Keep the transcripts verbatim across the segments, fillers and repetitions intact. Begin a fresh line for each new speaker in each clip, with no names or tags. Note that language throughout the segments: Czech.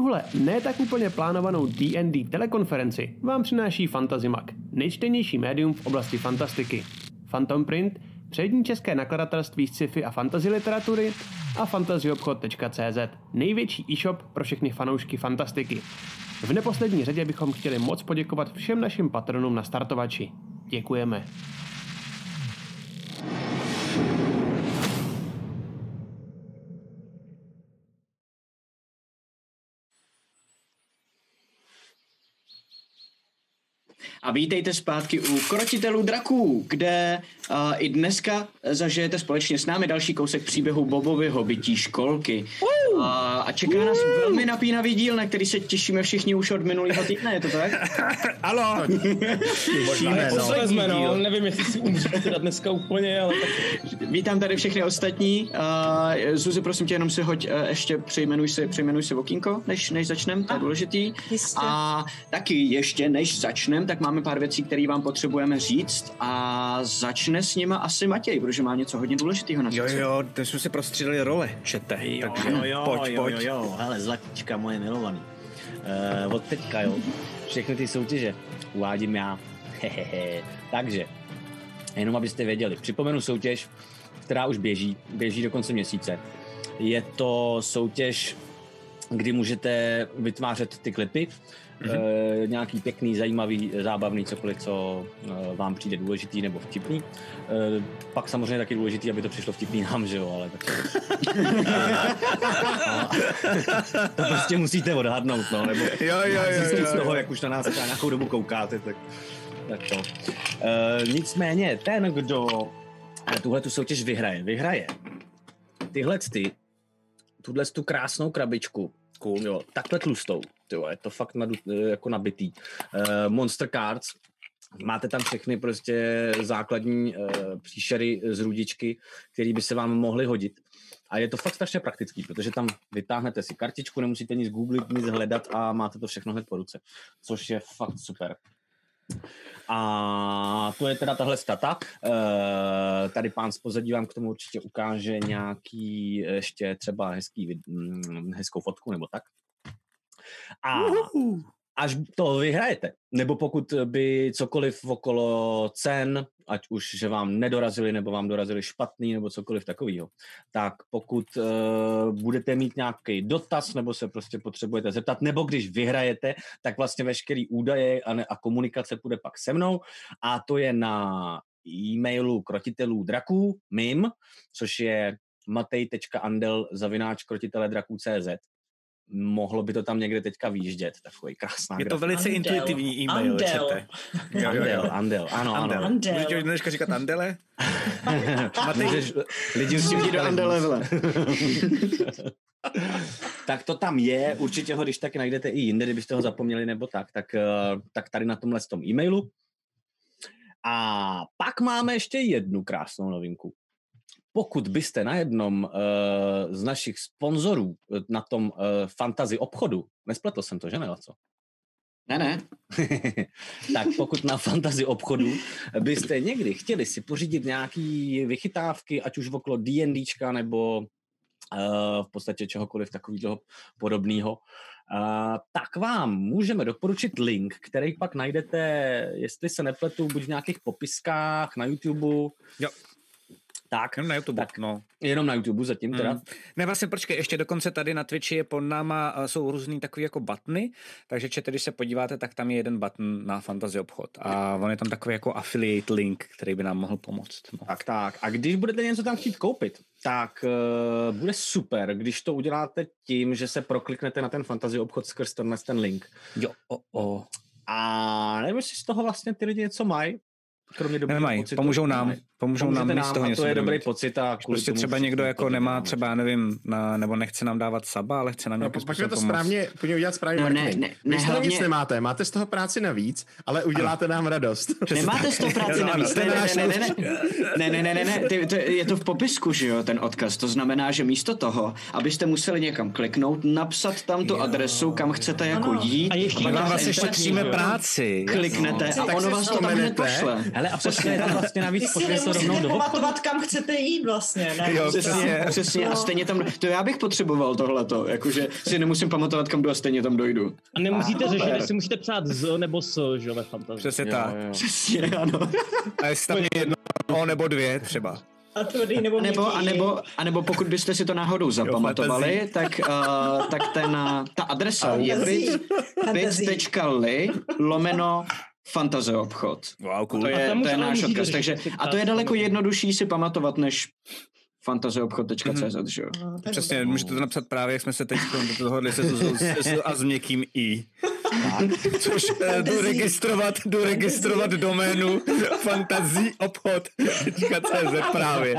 Tuhle ne tak úplně plánovanou D and D telekonferenci vám přináší Fantasy-Mag, nejčtenější médium v oblasti fantastiky. Phantom Print, přední české nakladatelství sci-fi a fantasy literatury a fantasyobchod tečka cé zet, největší e-shop pro všechny fanoušky fantastiky. V neposlední řadě bychom chtěli moc poděkovat všem našim patronům na startovači. Děkujeme.
A vítejte zpátky u Krotitelů draků, kde uh, i dneska zažijete společně s námi další kousek příběhu Bobovy hobití školky. Uh, a čeká nás velmi napínavý díl, na který se těšíme všichni už od minulého týdne, je to tak?
Ano!
Těšíme,
no. no. Nevím, jestli si umřete teda dneska úplně, ale tak...
Vítám tady všechny ostatní. Uh, Zuzi, prosím tě, jenom si hoď, uh, ještě přejmenuj si, přejmenuj si okýnko, než, než začnem, to je důležitý.
Jistě.
A taky ještě, než začnem, tak máme pár věcí, které vám potřebujeme říct a začne s nima asi Matěj, protože má něco hodně důležitého na srdci.
Jo, jo, teď jsme si prostřídali role, čete.
Jo,
tak
jo, jo,
pojď,
jo,
pojď.
jo, jo, hele, zlatička moje milovaný. Uh, od teďka, jo, všechny ty soutěže uvádím já. Hehehe. Takže, jenom abyste věděli, připomenu soutěž, která už běží, běží do konce měsíce. Je to soutěž, kdy můžete vytvářet ty klipy, mm-hmm. e, nějaký pěkný, zajímavý, zábavný, cokoliv, co e, vám přijde důležitý nebo vtipný. E, pak samozřejmě taky důležitý, aby to přišlo vtipný nám, že jo, ale tak... to prostě musíte odhadnout, no, nebo...
Jo, jo, jo, jo, jo.
z toho, jak už na nás nějakou dobu koukáte, tak, tak to. E, nicméně, ten, kdo tuhle tu soutěž vyhraje, vyhraje tyhle ty, tuhle tu krásnou krabičku, cool, jo, takhle tlustou, jo, je to fakt nadu, jako nabitý. Uh, Monster Cards, máte tam všechny prostě základní uh, příšery z rudičky, které by se vám mohly hodit. A je to fakt strašně praktický, protože tam vytáhnete si kartičku, nemusíte nic googlit, nic hledat a máte to všechno hned po ruce, což je fakt super. A to je teda tahle stata. E, tady pán z pozadí vám k tomu určitě ukáže nějaký ještě třeba hezký, hezkou fotku nebo tak. A až to vyhrajete, nebo pokud by cokoliv okolo cen, ať už, že vám nedorazili, nebo vám dorazili špatný, nebo cokoliv takového, tak pokud uh, budete mít nějaký dotaz, nebo se prostě potřebujete zeptat, nebo když vyhrajete, tak vlastně veškerý údaje a, ne, a komunikace půjde pak se mnou, a to je na e-mailu krotitelů draků, mim, což je matej tečka andel zavináč krotitele draků tečka cé zet. Mohlo by to tam někde teďka výjíždět, takový krásná
Je to
grafika.
velice
Andel.
intuitivní e-mail,
Andel.
čete. Jo, jo,
Andel,
jo.
Andel, ano,
Andel.
ano.
Andel.
Můžete dneska říkat Andele?
Můžeš, lidi už si
Jdi do Andelevle.
Tak to tam je, určitě ho, když taky najdete i jinde, kdybyste ho zapomněli nebo tak, tak, tak tady na tomhle tom e-mailu. A pak máme ještě jednu krásnou novinku. Pokud byste na jednom uh, z našich sponzorů na tom uh, fantasy obchodu, nespletl jsem to, že ne, co?
Ne, ne.
Tak pokud na fantasy obchodu byste někdy chtěli si pořídit nějaký vychytávky, ať už okolo D&Dčka nebo uh, v podstatě čehokoliv takového podobného, uh, tak vám můžeme doporučit link, který pak najdete, jestli se nepletu, buď v nějakých popiskách na YouTube.
Jo.
Tak,
Jenom na YouTube,
tak,
no.
Jenom na YouTube zatím teda.
Mm. Ne, vlastně počkej, ještě dokonce tady na Twitchi je pod náma, jsou různý takový jako buttony, takže čete, když se podíváte, tak tam je jeden button na Fantasy obchod a on je tam takový jako affiliate link, který by nám mohl pomoct. No.
Tak, tak. A když budete něco tam chtít koupit, tak uh, bude super, když to uděláte tím, že se prokliknete na ten Fantasy obchod skrz tenhle ten link.
Jo, o, o.
A nevím, jestli z toho vlastně ty lidi něco mají. Kromě dobrých
Nemají,
pocitů.
pomůžou nám, pomůžou nám,
nám
my z toho
a
něco
to je
budeme
dobrý
mít.
pocit a
Prostě třeba někdo jako nemá třeba, nevím, na, nebo nechce nám dávat saba, ale chce nám
No,
nějakým
pojďme
způsobem
to
pomoct.
správně, pojďme udělat správně
No, ne,
marketing.
ne,
Vy
ne,
z toho
hlavně-
nic nemáte, máte z toho práci navíc, ale uděláte nám radost.
Nemáte z toho práci
Ano,
navíc.
ano,
Ne,
to je
ne, ne, ne, ne, ne, ne, ne, ne, ne, ty, to, je to v popisku, že jo, ten odkaz. To znamená, že místo toho, abyste museli někam kliknout, napsat tam tu adresu, kam chcete jako
Ano.
jít.
A ještě
Pak
Vám
vám vlastně
Instantní,
šetříme
že jo?
práci.
Kliknete
No.
a
Tak
ono
si
vás to tam hned
vzpomenete.
pošle.
Hele, a počkej, tam vlastně navíc
Ty si
pošle
to rovnou
musíte
do
pamatovat, kam chcete jít vlastně, ne?
Jo,
Přesně, přesně.
No.
A stejně tam, to já bych potřeboval tohleto, jakože si nemusím pamatovat, kam jdu a stejně tam dojdu.
A nemusíte
Ah,
řešit,
super.
jestli musíte psát z nebo s, že jo, ve fantazii.
Přesně
Jo,
tak.
jo.
Přesně, ano.
A jestli tam je jedno O nebo dvě třeba.
A tvrdý nebo
A nebo,
měkký
a
i.
nebo, a nebo pokud byste si to náhodou zapamatovali, tak, uh, tak ten, uh, ta adresa je
Fantazii.
bit.ly lomeno fantasy obchod.
Wow, cool.
To
A
je,
tam
to
už
je
ale
náš
můžete
odkaz.
řešit,
Takže,
jestli
a to je
ptát
daleko
nebo-
jednodušší si pamatovat, než fantasyobchod tečka cé zet, že jo?
No, to je
Přesně,
dobré.
můžete to napsat právě, jak jsme se teď dohodli se s a s měkkým i. Což eh, jdu registrovat, jdu registrovat doménu fantasyobchod tečka cé zet právě.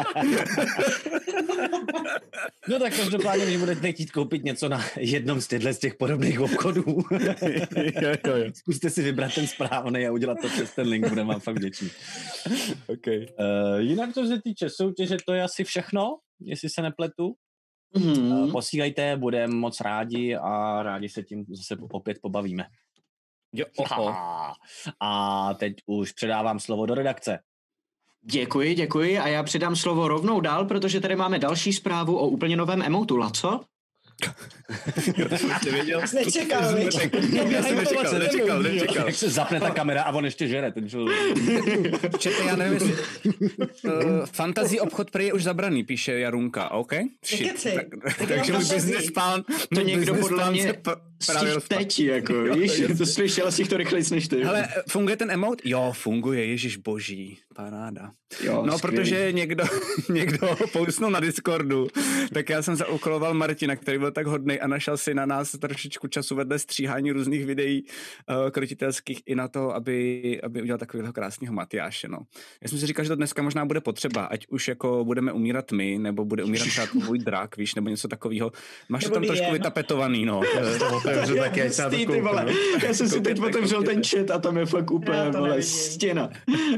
No tak každopádně, když budete chtít koupit něco na jednom z těchto z těch podobných obchodů,
jo, jo, jo.
zkuste si vybrat ten správný a udělat to přes ten link, budeme vám fakt vděční.
Okay.
Uh, jinak, co se týče soutěže, to je asi všechno, jestli se nepletu.
Hmm.
Uh, posílejte, budeme moc rádi a rádi se tím zase opět pobavíme.
Jo, oho.
A teď už předávám slovo do redakce.
Děkuji, děkuji a já předám slovo rovnou dál, protože tady máme další zprávu o úplně novém emotu. Laco?
Nevěděl?
Nečekal, viď?
Já jsem nečekal, nečekal, nečekal.
Jak se zapne ta kamera a on ještě žere, ten člověk.
Čete, já nevím, jestli... Uh, fantasy obchod prý je už zabraný, píše Jarunka, OK? Shit.
Nekecej.
Tak,
Tak
takže
jenom
můj
fantasy.
business plán...
To
můj
někdo
business
podle
plán
mě
se p- právě
z
rozpadl.
teď, jako, víš, to slyšel jsi to rychlejc než ty.
Hele, funguje ten emote? Jo, funguje, ježiš boží, paráda.
Jo,
No,
skvělý.
protože někdo, někdo postnul na Discordu, tak já jsem zaúkoloval Martina, který byl tak hodnej a našel si na nás trošičku času vedle stříhání různých videí uh, krotitelských i na to, aby, aby udělal takového krásného Matyáše, no. Já jsem si říkal, že to dneska možná bude potřeba, ať už jako budeme umírat my, nebo bude umírat třeba tvůj drak, víš, nebo něco takového. Máš to
Nebo
tam trošku
Diem.
vytapetovaný, no.
To otevřu taky, ať se na to
Hustý, ty vole.
kouknu.
Já jsem si teď otevřel ten chat a tam je fakt úplně,
Já to
vole,
nevidím.
stěna.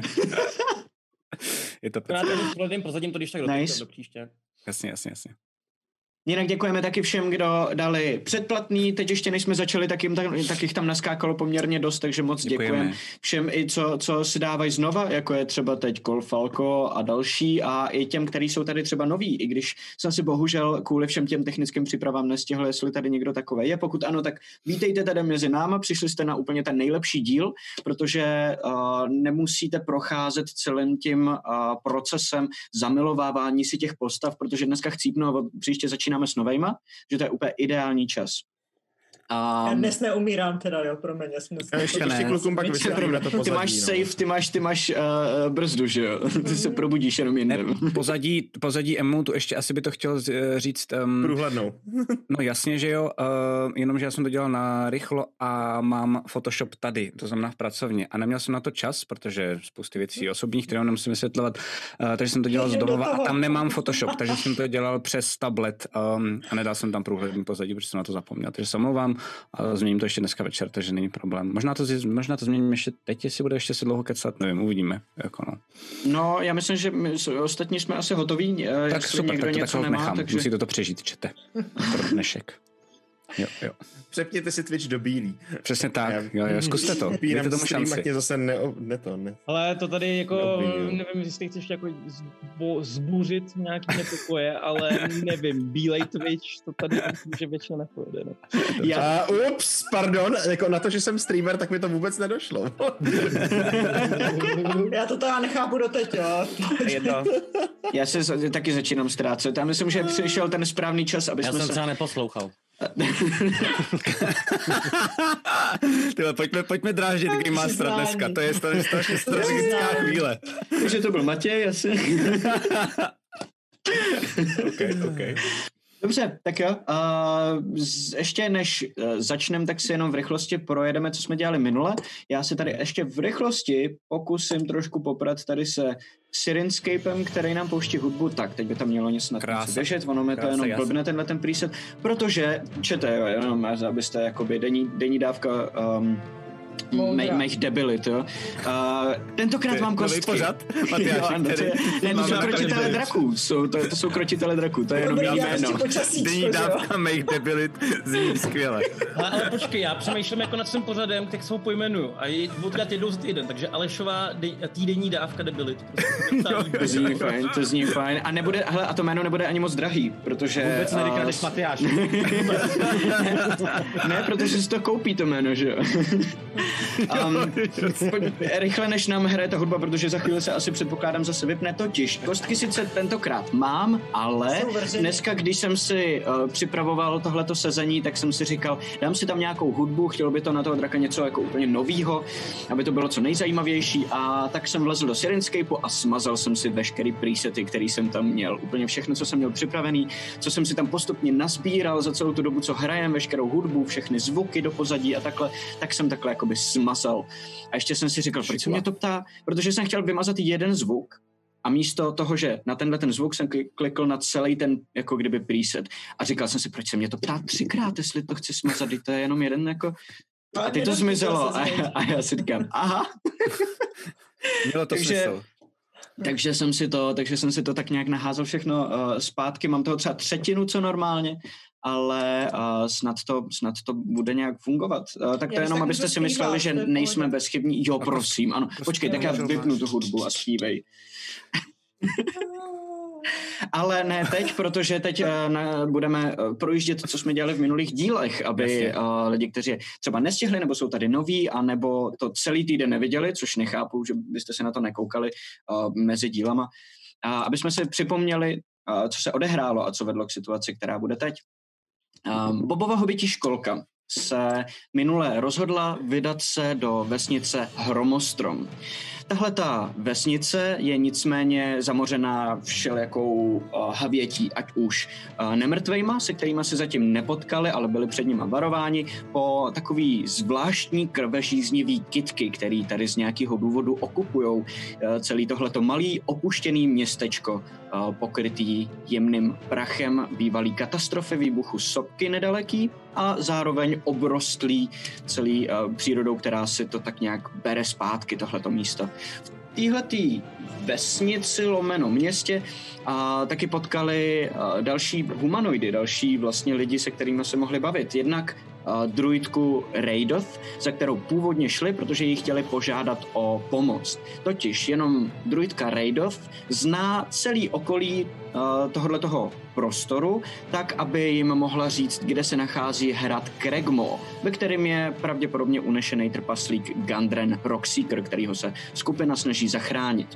Je to
Já to prozadím, prozadím to, když tak do,
Nice.
do příště.
jasně, jasně, jasně.
Jinak děkujeme taky všem, kdo dali předplatný. Teď ještě než jsme začali, tak jim tak, tak jich tam naskákalo poměrně dost, takže moc děkujeme.
Děkujeme.
Všem i co, co si dávají znova, jako je třeba teď Kolfalko a další a i těm, kteří jsou tady třeba noví, i když jsem si bohužel kvůli všem těm technickým přípravám nestihl, jestli tady někdo takový je. Pokud ano, tak vítejte tady mezi náma, přišli jste na úplně ten nejlepší díl, protože uh, nemusíte procházet celým tím uh, procesem zamilovávání si těch postav, protože dneska chcípnu a od příště začínáme s novejma, že to je úplně ideální čas. A
Já dnes neumírám teda, jo, promiň, já jsem dnes
A ještě,
ne.
ještě klukům pak vysvětlíme to pozadí.
ty máš
no.
safe, ty máš, ty máš uh, brzdu, že jo? Ty se probudíš jenom
Ne,
jinde.
pozadí, pozadí emotu ještě asi by to chtěl z- říct... Um,
Průhlednou.
no jasně, že jo, uh, jenomže já jsem to dělal na rychlo a mám Photoshop tady, to znamená v pracovně a neměl jsem na to čas, protože spousty věcí osobních, které nemusím vysvětlovat, uh, takže jsem to dělal z
Jdem do
domova a
toho.
tam nemám Photoshop, takže jsem to dělal přes tablet um, a nedal jsem tam průhledný pozadí, protože jsem na to zapomněl, takže se omlouvám a změním to ještě dneska večer, takže není problém. Možná to, zi- možná to změním ještě teď, jestli bude ještě se dlouho kecat, nevím, uvidíme. Jako no.
No, já myslím, že my s- ostatní jsme asi hotoví. eh,
Tak
jestli
super,
někdo
tak to
něco
takhle
nemá,
nechám,
takže...
musíte to přežít, čete. Pro dnešek. Jo, jo.
Přepněte si Twitch do bílý.
Přesně tak, jo, jo, zkuste to,
Pínám
dejte tomu
stream, ať
šanci.
mě zase ne, ne to, ne.
Ale to tady jako,
Dobrý, jo.
nevím, jestli chceš jako zbo, zbůřit nějaký nepokoje, ale nevím, bílej Twitch, to tady myslím, že většinou nepojede. No.
Já,
A ups, pardon, jako na to, že jsem streamer, tak mi to vůbec nedošlo.
Já to teda nechápu doteď, jo.
Je to...
já se za- taky začínám ztrácet. Já myslím, že přišel ten správný čas, aby
Já
jsme
jsem
se...
třeba neposlouchal.
Tyhle, pojďme, pojďme dráždit Game Mastera dneska, to je strašně, strašně strategická chvíle.
Takže to byl Matěj, asi.
Okay, okay.
Dobře, tak jo. Uh, z, ještě než uh, začneme, tak si jenom v rychlosti projedeme, co jsme dělali minule. Já se tady ještě v rychlosti pokusím trošku poprat tady se Sirenscapem, který nám pouští hudbu. Tak, teď by tam mělo něco na
Krása.
tom běžet, ono mi to
Krása,
jenom
jasně.
blbne tenhle ten preset, protože, čete, jo, jenom abyste jakoby denní, denní dávka um, mých mých debilit, jo. Uh, tentokrát mám kostky.
pořad,
Jo, ano, to je, ne, to jsou krotitele draků, jsou, to, to jsou krotitele draků, to je jenom
Dobrý, já
jméno.
prostě počasíčko,
Denní
že jo?
dávka mých debilit zní skvěle.
Ale, ale počkej, já přemýšlím jako nad tím pořadem, tak se ho pojmenuju. A je odkrát jednou za týden, takže Alešová dej, týdenní dávka debilit. Prostě
To zní fajn, to zní fajn. A nebude, hele, a to jméno nebude ani moc drahý, protože...
Vůbec neříkáš
uh,
Matyáš.
Ne, protože si to koupí to jméno, že jo. um, pojď, rychle než nám hraje ta hudba, protože za chvíli se asi předpokládám zase vypne, totiž kostky sice tentokrát mám, ale dneska, když jsem si uh, připravoval tohleto sezení, tak jsem si říkal, dám si tam nějakou hudbu, chtělo by to na toho draka něco jako úplně novýho, aby to bylo co nejzajímavější, a tak jsem vlezl do Sirenscapeu a smazal jsem si veškerý presety, který jsem tam měl, úplně všechno, co jsem měl připravený, co jsem si tam postupně nazbíral za celou tu dobu, co hrajem, veškerou hudbu, všechny zvuky do pozadí a takhle, tak jsem takhle jakoby smazal. A ještě jsem si říkal, proč se mě to ptá, protože jsem chtěl vymazat jeden zvuk a místo toho, že na tenhle ten zvuk jsem klikl na celý ten jako kdyby preset a říkal jsem si, proč se mě to ptá třikrát, jestli to chci smazat, to je jenom jeden jako... A teď to zmizelo a, a já si říkám, aha.
Mělo to
takže,
smysl.
takže jsem si to, takže jsem si to tak nějak naházel všechno uh, zpátky, mám toho třeba třetinu, co normálně, ale uh, snad, to, snad to bude nějak fungovat. Uh, tak to
Já
jenom,
tak
abyste
můžu
si mysleli,
zpívat,
že
to je
nejsme
pohodě.
bezchybní. Jo, prosím, ano. Počkej, tak já vypnu tu hudbu a zpívej. Ale ne teď, protože teď uh, ne, budeme uh, projíždět, co jsme dělali v minulých dílech, aby uh, lidi, kteří třeba nestihli, nebo jsou tady noví, a nebo to celý týden neviděli, což nechápu, že byste se na to nekoukali uh, mezi dílama, uh, aby jsme si připomněli, uh, co se odehrálo a co vedlo k situaci, která bude teď. Um, Bobova hobbytí školka se minule rozhodla vydat se do vesnice Hromostrom. Tahle ta vesnice je nicméně zamořená všelijakou uh, havětí, ať už uh, nemrtvejma, se kterými se zatím nepotkali, ale byli před nimi varováni, po takový zvláštní krvežíznivý kytky, který tady z nějakého důvodu okupujou uh, celý tohleto malý opuštěný městečko, uh, pokrytý jemným prachem bývalý katastrofy výbuchu sopky nedaleký a zároveň obrostlý celý uh, přírodou, která si to tak nějak bere zpátky, tohleto místo. V téhletý vesnici lomeno městě a taky potkali a, další humanoidy, další vlastně lidi, se kterými se mohli bavit. Jednak a, druidku Raidoth, za kterou původně šli, protože ji chtěli požádat o pomoc. Totiž jenom druidka Raidoth zná celý okolí tohoto prostoru, tak aby jim mohla říct, kde se nachází hrad Kregmo, ve kterém je pravděpodobně unešený trpaslík Gandren Rockseeker, kterýho se skupina snaží zachránit.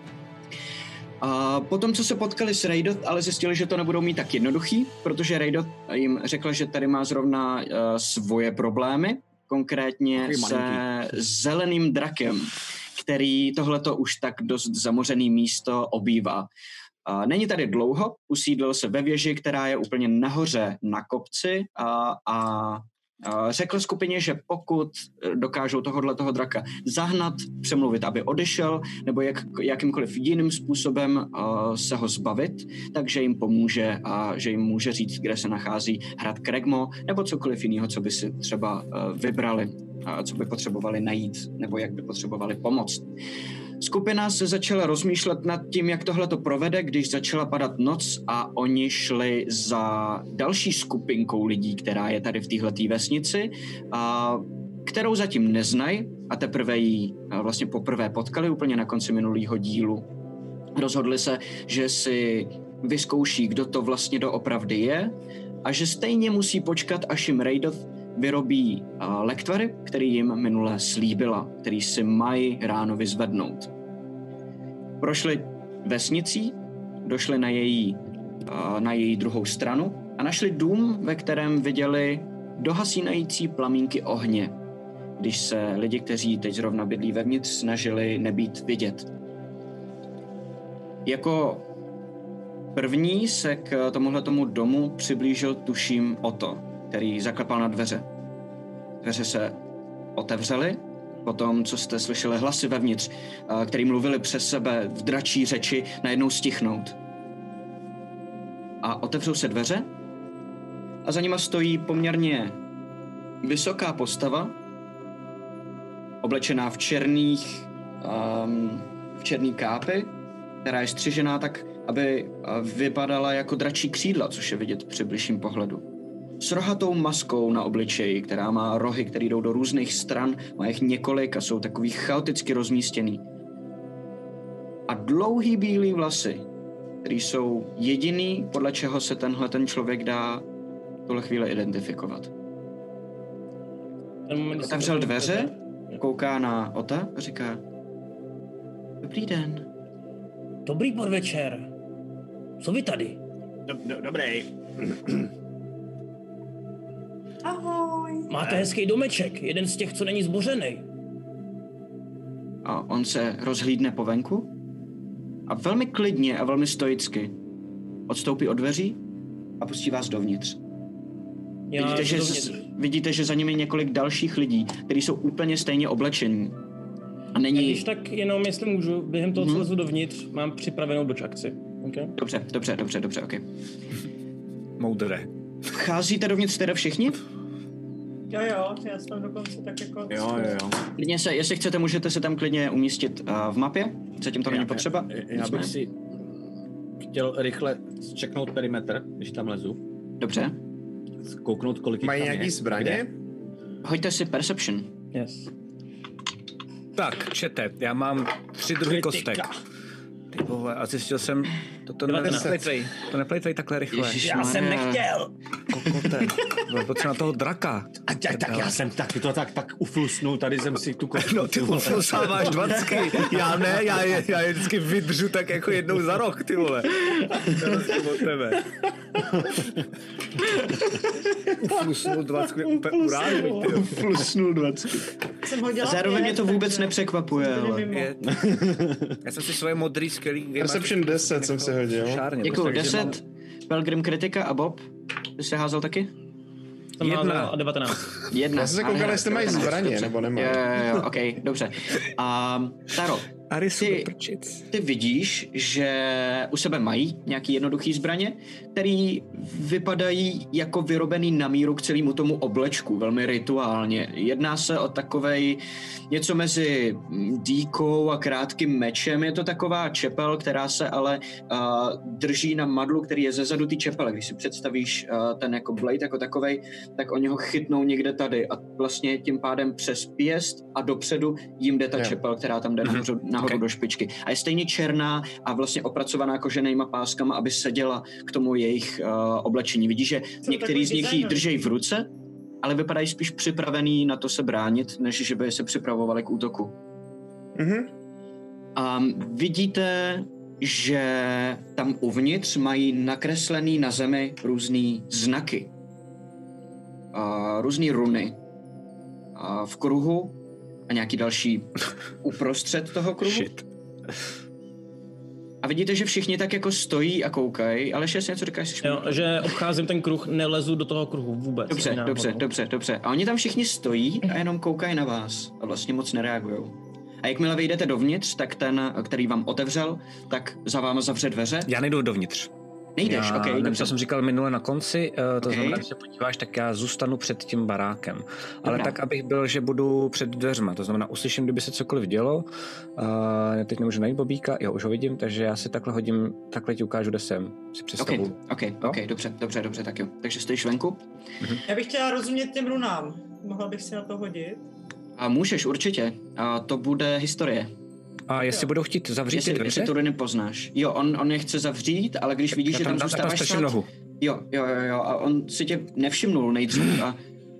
A potom, co se potkali s Raidoth, ale zjistili, že to nebudou mít tak jednoduchý, protože Raidoth jim řekla, že tady má zrovna uh, svoje problémy, konkrétně se zeleným drakem, který tohleto už tak dost zamořený místo obývá. Uh, není tady dlouho, usídlil se ve věži, která je úplně nahoře na kopci a, a Uh, řekl skupině, že pokud dokážou tohohle toho draka zahnat, přemluvit, aby odešel, nebo jak, jakýmkoliv jiným způsobem uh, se ho zbavit, takže jim pomůže a že jim může říct, kde se nachází hrad Kregmo, nebo cokoliv jiného, co by si třeba uh, vybrali, uh, co by potřebovali najít, nebo jak by potřebovali pomoct. Skupina se začala rozmýšlet nad tím, jak tohle to provede, když začala padat noc a oni šli za další skupinkou lidí, která je tady v téhletý vesnici, a kterou zatím neznají a teprve ji vlastně poprvé potkali úplně na konci minulého dílu. Rozhodli se, že si vyzkouší, kdo to vlastně doopravdy je a že stejně musí počkat, až jim Raidoth vyrobí uh, lektvary, který jim minule slíbila, který si mají ráno vyzvednout. Prošli vesnicí, došli na její, uh, na její druhou stranu a našli dům, ve kterém viděli dohasínající plamínky ohně, když se lidi, kteří teď zrovna bydlí vevnitř, snažili nebýt vidět. Jako první se k tomuhletomu domu přiblížil tuším Otto, který zaklepal na dveře. Dveře se otevřely, potom, co jste slyšeli hlasy vevnitř, který mluvili přes sebe v dračí řeči, najednou stichnout. A otevřou se dveře a za nima stojí poměrně vysoká postava oblečená v černých, um, v černý kápy, která je střižená tak, aby vypadala jako dračí křídla, což je vidět při bližším pohledu. S rohatou maskou na obličeji, která má rohy, které jdou do různých stran, má jich několik a jsou takový chaoticky rozmístěný. A dlouhý bílý vlasy, který jsou jediný, podle čeho se tenhle ten člověk dá v tuhle chvíli identifikovat. Otevřel dveře, kouká na Ota a říká: Dobrý den.
Dobrý podvečer. Co vy tady?
Do, do, dobrý.
Ahoj.
Máte hezký domeček, jeden z těch, co není zbořený.
A on se rozhlídne po venku a velmi klidně a velmi stoicky odstoupí od dveří a pustí vás dovnitř.
Já
Vidíte, že,
dovnitř.
vidíte, že za nimi je několik dalších lidí, kteří jsou úplně stejně oblečení. A není...
Když tak jenom, jestli můžu, během toho, co
Mhm.
lezu dovnitř, mám připravenou doč akci. Okay?
Dobře, dobře, dobře, dobře, ok.
Moudré.
Vcházíte dovnitř teda všichni?
Jo, jo, já jsem tam dokonce tak jako...
Jo, jo, jo.
Klidně se, jestli chcete, můžete se tam klidně umístit uh, v mapě. Zatím to není
Já-
potřeba.
Já, já
Nicméně.
bych si chtěl rychle zčeknout perimetr, když tam lezu.
Dobře.
Kouknout, kolik jich
Mají
tam
nějaký
je.
zbraně?
Kde?
Hoďte si Perception.
Yes.
Tak, čete, já mám tři druhy kostek. Ty vole, a zjistil jsem, to, to, ne, neplejtvej, to neplejtvej takhle rychle.
Ježišmarja.
Já jsem nechtěl.
Kokote, potřeba na toho draka.
A tak, tak já jsem taky to tak, tak uflusnul, tady jsem si tu kostku.
No ty uflusáváš dvacky, já ne, já je, já je vždycky vydržu tak jako jednou za rok, ty vole. To je rozdíl od tebe. Uflusnul dvacku je úplně urážný, ty jo.
Flusnul dvacet.
Jsem hodila
Zároveň mě
pět,
to vůbec
takže
nepřekvapuje,
byli
ale...
mimo.
Je, já jsem si svoje modrý skvělý game
Perception deset jsem si hodil.
šárně.
Děkuju,
takže
deset. Pelgrim kritika a Bob. Ty jsi házel taky?
Jsem
Jedna.
házel a devatenáct.
Jedna.
Já jsem se koukal,
Ale-
jestli mají
devatenáct,
zbraně,
dobře.
nebo nemají.
Jo, jo, jo, ok, dobře. A Taro,
Arisu
Ty-
do prčic.
ty vidíš, že u sebe mají nějaký jednoduchý zbraně, který vypadají jako vyrobený na míru k celému tomu oblečku, velmi rituálně. Jedná se o takovej něco mezi dýkou a krátkým mečem. Je to taková čepel, která se ale uh, drží na madlu, který je zezadu té čepele. Když si představíš uh, ten jako blade jako takovej, tak oni ho chytnou někde tady a vlastně tím pádem přes pěst a dopředu jim jde ta
Jo.
čepel, která tam jde nahoru, nahoru
Okay.
do špičky. A je stejně černá a vlastně opracovaná koženýma páskama, aby seděla k tomu jejich uh, oblečení. Vidíš, že některý
takový
z nich ji
designový.
drží v ruce, ale vypadají spíš připravený na to se bránit, než že by se připravovali k útoku.
Mhm.
A vidíte, že tam uvnitř mají nakreslený na zemi různý znaky. A různý runy. A v kruhu a nějaký další uprostřed toho kruhu.
Shit.
A vidíte, že všichni tak jako stojí a koukají, ale ještě něco říkáš, jsi
Jo, že obcházím ten kruh, nelezu do toho kruhu vůbec.
Dobře,
ani náhodou.
dobře, dobře, dobře. A oni tam všichni stojí a jenom koukají na vás a vlastně moc nereagujou. A jakmile vyjdete dovnitř, tak ten, který vám otevřel, tak za váma zavře dveře.
Já nejdu dovnitř.
Nejdeš,
já,
ok,
nevím,
dobře.
co jsem říkal minule na konci, uh, to
Ok.
znamená, když se podíváš, tak já zůstanu před tím barákem. Ale
Dobrá.
tak, abych byl, že budu před dveřma, to znamená, uslyším, kdyby se cokoliv dělo. Uh, já teď nemůžu najít Bobíka, jo, už ho vidím, takže já si takhle hodím, takhle ti ukážu, kde jsem, si
Ok,
představu.
ok, ok, dobře, dobře, dobře, tak jo. Takže stojíš venku
Já bych chtěla rozumět těm runám. Mohla bych si na to hodit?
a můžeš určitě. A to bude historie.
A jestli budou chtít zavřít ty
Jestli,
dveře,
jestli tu runy poznáš. Jo, on, on je chce zavřít, ale když vidíš,
já
že tam
tam, tam
zůstáváš
stačím
stát...
nohu.
Jo, jo, jo, jo, a on si tě nevšimnul nejdřív a...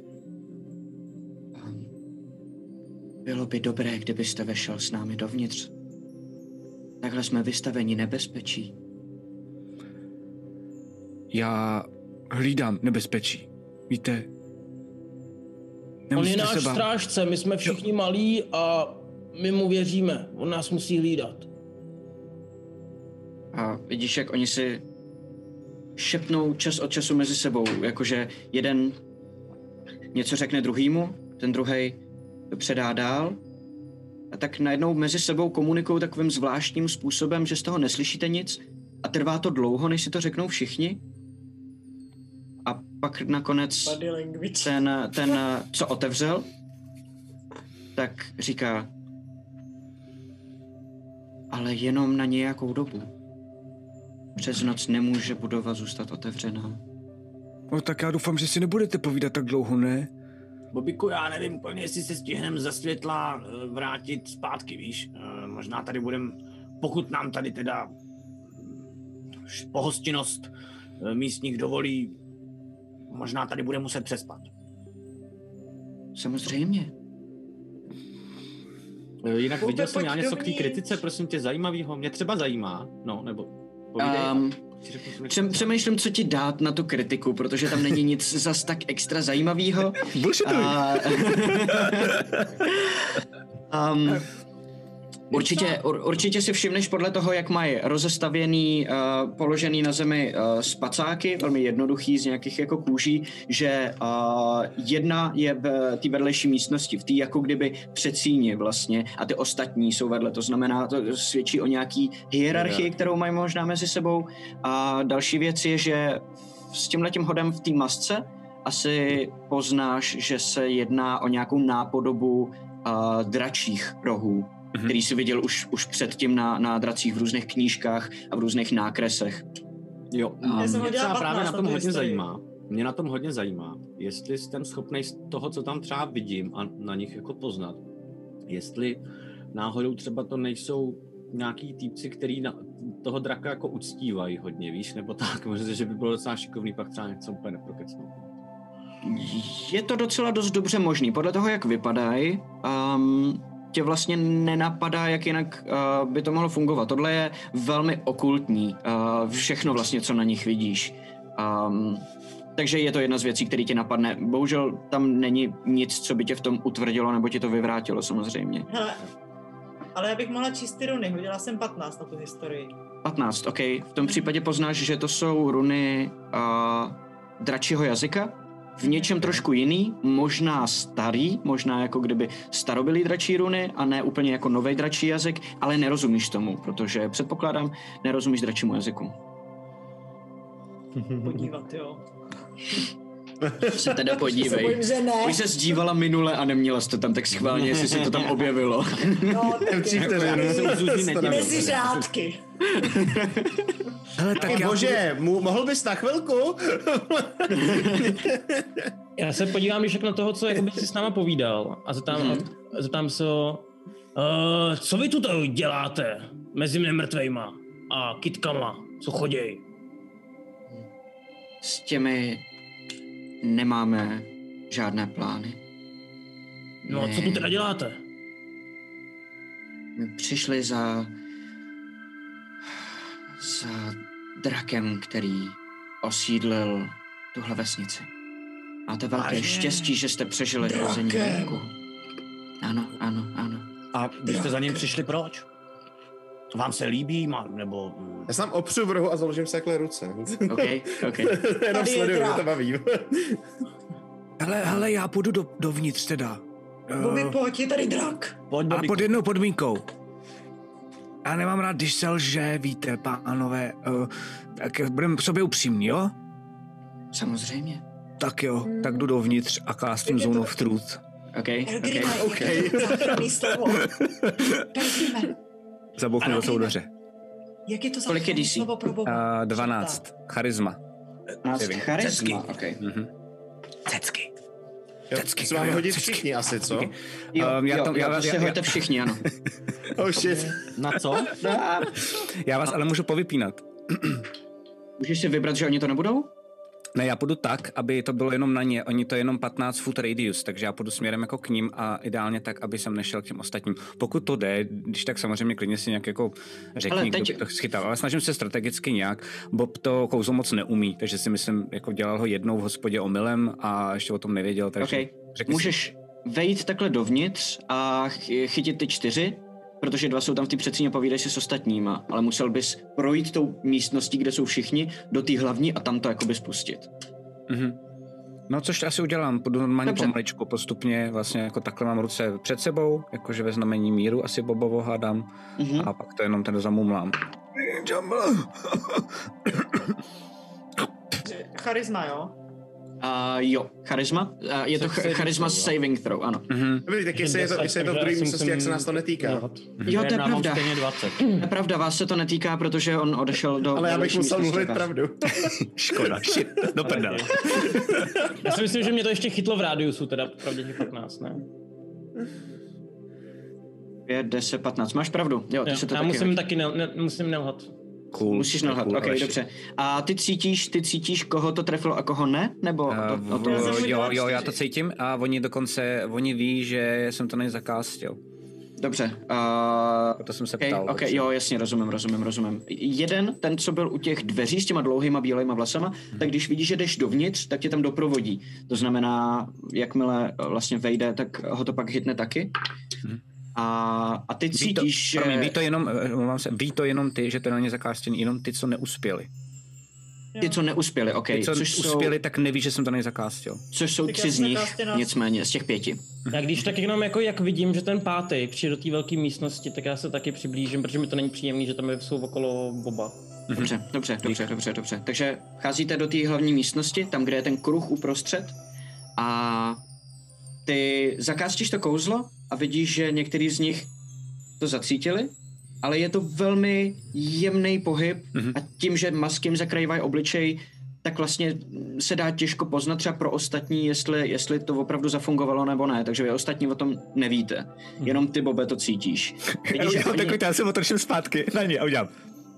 Bylo by dobré, kdybyste vešel s námi dovnitř. Takhle jsme vystaveni nebezpečí.
Já hlídám nebezpečí. Víte?
On je
Nemusíte
náš
se bát.
strážce, my jsme všichni malí a my mu věříme. On nás musí hlídat.
A vidíš, jak oni si šepnou čas od času mezi sebou, jakože jeden něco řekne druhýmu, ten druhej to předá dál a tak najednou mezi sebou komunikují takovým zvláštním způsobem, že z toho neslyšíte nic a trvá to dlouho, než si to řeknou všichni a pak nakonec
Body language.
ten, ten co otevřel, tak říká, ale jenom na nějakou dobu. Přes noc nemůže budova zůstat otevřená.
No tak já doufám, že si nebudete povídat tak dlouho, ne?
Bobiku, já nevím úplně, jestli se stihnem za světla eh, vrátit zpátky, víš? Eh, Možná tady budem, pokud nám tady teda š- pohostinnost eh, místních dovolí, možná tady bude muset přespat.
Samozřejmě.
Eh, Jinak
Bobe,
viděl jsem
pojď
já něco k té
dovnitř.
kritice, prosím tě, zajímavého. Mě třeba zajímá, no, nebo povídej.
Um,
ti řeknu, co mi
Přem,
chceš.
přemýšlím, co ti dát na tu kritiku, protože tam není nic zas tak extra zajímavého.
Bullshituj.
um, určitě, ur, určitě si všimneš podle toho, jak mají rozestavěný, uh, položený na zemi uh, spacáky, velmi jednoduchý z nějakých jako kůží, že uh, jedna je v té vedlejší místnosti, v té jako kdyby předsíni vlastně a ty ostatní jsou vedle, to znamená, to svědčí o nějaký hierarchii, kterou mají možná mezi sebou. A další věc je, že s tímhletím hodem v té masce asi poznáš, že se jedná o nějakou nápodobu uh, dračích rohů, mm-hmm. který jsi viděl už, už předtím na, na dracích v různých knížkách a v různých nákresech.
Jo,
Já
a
jsem
mě
hodila
třeba právě
patnáct
na tom
na tu
hodně
historii.
zajímá. Mě na tom hodně zajímá, jestli jsem schopný z toho, co tam třeba vidím a na nich jako poznat, jestli náhodou třeba to nejsou nějaký týpci, který na toho draka jako uctívají hodně, víš, nebo tak, možná, že by bylo docela šikovný pak třeba něco úplně neprokecnout.
Je to docela dost dobře možný. Podle toho, jak vypadají, um, tě vlastně nenapadá, jak jinak uh, by to mohlo fungovat. Tohle je velmi okultní. Uh, všechno vlastně, co na nich vidíš. Um, takže je to jedna z věcí, které tě napadne. Bohužel tam není nic, co by tě v tom utvrdilo, nebo ti to vyvrátilo samozřejmě.
Hele, ale já bych mohla číst ty runy, hodila jsem patnáct na tu historii.
patnáct, OK. V tom případě poznáš, že to jsou runy uh, dračího jazyka, v něčem trošku jiný, možná starý, možná jako kdyby starobylý dračí runy a ne úplně jako novej dračí jazyk, ale nerozumíš tomu, protože předpokládám, nerozumíš dračímu jazyku.
Podívat, jo.
Se teda podívej.
Bojím, že ne.
Už se zdívala minule a neměla jsi to tam tak schválně, jestli se to tam objevilo.
No,
Tři
taky.
vteřiny.
Mezi řádky.
Hele, tak
O
já
bože, mu, mohl bys na chvilku?
Já se podívám když na toho, co jakoby si s náma povídal a zeptám,
Mhm.
a zeptám se ho, uh, co vy tu tady děláte mezi nemrtvejma a kytkama, co choděj?
S těmi nemáme žádné plány.
No a co tu teda děláte?
My přišli za... za drakem, který osídlil tuhle vesnici. Máte velké
Vážně?
štěstí, že jste přežili hrození venku. Ano, ano, ano.
A když jste za ním přišli, proč? Vám se líbí, má, nebo...
Já se tam opřu v rohu a založím se takhle ruce.
OK, OK.
Jenom
Tady je
sleduju, mě
drak.
to baví.
hele, hele, já půjdu do, dovnitř teda.
Bobby,
Uh,
pojď, je tady drak.
Pojď,
ale
Bobíku.
pod jednou podmínkou. Já nemám rád, když se lže, víte, pánové. Uh, tak budeme k sobě upřímní, jo?
Samozřejmě.
Tak jo, tak jdu dovnitř a kástím
Jak je to-
Zone of Truth.
OK,
Elgrima,
OK.
jak je to záchranný slovo? Prosíme,
Zabouchnu do soudoře.
jak je to
Kolik je
záchranný
D C?
slovo pro Boba?
Uh, dvanáct. Charisma.
Máš
Cecky.
charisma, OK.
Mhm. Cecky.
Jo,
Cecky,
co máme
jo,
hodit
cecky.
všichni asi, co?
Jo,
Um, já
jo,
to-
jo,
já-
prostě
já-
hoďte
já-
všichni, ano.
Oh shit.
Na co?
Já vás ale můžu povypínat.
Můžeš si vybrat, že oni to nebudou?
Ne, já půjdu tak, aby to bylo jenom na ně. Oni to je jenom patnáct foot radius, takže já půjdu směrem jako k ním a ideálně tak, aby jsem nešel k těm ostatním. Pokud to jde, když tak samozřejmě klidně si nějak jako řekni,
Ale
kdo
teď-
by to schytal. Ale snažím se strategicky nějak. Bob to kouzlo moc neumí, takže si myslím, jako dělal ho jednou v hospodě omylem a ještě o tom nevěděl, takže
OK.
řekni si.
Můžeš vejít takhle dovnitř a ch- chytit ty čtyři, protože dva jsou tam v té předsíně, povídají si s ostatníma, ale musel bys projít tou místností, kde jsou všichni, do té hlavní a tam to jakoby spustit.
Mhm. No, což asi udělám, půjdu normálně
Dobře.
pomaličku, postupně, vlastně jako takhle mám ruce před sebou, jakože ve znamení míru asi Bobovo hádám
Mhm.
a pak to jenom ten zamumlám.
Charisma, jo?
Uh, jo, charisma. Uh, je to ch- charisma saving throw, ano.
Mm-hmm. Dobrý, tak jestli je to, jestli je to v druhé místnosti, jak se nás to netýká.
Jo, to je
Já mám
pravda.
stejně dvacet.
To je pravda, vás se to netýká, protože on odešel do...
Ale já bych musel mluvit
vás.
pravdu.
Škoda, shit, do prdele.
Já si myslím, že mě to ještě chytlo v rádiusu, teda pravdě těch patnáct, ne?
pět, deset, patnáct. Máš pravdu. Jo, ty
Jo,
se to
já
taky
musím
hodí.
taky ne, ne, musím nelhat.
Cool.
Musíš nelhat,
cool,
ok,
Aleši.
dobře. A ty cítíš, ty cítíš, koho to trefilo a koho ne? Nebo
Uh,
to, o to...
jo,
jsem
jo,
udělal
jo, já
čtyři.
to cítím a oni dokonce, oni ví, že jsem to nezakástil.
Dobře. Uh,
Proto jsem se
okay,
ptal.
ok,
takže-
jo, jasně, rozumím, rozumím, rozumím. Jeden, ten, co byl u těch dveří s těma dlouhýma bílejma vlasama,
Mhm.
tak když vidíš, že jdeš dovnitř, tak tě tam doprovodí. To znamená, jakmile vlastně vejde, tak ho to pak hitne taky.
Mhm.
A, a ty
Ví to,
cítíš, že...
promiň, ví to jenom, eh, omlouvám se, ví to jenom ty, že to není zakástěný, jenom ty, co neuspěli.
Ty, co neuspěli, ok.
Ty, co
což
uspěli,
jsou,
tak neví, že jsem to nezakástil.
což jsou
Tak já
tři z
jsem
nich,
zakástěná.
nicméně, z těch pěti.
Já když tak jenom jako jak vidím, že ten pátý přijde do té velké místnosti, tak já se taky přiblížím, protože mi to není příjemný, že tam jsou okolo Boba.
Dobře, dobře, dobře, dobře, dobře. Takže cházíte do té hlavní místnosti, tam, kde je ten kruh uprostřed a ty zakástíš to kouzlo a vidíš, že některý z nich to zacítili, ale je to velmi jemný pohyb
Mhm.
a tím, že masky jim zakrývají obličej, tak vlastně se dá těžko poznat třeba pro ostatní, jestli, jestli to opravdu zafungovalo nebo ne, takže vy ostatní o tom nevíte. Jenom ty, Bobe, to cítíš. Vidíš, že oni-
Takový, já se otočím zpátky na ně a udělám.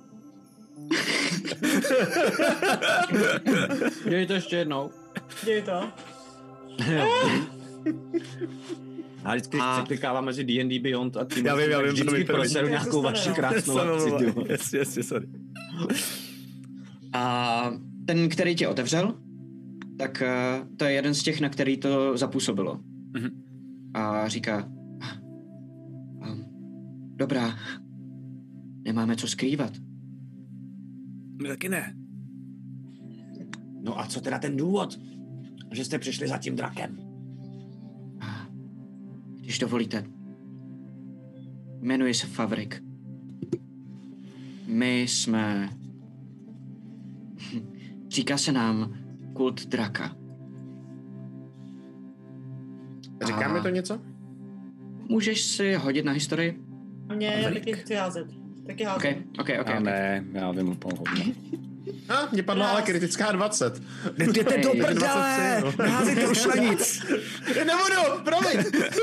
Děj to ještě jednou.
Děj to.
A vždycky
A-
se klikává mezi D and D Beyond a tím.
Já vím, já vím,
vždycky
promiň, promiň.
proseru
Jak se
nějakou
stane,
vaši
no?
krásnou akci. ty vole.
Jasně, jasně, sorry.
A ten, který tě otevřel, tak uh, to je jeden z těch, na který to zapůsobilo.
Mhm.
A říká, um, dobrá, nemáme co skrývat.
My taky ne.
No a co teda ten důvod? Že jste přišli za tím drakem.
A když dovolíte, jmenuji se Favrik. My jsme... Říká se nám kult draka.
Říká
A-
mi to něco?
Můžeš si hodit na historii?
A mě já taky chci házet. Taky
OK,
házet.
OK, OK.
Já ne, já vím úplně hodně.
A, mě padla
Krás.
ale kritická dvacet.
Jděte do
Hej,
prdele!
dvacet tři, no.
Neházejte už na nic!
Nebudu, promiň!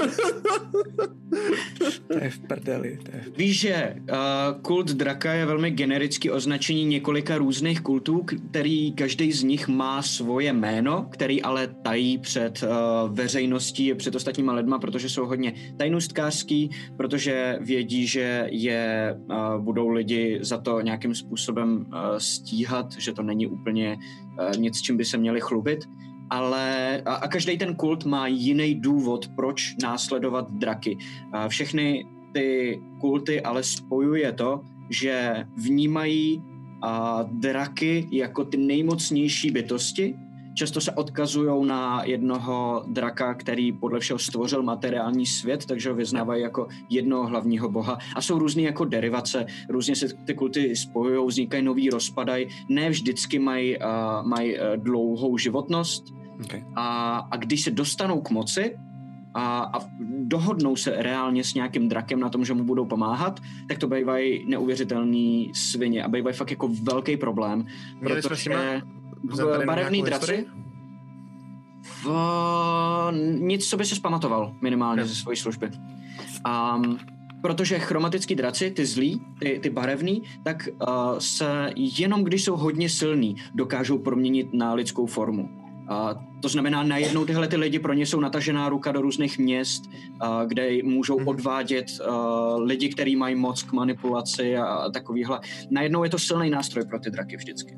To je v prdeli, to je...
Víš, že uh, kult draka je velmi generický označení několika různých kultů, který každý z nich má svoje jméno, který ale tají před uh, veřejností, před ostatníma lidma, protože jsou hodně tajnůstkářský, protože vědí, že je uh, budou lidi za to nějakým způsobem uh, stíhat, že to není úplně uh, nic, čím by se měli chlubit. Ale a, a každý ten kult má jiný důvod, proč následovat draky. A všechny ty kulty ale spojuje to, že vnímají a, draky jako ty nejmocnější bytosti. Často se odkazují na jednoho draka, který podle všeho stvořil materiální svět, takže ho vyznávají jako jednoho hlavního boha. A jsou různý jako derivace, různě se ty kulty spojují, vznikají nový, rozpadají. Ne vždycky mají, uh, mají uh, dlouhou životnost.
Okay.
A, a když se dostanou k moci a, a dohodnou se reálně s nějakým drakem na tom, že mu budou pomáhat, tak to bývají neuvěřitelný svině a bývají fakt jako velký problém.
Měli jsme s nima
v
zavedenou
barevný
nějakou
draci
historii?
v, nic, co by se zpamatoval minimálně
Ne.
ze své služby. Um, protože chromatický draci, ty zlí, ty, ty barevný, tak uh, se jenom když jsou hodně silní, dokážou proměnit na lidskou formu. Uh, to znamená, najednou tyhle ty lidi pro ně jsou natažená ruka do různých měst, uh, kde můžou
Mhm.
odvádět uh, lidi, kteří mají moc k manipulaci a, a takovýhle. Najednou je to silný nástroj pro ty draky vždycky.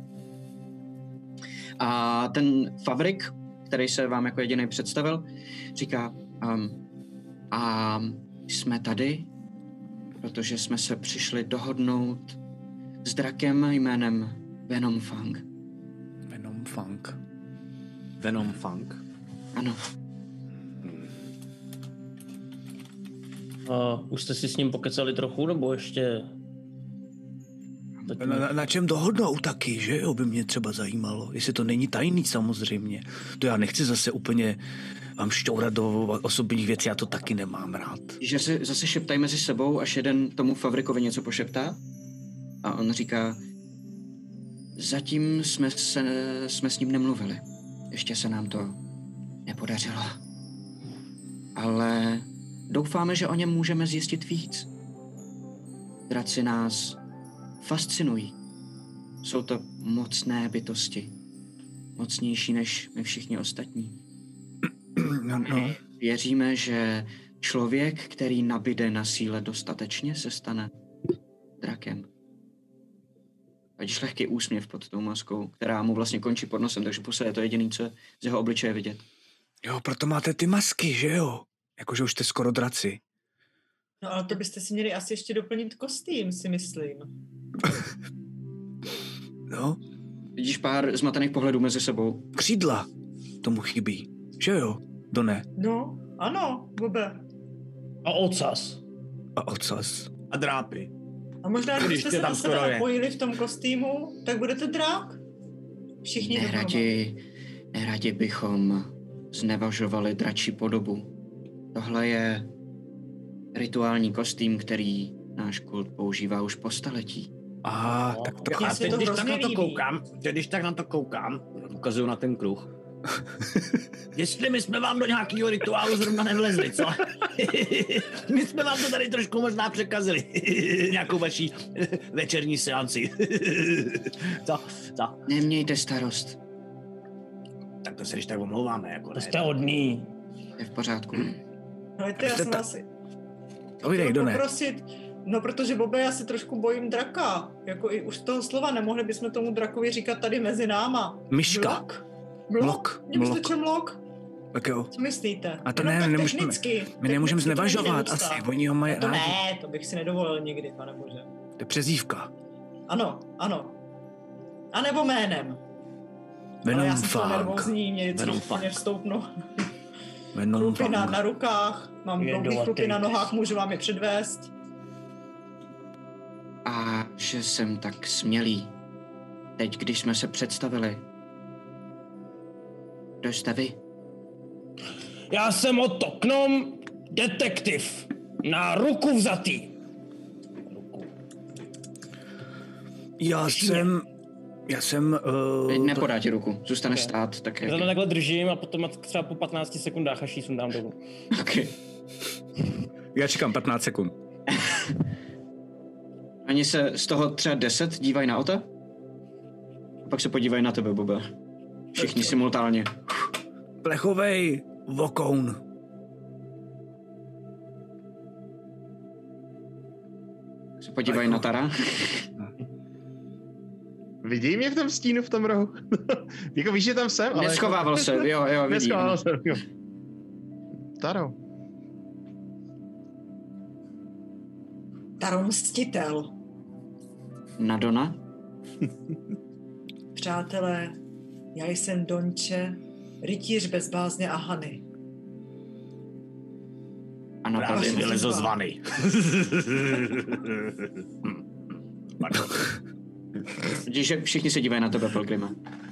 A ten Favrik, který se vám jako jediný představil, říká, um, a jsme tady, protože jsme se přišli dohodnout s drakem jménem Venom Fang.
Venom Funk.
Venom Funk.
Ano.
A už jste si s ním pokecali trochu, nebo ještě... ostatní.
Na, na čem dohodnou taky, že jo, by mě třeba zajímalo. Jestli to není tajný samozřejmě. To já nechci zase úplně vám šťourat do osobních věcí, já to taky nemám rád.
Že se zase šeptají mezi sebou, až jeden tomu Favrikovi něco pošeptá a on říká, zatím jsme, se, jsme s ním nemluvili. Ještě se nám to nepodařilo. Ale doufáme, že o něm můžeme zjistit víc. Draci nás fascinují. Jsou to mocné bytosti. Mocnější než my všichni ostatní.
No, no.
Věříme, že člověk, který nabide na síle dostatečně, se stane drakem. Vidíš lehký úsměv pod tou maskou, která mu vlastně končí pod nosem, takže posledně je to jediný, co z jeho obličeje vidět.
Jo, proto máte ty masky, že jo? Jakože už jste skoro draci.
No ale to byste si měli asi ještě doplnit kostým, si myslím.
No,
Vidíš pár zmatených pohledů mezi sebou.
křídla tomu chybí, že jo, Doné?
No, ano, Bobe.
A ocas.
A ocas.
A drápy.
A možná,
Když
když jste
tě
se
tam
na sebe
skoro je.
napojili v tom kostýmu, tak budete drák. Všichni dohromady.
Neradi, neradi bychom znevažovali dračí podobu. Tohle je rituální kostým, který náš kult používá už po staletí.
Aha, tak to...
Mně
A
se
teď,
to
když tak
hrozně
na to
líbí.
koukám, teď, když tak na to koukám, ukazuju na ten kruh. Jestli my jsme vám do nějakého rituálu zrovna nevlezli, co? My jsme vám to tady trošku možná překazili. Nějakou vaší večerní seanci. Co? Co?
Nemějte starost,
Tak to se když tak omlouváme, jako
To
ne.
jste hodný.
je v pořádku.
Hejte, já
jste
jsem
ta-
asi
Povídej, Doné.
poprosit, no protože Bobe, já se trošku bojím draka. Jako i už z toho slova nemohli bychom tomu drakovi říkat tady mezi náma.
Myška.
Mlok?
Mlok,
Mlok? Mně byste
mlok.
čo mlok?
Tak jo.
Co myslíte?
A to
Jenom
ne,
tak
nemůžeme-
technicky.
My nemůžeme
Technicky to není
znevažovat
neúcta.
asi, oni ho mají
To
rádi.
ne, to bych si nedovolil nikdy, pane bože.
To je přezdívka.
Ano, ano. A nebo jménem.
Venom
Ale já jsem to
Fang.
nervózní, mě
Venom
vždycky
Fang.
úplně vstoupnu.
Venom
Chlupy na,
Fang.
na rukách, mám dlouhý
Jedovatý.
chlupy na nohách, můžu vám je předvést.
A že jsem tak smělý. Teď, když jsme se představili. Kdo jste vy?
Já jsem Otto Knom, detektiv. Na ruku vzatý.
Já jsem... Já jsem... Uh,
Nepodá ti ruku, zůstane
Ok.
stát, tak
Já
jak...
to takhle držím a potom třeba po patnácti sekundách až ji sundám dolů.
Okay.
Já čekám patnáct sekund.
Ani se z toho třeba deset dívají na Ota? A pak se podívají na tebe, Bobe. Všichni simultánně.
Plechovej vokoun.
Se podívají na Tara.
Vidí mě v tom stínu v tom rohu? Jako víš, že tam jsem, ale...
Neschovával se, jo, jo, vidím.
Neschovával jsem, jo. Taro.
Taro mstitel.
Nadona?
Přátelé, já jsem Donče, rytíř bez bázně a hany.
Ano,
Právě
Vaše
Pavin.
vylezl
zubá.
z vany. Pardon.
Vidíš, že všichni se dívají na tebe, Pelgrime.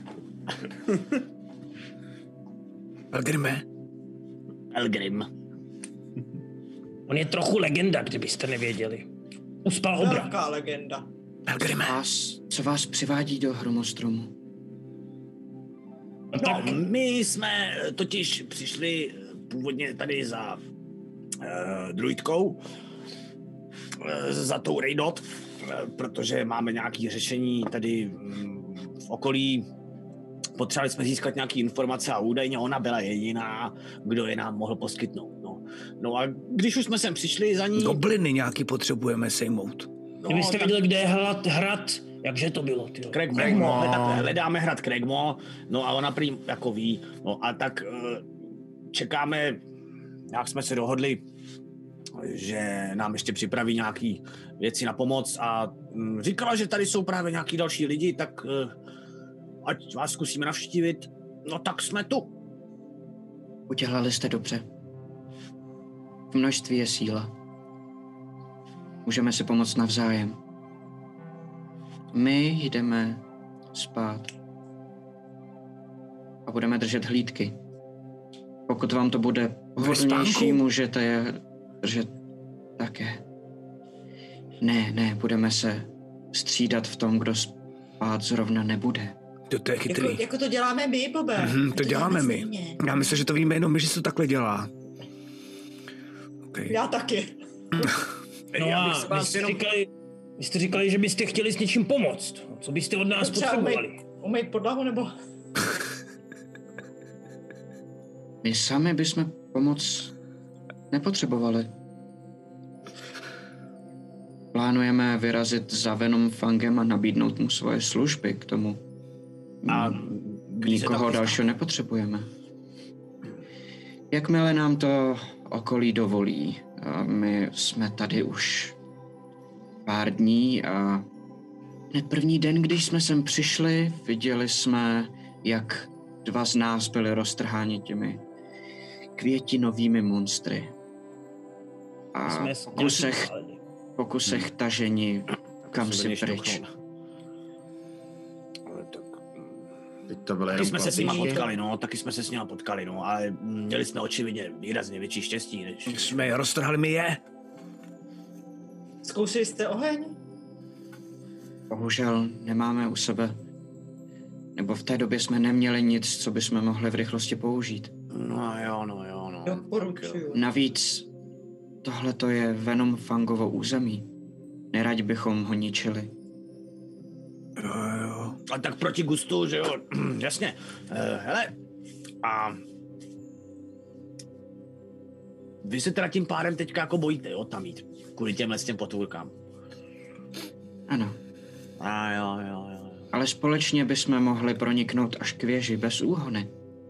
Pelgrime.
Elgrim.
On je trochu legenda, kdybyste nevěděli. Uspal obra.
Velká legenda.
Pelgrime.
Vás, co vás přivádí do hromostromu?
No,
No,
tak,
my jsme totiž přišli původně tady za uh, druidkou, uh, za tou Reydot, uh, protože máme nějaké řešení tady um, v okolí. Potřebovali jsme získat nějaké informace a údajně ona byla jediná, kdo je nám mohl poskytnout. No, no a když už jsme sem přišli za ní...
Gobliny nějaký potřebujeme sejmout.
No,
kdybyste
tak-
viděli, kde je hrad, hrad, jakže to bylo, tyjo.
Kregmo, Kregmo. Hledáme, hledáme hrad Kregmo, no a ona prý jako ví, no a tak uh, čekáme, jak jsme se dohodli, že nám ještě připraví nějaký věci na pomoc a um, říkala, že tady jsou právě nějaký další lidi, tak uh, ať vás zkusíme navštívit, no tak jsme tu.
Udělali jste dobře. V množství je síla. Můžeme si pomoct navzájem. My jdeme spát. A budeme držet hlídky. Pokud vám to bude hodnější, můžete je držet také. Ne, ne, budeme se střídat v tom, kdo spát zrovna nebude.
To, to je chytrý.
Jako, jako to děláme my, Bobe.
Mm-hmm, to, to děláme my.
Stejně.
Já myslím, že to víme jenom my, že se to takhle dělá. Okay.
Já taky.
No a vy jste, říkali, vy jste říkali, že byste chtěli s něčím pomoct. Co byste od nás
Třeba
potřebovali?
Umýt, umýt podlahu, nebo...
My sami bychom pomoc nepotřebovali. Plánujeme vyrazit za Venom Fangem a nabídnout mu svoje služby k tomu.
A
nikoho dalšího nepotřebujeme. Jakmile nám to okolí dovolí, a my jsme tady už pár dní a hned první den, když jsme sem přišli, viděli jsme, jak dva z nás byli roztrháni těmi květinovými monstry. A pokusech, pokusech hmm. tažení kam si pryč.
Teď to bylo taky jsme se s nima potkali, no, taky jsme se s nima potkali, no, ale měli jsme očividně výrazně větší štěstí, než...
Jsme je roztrhali my je.
Zkusili jste oheň?
Bohužel nemáme u sebe. Nebo v té době jsme neměli nic, co bychom mohli v rychlosti použít.
No jo, no jo, no.
Doporučuju.
Navíc tohle to je Venom Fangovo území. Nerad bychom ho ničili.
Jo, jo.
A tak proti gustu, že jo, jasně. Uh, hele, a vy se teda tím pádem teďka jako bojíte, jo, tam jít, kvůli těmhle s těm potvůrkám.
Ano.
A jo, jo, jo.
Ale společně bychom mohli proniknout až k věži bez úhony.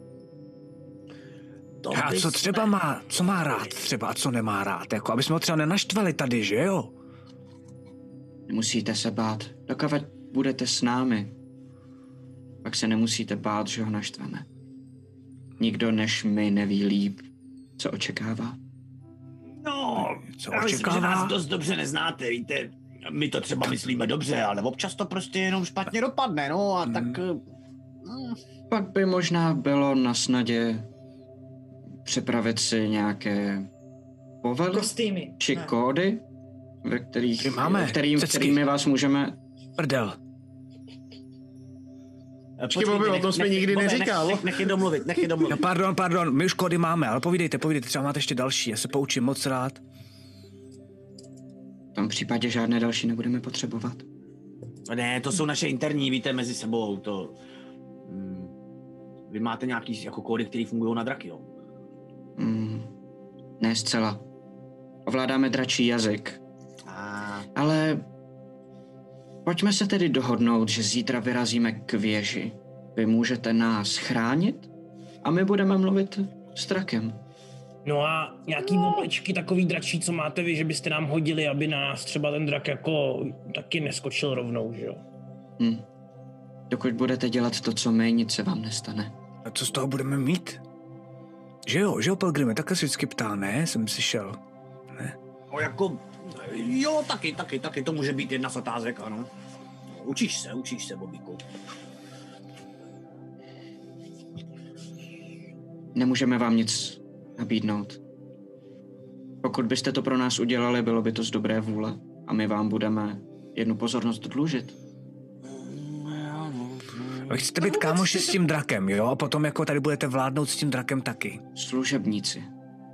To a co třeba má, co má rád třeba a co nemá rád, jako aby jsme ho třeba nenaštvali tady, že jo?
Nemusíte se bát, dokud budete s námi, pak se nemusíte bát, že ho naštveme. Nikdo než my neví líp, co očekává.
No,
co
já myslím,
očekává?
že nás dost dobře neznáte, víte. My to třeba myslíme dobře, ale občas to prostě jenom špatně dopadne, no a hmm. tak... Mm.
Pak by možná bylo na snadě připravit si nějaké povely
Kostýmy.
či
Ne.
kódy, ve kterých,
máme
kterým, kterými vás můžeme...
Prdel.
Počkej, Bobby, o tom jsme nikdy neříkal.
Nech, nech je domluvit, nech je domluvit.
No pardon, pardon, my už kódy máme, ale povídejte, povídejte, třeba máte ještě další, já se poučím moc rád.
V tom případě žádné další nebudeme potřebovat.
Ne, to jsou naše interní, víte, mezi sebou, to... Mm, vy máte nějaký jako kódy, které fungují na draky, jo?
Mm, ne zcela. Ovládáme dračí jazyk.
A...
Ale pojďme se tedy dohodnout, že zítra vyrazíme k věži. Vy můžete nás chránit a my budeme mluvit s drakem.
No a nějaký oblečky takový dračí, co máte vy, že byste nám hodili, aby nás třeba ten drak jako taky neskočil rovnou, že jo?
Hm. Dokud budete dělat to, co my, nic se vám nestane.
A co z toho budeme mít? Že jo, že jo, Pelgrime, takhle se vždycky ptá, ne? Jsem si šel. Ne?
No jako, jo, taky, taky, taky, to může být jedna z otázek, ano. Učíš se, učíš se, Bobíku.
Nemůžeme vám nic nabídnout. Pokud byste to pro nás udělali, bylo by to z dobré vůle a my vám budeme jednu pozornost dlužit.
Vy chcete být kámoši s tím drakem, jo? A potom jako tady budete vládnout s tím drakem taky.
Služebníci.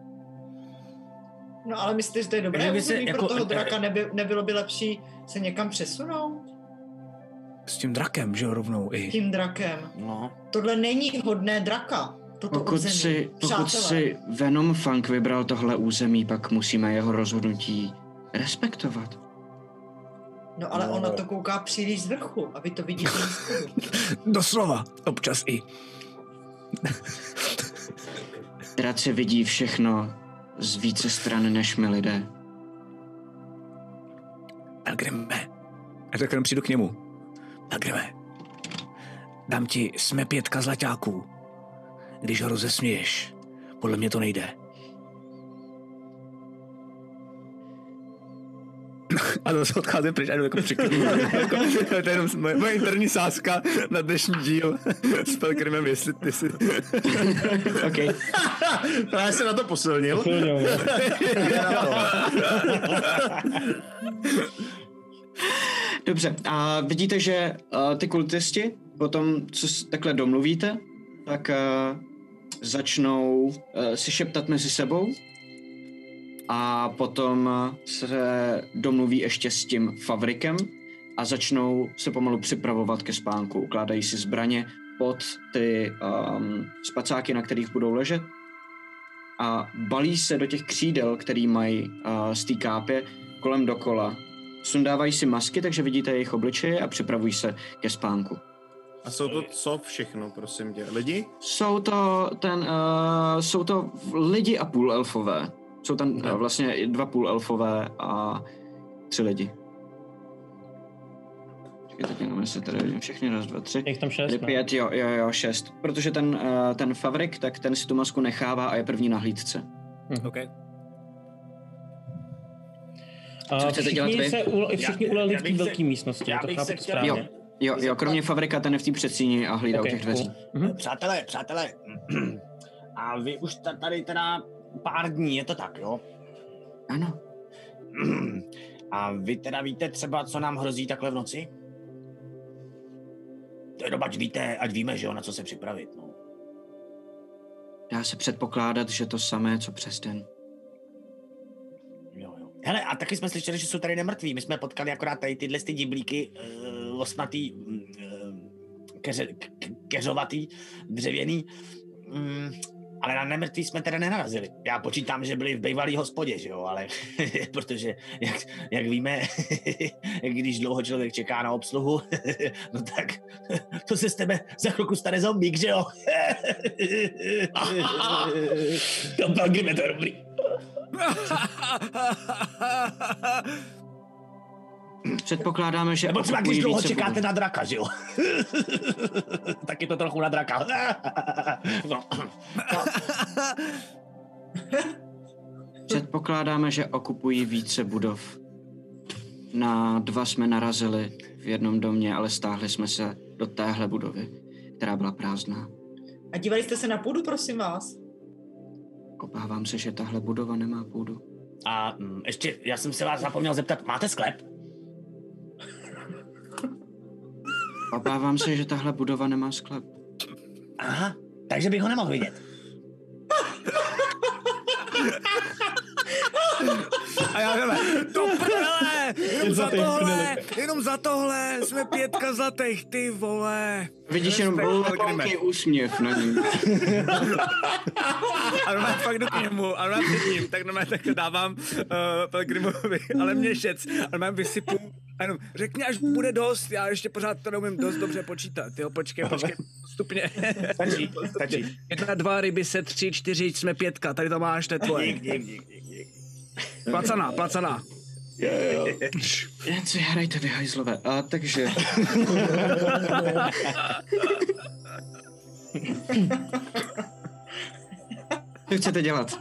No ale myslíte, že to je dobré
Takže by se
území
jako-
pro toho draka? Neby, nebylo by lepší se někam přesunout?
S tím drakem, že jo, rovnou i.
Tím drakem.
No.
Tohle není hodné draka. Toto
Pokud
území.
si, pokud
Přátelé.
si Venom Fang vybral tohle území, pak musíme jeho rozhodnutí respektovat.
No ale on na to kouká příliš z vrchu a vy to vidíte z spodu.
Doslova, občas i.
Draci vidí všechno z více stran než my lidé.
Pelgrime. A tak jenom přijdu k němu. Pelgrime. Dám ti jsme pětka zlaťáků. Když ho rozesměješ, podle mě to nejde. A to se odcházím pryč a jdu jako přikryvím. jako, to je jenom moje, moje interní sázka na dnešní díl s Pelgrimem, jestli ty si...
OK.
Právě se na to posilnil.
Posilnil,
Dobře, a vidíte, že uh, ty kultisti potom, co s, takhle domluvíte, tak uh, začnou uh, si šeptat mezi sebou a potom uh, se domluví ještě s tím Favrikem a začnou se pomalu připravovat ke spánku. Ukládají si zbraně pod ty um, spacáky, na kterých budou ležet a balí se do těch křídel, který mají uh, z té kápě kolem dokola. Sundávají si masky, takže vidíte jejich obličeje a připravují se ke spánku.
A jsou to co všechno, prosím tě? Lidi?
Jsou to ten, uh, jsou to lidi a půl elfové. Jsou tam uh, vlastně dva půl elfové a tři lidi. Čekaj, tak jenom se tady vidím všechny, raz, dva, tři.
Je tam šest,
Tady pět, jo, jo, jo, šest. Protože ten, uh, ten Favrik, tak ten si tu masku nechává a je první na hlídce.
Hm.
Okay.
Co chcete dělat vy?
Se u, všichni
Já-
uleli
já
v té
bych se-
velké místnosti,
já
to
bych
chápu
se chtěl-
správně.
Jo, jo, jo, kromě Favrika, ten je v té předsíni a hlídá
Okay,
u těch dveří.
cool. Mhm.
Přátelé, přátelé, a vy už ta- tady teda pár dní, je to tak, jo?
Ano.
A vy teda víte třeba, co nám hrozí takhle v noci? To je doba, ať víte, ať víme, že jo, na co se připravit, no.
Dá se předpokládat, že to samé, co přes den.
Jo, jo. Hele, a taky jsme slyšeli, že jsou tady nemrtví. My jsme potkali akorát tady tyhle ty diblíky uh, osnatý, uh, keře, k- keřovatý, dřevěný. Um, ale na nemrtví jsme teda nenarazili. Já počítám, že byli v bývalý hospodě, že jo, ale protože, jak, jak víme, když dlouho člověk čeká na obsluhu, no tak to se z tebe za chvilku stane zombík, že jo?
To Pelgrim, to je dobrý.
Předpokládáme, že
Nebo třeba když
okupují
dlouho
více
čekáte
budov.
na draka, že jo? Tak je to trochu na draka. No. No.
Předpokládáme, že okupují více budov. Na dva jsme narazili v jednom domě, ale stáhli jsme se do téhle budovy, která byla prázdná.
A dívali jste se na půdu, prosím vás?
Obávám se, že tahle budova nemá půdu.
A mm, ještě, já jsem se vás zapomněl zeptat, máte sklep?
Obávám se, že tahle budova nemá sklep.
Aha, takže bych ho nemohl vidět.
A já jdeme, to prdele, jenom za tohle, jenom za tohle, jsme pětka zlatých, ty vole.
Vidíš jenom velký úsměv na něm.
A normálně fakt jdu k němu, a normálně před ním, tak normálně tak to dávám uh, Pelgrimovi, ale měšec, a normálně vysypu, a jenom řekni, až bude dost, já ještě pořád to neumím dost dobře počítat, jo, počkej, počkej, postupně.
Stačí, stačí.
Jedna, dva, ryby se, tři, čtyři, jsme pětka, tady to máš, to je tvoje.
Dík, dík, dík, dík, dík.
Placaná, placaná.
Jen si hrajte vy hajzlové. A takže... Co chcete dělat?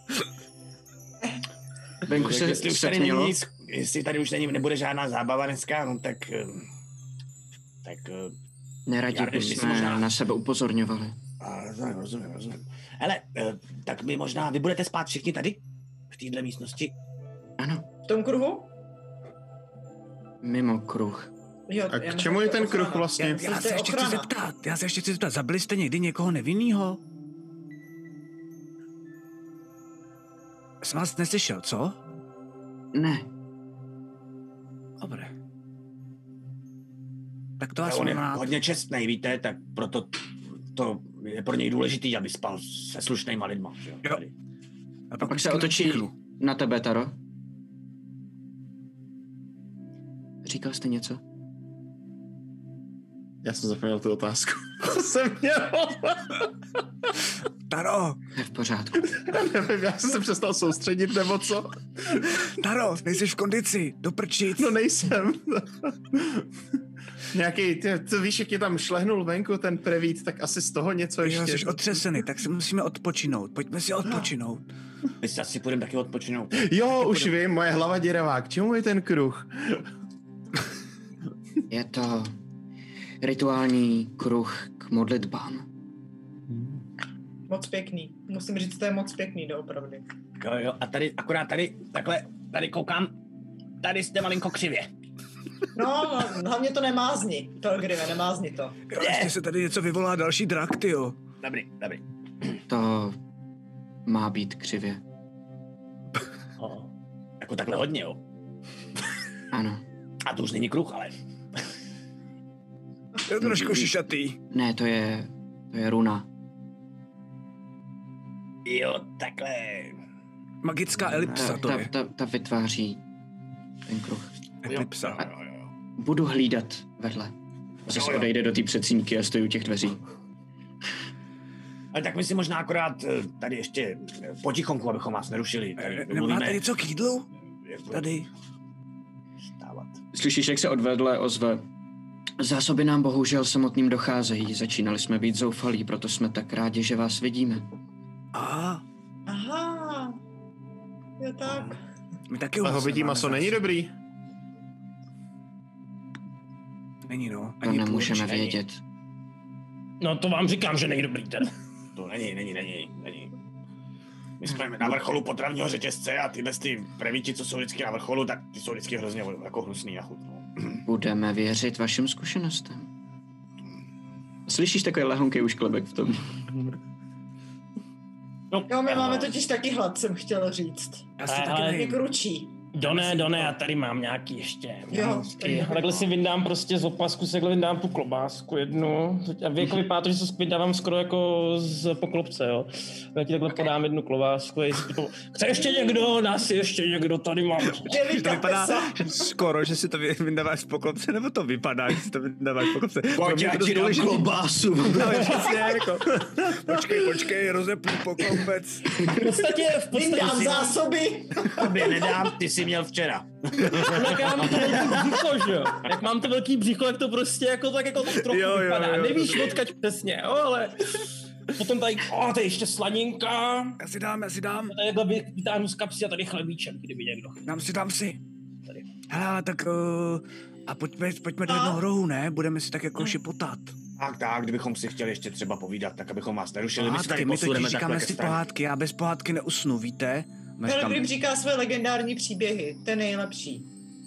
Venku
Tak
se
jestli už tady
setmělo.
není, nic- jestli tady už není, nebude žádná zábava dneska, no tak... eh, Tak... eh,
Neradi
Já nevím,
bychom
jestli možná-
na sebe upozorňovali.
A rozumím, rozumím, rozumím. Hele, eh, tak my možná, vy budete spát všichni tady? V téhle místnosti?
Ano,
V tom kruhu?
mimo kruh.
Jo,
A
já
k
myslím,
čemu
že
je
to
ten
ochrana.
kruh vlastně?
Já, já
To
se
je
ještě chci
ochrana.
zeptat, já se ještě chci zeptat, zabili jste někdy někoho nevinnýho? Jsem vás neslyšel, co?
Ne,
Dobré. Tak to
Ale
asi
on je
mám rád.
hodně čestnej, víte, tak proto to je pro něj důležitý, aby spal se slušnýma lidma. Že jo?
Jo.
Tady.
A
pak se
vždycky
otočí
natichnu.
na tebe, Taro. Říkal jste něco?
Já jsem zapomněl tu otázku. Co jsem měl?
Taro,
Je v pořádku.
Já nevím, já jsem se přestal soustředit, nebo co?
Taro, nejsi v kondici, do prčic.
No nejsem. Nějaký, ty, ty víš, jak je tam šlehnul venku ten prevít, tak asi z toho něco
Jo,
ještě.
jsi otřesený, tak si musíme odpočinout. Pojďme si odpočinout.
My si asi půjdeme taky odpočinout.
Jo, už vím, moje hlava děravá. K čemu je ten kruh?
Je to rituální kruh k modlitbám.
Moc pěkný. Musím říct, to je moc pěkný, doopravdy.
Jo, jo, a tady, akorát tady, takhle, tady koukám, tady jste malinko křivě.
No, hlavně to nemázni. Pelgrime, nemázni to.
Jo, ještě se tady něco vyvolá další drak, tyjo.
Dobrý, dobrý.
To má být křivě.
Oh. Jako takhle hodně, jo?
Ano.
A to už není kruh, ale...
To je trošku šišatý.
Ne, to je, to je runa.
Jo, takhle.
Magická elipsa to
ta,
je.
ta, ta vytváří ten kruh.
Elipsa.
A budu hlídat vedle. Zase odejde do té předsínky a stojí u těch dveří.
Ale tak my si možná akorát tady ještě potichonku, abychom vás nerušili. Tady
Nemáte něco k jídlu? Tady.
Stávat.
Slyšíš, jak se od vedle ozve? Zásoby nám bohužel samotným docházejí. Začínali jsme být zoufalí, proto jsme tak rádi, že vás vidíme.
Aha.
Aha. Jo tak.
My taky
Ale hobití maso není dobrý.
Není, no.
To nemůžeme vědět.
No to vám říkám, že není dobrý teda.
To není, není, není, není. My jsme na vrcholu potravního řetězce a tyhle ty prevíti, co jsou vždycky na vrcholu, tak ty jsou vždycky hrozně jako hnusný na chuť. No.
Budeme věřit vašim zkušenostem. Slyšíš takový lehonký ušklebek v tom?
No,
Jo, my máme totiž taky hlad, jsem chtěl říct.
Já si
Ale-
taky
ale-
nejím.
Jak ručí.
Doné, doné, já tady mám nějaký ještě.
Jo,
Mám a takhle si vyndám prostě z opasku, si takhle vyndám tu klobásku jednu. A vy jako vypadá to, že se vydávám skoro jako z poklopce, jo. Já ti takhle podám jednu klobásku. Jestli to... Chce ještě někdo? Nás ještě někdo, tady mám.
To vypadá skoro, že si to vy- vyndáváš z poklopce, nebo to vypadá, že si to vyndáváš z poklopce?
Pojď, já ti dám klobásu.
No, přesně, jako. Počkej, počkej, rozepnu poklopec.
V podstatě, v
Vyndám
podstatě,
zásoby.
Tobě nedám, ty jsi měl včera.
jak já mám to velký břicho, že jo? Jak mám to velký břicho, jak to prostě jako tak jako trochu
Jo, jo,
vypadá.
jo,
Nevíš
to-
odkaď přesně, jo, ale... Potom tady, o, tady ještě slaninka.
Já si dám, já si dám.
Tady takhle vy- vytáhnu z kapsy a tady chlebíček, kdyby někdo.
Dám si, dám si. Hele, ale tak uh, a pojďme, pojďme do jednoho rohu, ne? Budeme si tak jako šipotat.
Tak, tak, kdybychom si chtěli ještě třeba povídat, tak abychom vás nerušili. My se tady
Pohádky, my
posuneme
totiž říkáme
takhle ke
si
straně.
pohádky, já bez pohádky neusnu, víte? No, říkám,
Pelgrim říká své legendární příběhy, to je nejlepší.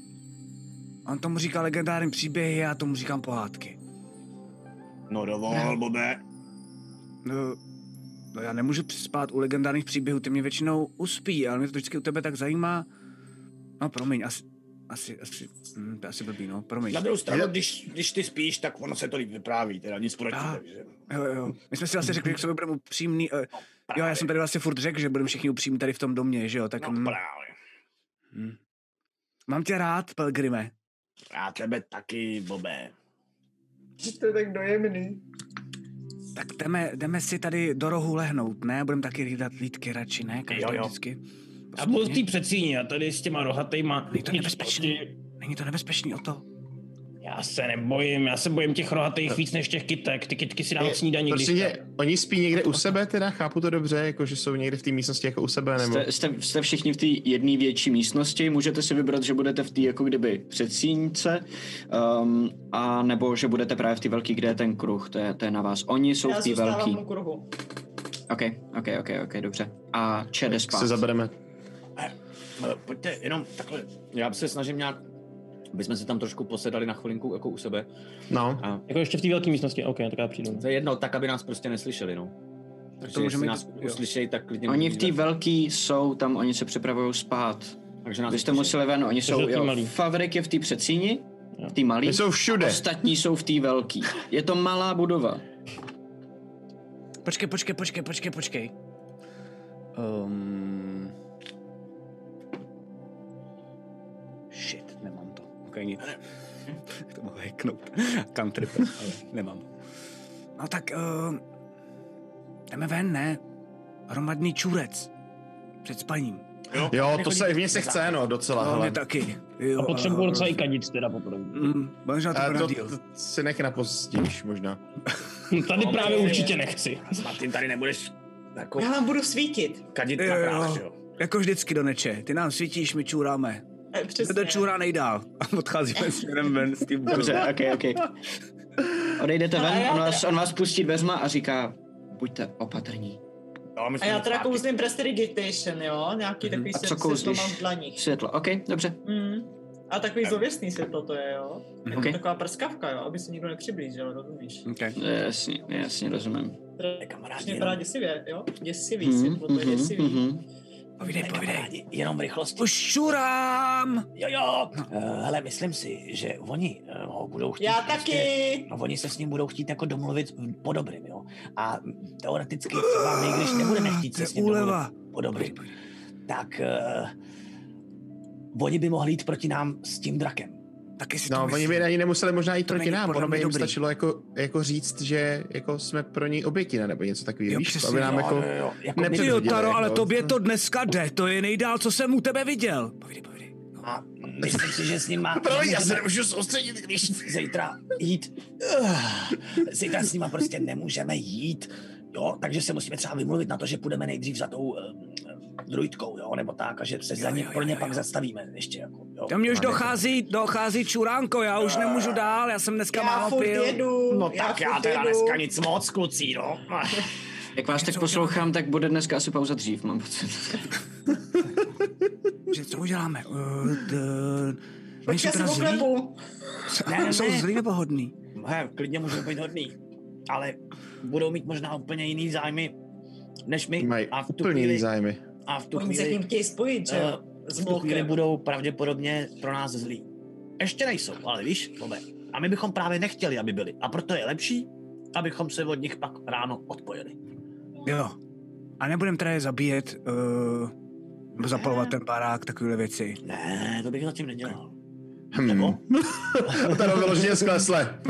on tomu říká legendární příběhy, já tomu říkám pohádky.
No dovol, Bobe.
No, no já nemůžu spát u legendárních příběhů, ty mě většinou uspí, ale mě to vždycky u tebe tak zajímá. No promiň, asi, asi, asi, hm, to je asi blbý, no, promiň.
Na druhou stranu, když, když ty spíš, tak ono se to líp vypráví, teda nic proti,
Ah.
takže...
Jo, jo, my jsme si vlastně řekli, že k sobě budeme upřímný, uh, jo, já jsem tady vlastně furt řekl, že budeme všichni upřímní tady v tom domě, že jo, tak
No
hm,
právě.
hm. Mám tě rád, Pelgrime.
Já tebe taky, Bobe.
To je tak dojemný.
Tak jdeme, jdeme si tady do rohu lehnout, ne? Budeme taky hlídat lídky radši, ne? Každý
Jo, jo.
vždycky.
A byl v té předsíni a tady s těma rohatejma.
Není to nebezpečný. Není to nebezpečný o to?
Já se nebojím, já se bojím těch rohatejch víc než těch kytek. Ty kytky si dám k snídaní,
Prosím
když
tě, oni spí někde u sebe teda, chápu to dobře, jako že jsou někde v té místnosti jako u sebe, nebo...
Jste, jste, jste všichni v té jedné větší místnosti, můžete si vybrat, že budete v té jako kdyby předsíňce, um, a nebo že budete právě v té velké, kde je ten kruh, to je, to je na vás. Oni jsou
Já
v té
zůstávám
velké.
u kruhu.
OK, OK, OK, OK, dobře. A Čede
Tak
spát.
se zabereme.
Eh, Pojďte, jenom takhle. Já se snažím nějak, aby jsme si tam trošku posedali na chvilinku jako u sebe.
No.
A
Jako ještě v té velké místnosti, OK, tak já přijdu.
to je jedno, tak, aby nás prostě neslyšeli, no. Takže
to můžeme
jestli
jít-
nás
jo.
uslyšejí, tak klidně...
Oni v
můžeme-
té velké jsou, tam oni se připravují spát.
Takže nás
Vy jste
uslyšejí.
museli ven, oni jsou,
v té
jo,
malý.
Favrik je v té předsíni, v té malý,
Ty jsou všude.
ostatní jsou v té velké. Je to malá budova.
Počkej, počkej, počkej, počkej, počkej. Um... Shit, nemám to. Ok, nic. To mohu hacknout. Cantrip, ale nemám. No tak, uh, jdeme ven, ne? Hromadný čůrec. Před spaním.
Jo, to se, mně se chce, no, docela,
No,
hele.
mě taky. Jo,
A potřebuji
a-
docela i kadic teda poprvé.
Mm, možná to
A
bude
to,
díl.
to si nech na pozdějš možná.
Tady právě určitě nechci.
S Martin tady nebudeš Jako
Já vám budu svítit.
kadit
Jo,
na
jo.
krách, jo.
Jako vždycky do neče. Ty nám svítíš, my čůráme.
Eh, Přesně.
To čůrá nejdál. A odcházíme směrem ven s tím.
Dobře, ok, ok. Odejdete ven, on vás, on vás pustí dveřma a říká, buďte opatrní.
No, my
A
jsme
já
jít
teda
zpátky.
kouzlím Prestidigitation, jo? Nějaký takový
A co
světlo
kouzlíš?
mám v dlaních.
Světlo, ok, dobře.
Mm. A takový zlověstný světlo to je, jo? Jako
Ok.
taková prskavka, jo? Aby se nikdo nepřiblížil, rozumíš?
Okay.
Jasně, jasně, rozumím.
Strašně vypadá děsivě, jo? Děsivý
Mhm,
světlo, to je
mhm,
děsivý.
mhm.
Povídej, povídej.
Kamarádi, jenom v rychlosti.
Už čurám!
Jo, jo. Uh, hele, myslím si, že oni uh, ho budou chtít...
Já
prostě-
taky!
No, oni se s ním budou chtít jako domluvit po dobrým, jo. A teoreticky třeba my, když nebudeme chtít
To
se
je
s ním domluvit
úleva.
po dobrým, tak uh, oni by mohli jít proti nám s tím drakem.
Taky si
No,
to
oni
myslím.
by ani nemuseli možná jít
To
proti
není
nám,
podle
ono by
mě
jim
dobrý.
stačilo jako, jako říct, že jako jsme pro něj oběti, ne? Nebo něco takového,
Jo,
víš?
přesně,
Aby nám
jo,
jako
jo, jo. Jako my-
Ty jo,
nepředhodili,
Taro, ale
jako.
tobě to dneska jde. To je nejdál, co jsem u tebe viděl. Povídej, povídej.
A myslím si, že s ním má...
Promiň, já se
nemůžeme
nemůžu soustředit, když...
Zítra jít... Uh, zítra s nima prostě nemůžeme jít. Jo, takže se musíme třeba vymluvit na to, že půjdeme nejdřív za tou uh, druidkou, jo, nebo tak, a že se za
Jo,
ně,
jo,
pro ně
jo,
pak
jo.
zastavíme ještě, jako, jo.
Tam mě už
A ne-
dochází, dochází čuránko, já už nemůžu dál, já jsem dneska
Já
málo
furt
pil.
jedu,
No tak já
furt
teda
jedu.
dneska nic moc, kluci, no.
Jak vás tak
Co
poslouchám, tak bude dneska asi pauza dřív, mám pocit.
Že co uděláme? Uh, d... Oni
Počkej,
jsou
já se
teda zlí?
poklepu.
Ne,
Oni
ne,
jsou
ne.
zlí nebo hodný?
He, klidně můžou být hodný, ale budou mít možná úplně jiný zájmy, než my.
Mají
A v tu
úplně jiný
chvíli,
zájmy.
a v tu
Oni se k ním
chvíli,
chtějí spojit, že jo?
eh,
S
v tu chvíli
Volkem.
budou pravděpodobně pro nás zlí. Ještě nejsou, ale víš, Bobe. A my bychom právě nechtěli, aby byli. A proto je lepší, abychom se od nich pak ráno odpojili.
Jo. A nebudem teda je zabíjet, uh, nebo zapalovat ten barák, takovéhle věci.
Ne, to bych zatím nedělal.
Hmm.
Nebo?
Tady vyloženě sklesle.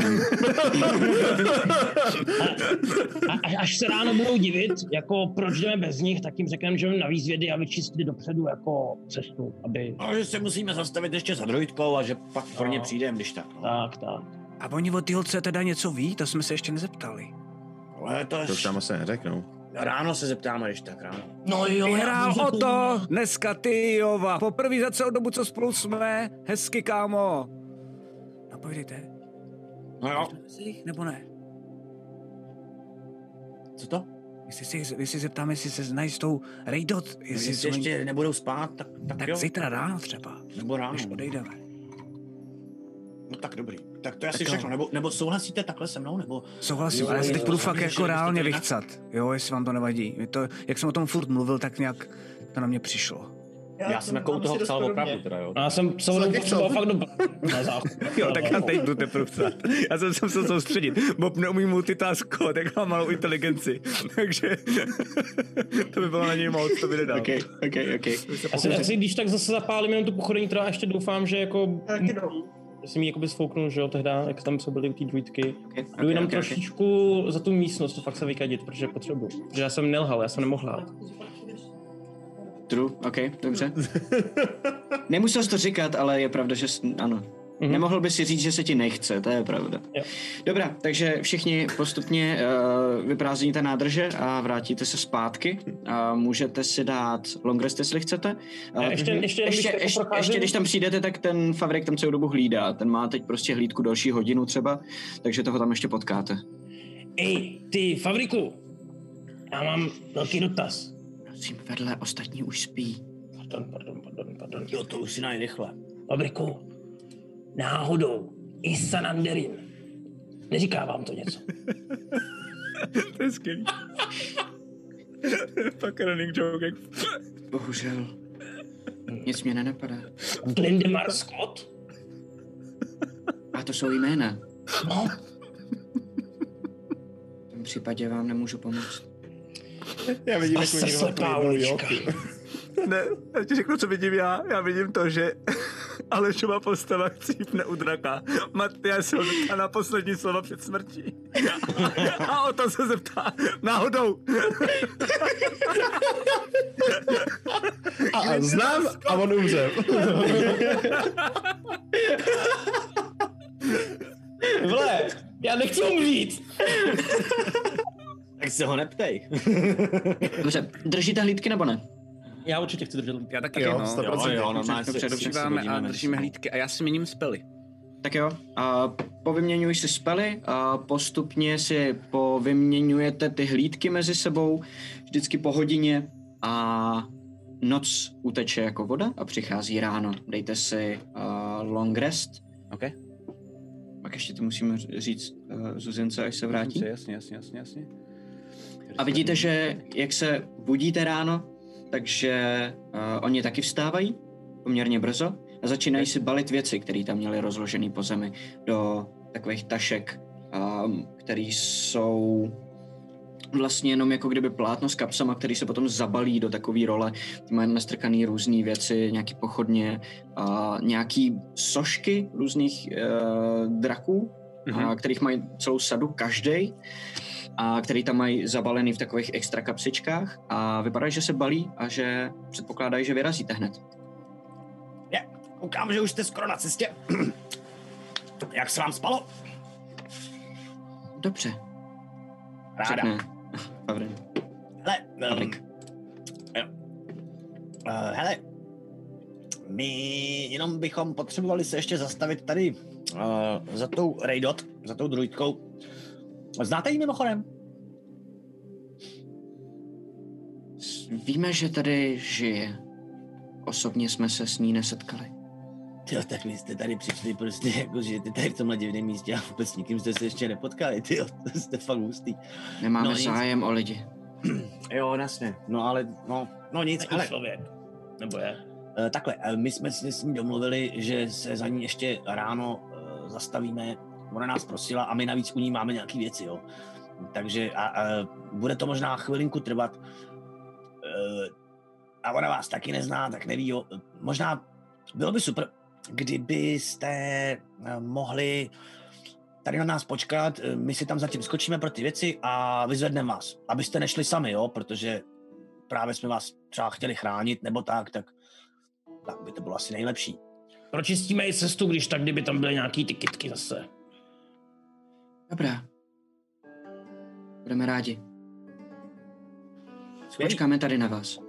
A, až, až se ráno budou divit, jako proč jdeme bez nich, tak jim řekneme, že jdeme na výzvědy a vyčistili dopředu jako cestu, aby...
A že se musíme zastavit ještě za druidkou a že pak pro ně
No.
přijdeme, když tak. No.
Tak, tak.
A oni od holce teda něco ví? To jsme se ještě nezeptali.
Ale to,
To už tam asi neřeknou.
ráno se zeptáme, když tak ráno.
No jo,
Vyhrál o to dneska ty, Jova. Poprvé za celou dobu, co spolu jsme. Hezky, kámo. No povídejte.
No jo.
Nebo ne?
Co to?
Jestli si, jestli si zeptáme, jestli se znají s tou Rejdot, jestli
Jestli
jsou
ještě nebudou spát, tak, tak,
tak
jo.
zítra ráno třeba,
Nebo ráno.
když odejdeme.
No tak dobrý. Tak to je asi
Tak jo.
všechno. Nebo, nebo souhlasíte takhle se mnou? Nebo...
Souhlasím,
Jo,
ale já se
jo,
teď budu
jo,
fakt
že
jako
byste
reálně
to jinak-
vychcat, jo, jestli vám to nevadí. Je to, jak jsem o tom furt mluvil, tak nějak to na mě přišlo.
Já jsem jako u
mám
toho
si dost
psal
podobně.
opravdu teda, jo.
A já jsem celou dobu
taky
potřeboval
psal.
fakt do... Na záchod.
Jo, tak já teď jdu teprve psát. Já jsem se musel soustředit. Bob neumí multitaskovat, jak má malou inteligenci. Takže to by bylo na něj moc, to by nedal.
Ok, ok, ok.
Asi, asi když tak zase zapálím jenom tu pochodení, která ještě doufám, že jako...
Taky jdu.
Jsem ji jakoby sfouknul, že jo, tehda, jak tam jsme byli u té druidky.
Okay,
Jdu jenom trošičku za tu místnost, to fakt se vykadit, protože potřebuji. Protože já jsem nelhal, já jsem nemohl hlát.
True, ok, dobře. Nemusel jsi to říkat, ale je pravda, že jsi, ano. Mm-hmm. Nemohl by si říct, že se ti nechce, to je pravda.
Jo.
Dobrá, takže všichni postupně uh, vyprázdníte nádrže a vrátíte se zpátky. Uh, můžete si dát long rest, jestli chcete. Uh,
ještě, ještě, když
ještě,
jako
ještě,
procházím-
ještě když tam přijdete, tak ten Favrik tam celou dobu hlídá. Ten má teď prostě hlídku další hodinu třeba, takže toho tam ještě potkáte.
Ej, ty, Favriku, já mám velký dotaz.
Prosím, vedle ostatní už spí.
Pardon, pardon, pardon, pardon.
Jo, to už si najde rychle.
Fabriku, náhodou Isananderin. Neříká vám to něco?
To je skvělý. Fakt running joke. Jak...
Bohužel. Nic mě nenapadá.
Glendemar Scott?
A to jsou jména.
No,
V tom případě vám nemůžu pomoct.
Já vidím,
a
jak
se
oni
slepá
New
ulička.
Ne, já ti řeknu, co vidím já. Já vidím to, že Alešova postava chcípne u draka. Matyáš se ho zeptá na poslední slova před smrtí. A o to se zeptá náhodou.
A, a znám a on umře.
Vle, já nechci umřít.
Tak se ho neptej.
Dobře, držíte hlídky nebo ne?
Já určitě chci držet.
Já taky,
Jo,
no.
sto
Jo,
procent.
jo, normálně
Dobře,
si-
dobře,
si
Díváme
hodíme
a
mezi
držíme
sebou.
hlídky a já si měním spely.
Tak jo, a povyměňuj si spely a postupně si povyměňujete ty hlídky mezi sebou, vždycky po hodině a noc uteče jako voda a přichází ráno. Dejte si uh, long rest.
OK?
Pak ještě to musíme říct uh, Zuzince, až se vrátí.
Jasně, jasně, jasně, jasně.
A vidíte, že jak se budíte ráno, takže uh, oni taky vstávají poměrně brzo a začínají si balit věci, které tam měli rozložený po zemi do takových tašek, um, které jsou vlastně jenom jako kdyby plátno s kapsama, který se potom zabalí do takové role. Ty mají nastrkaný různé věci, nějaký pochodně, uh, nějaký sošky různých uh, draků, mm-hmm. uh, kterých mají celou sadu každej, a který tam mají zabalený v takových extra kapsičkách a vypadá, že se balí a že předpokládají, že vyrazíte hned.
Je, koukám, že už jste skoro na cestě. Jak se vám spalo?
Dobře.
Ráda.
Řekne Pavrin.
Hele, um,
Pavrik.
jo. Uh, hele, my jenom bychom potřebovali se ještě zastavit tady uh, za tou Raydot, za tou druidkou. Znáte ji mimochodem?
Víme, že tady žije. Osobně jsme se s ní nesetkali.
Jo, tak vy jste tady přišli prostě jako, že jste tady v tomhle divném místě a vůbec s nikým jste se ještě nepotkali, tyjo, to jste fakt hustý.
Nemáme
No
no,
nic.
zájem o lidi.
Jo, jasně, no ale, no, no nic,
Takový
ale
člověk. Nebo je?
uh, takhle, uh, my jsme si s ní domluvili, že se za ní ještě ráno uh, zastavíme, ona nás prosila a my navíc u ní máme nějaký věci, jo. Takže a, a bude to možná chvilinku trvat uh, a ona vás taky nezná, tak neví, jo. Možná bylo by super, kdybyste uh, mohli tady na nás počkat, uh, my si tam zatím skočíme pro ty věci a vyzvedneme vás, abyste nešli sami, jo, protože právě jsme vás třeba chtěli chránit nebo tak, tak, tak by to bylo asi nejlepší.
Pročistíme i cestu, když tak, kdyby tam byly nějaký ty kytky zase.
Dobrá. Budeme rádi.
Skvělý.
Počkáme tady na vás.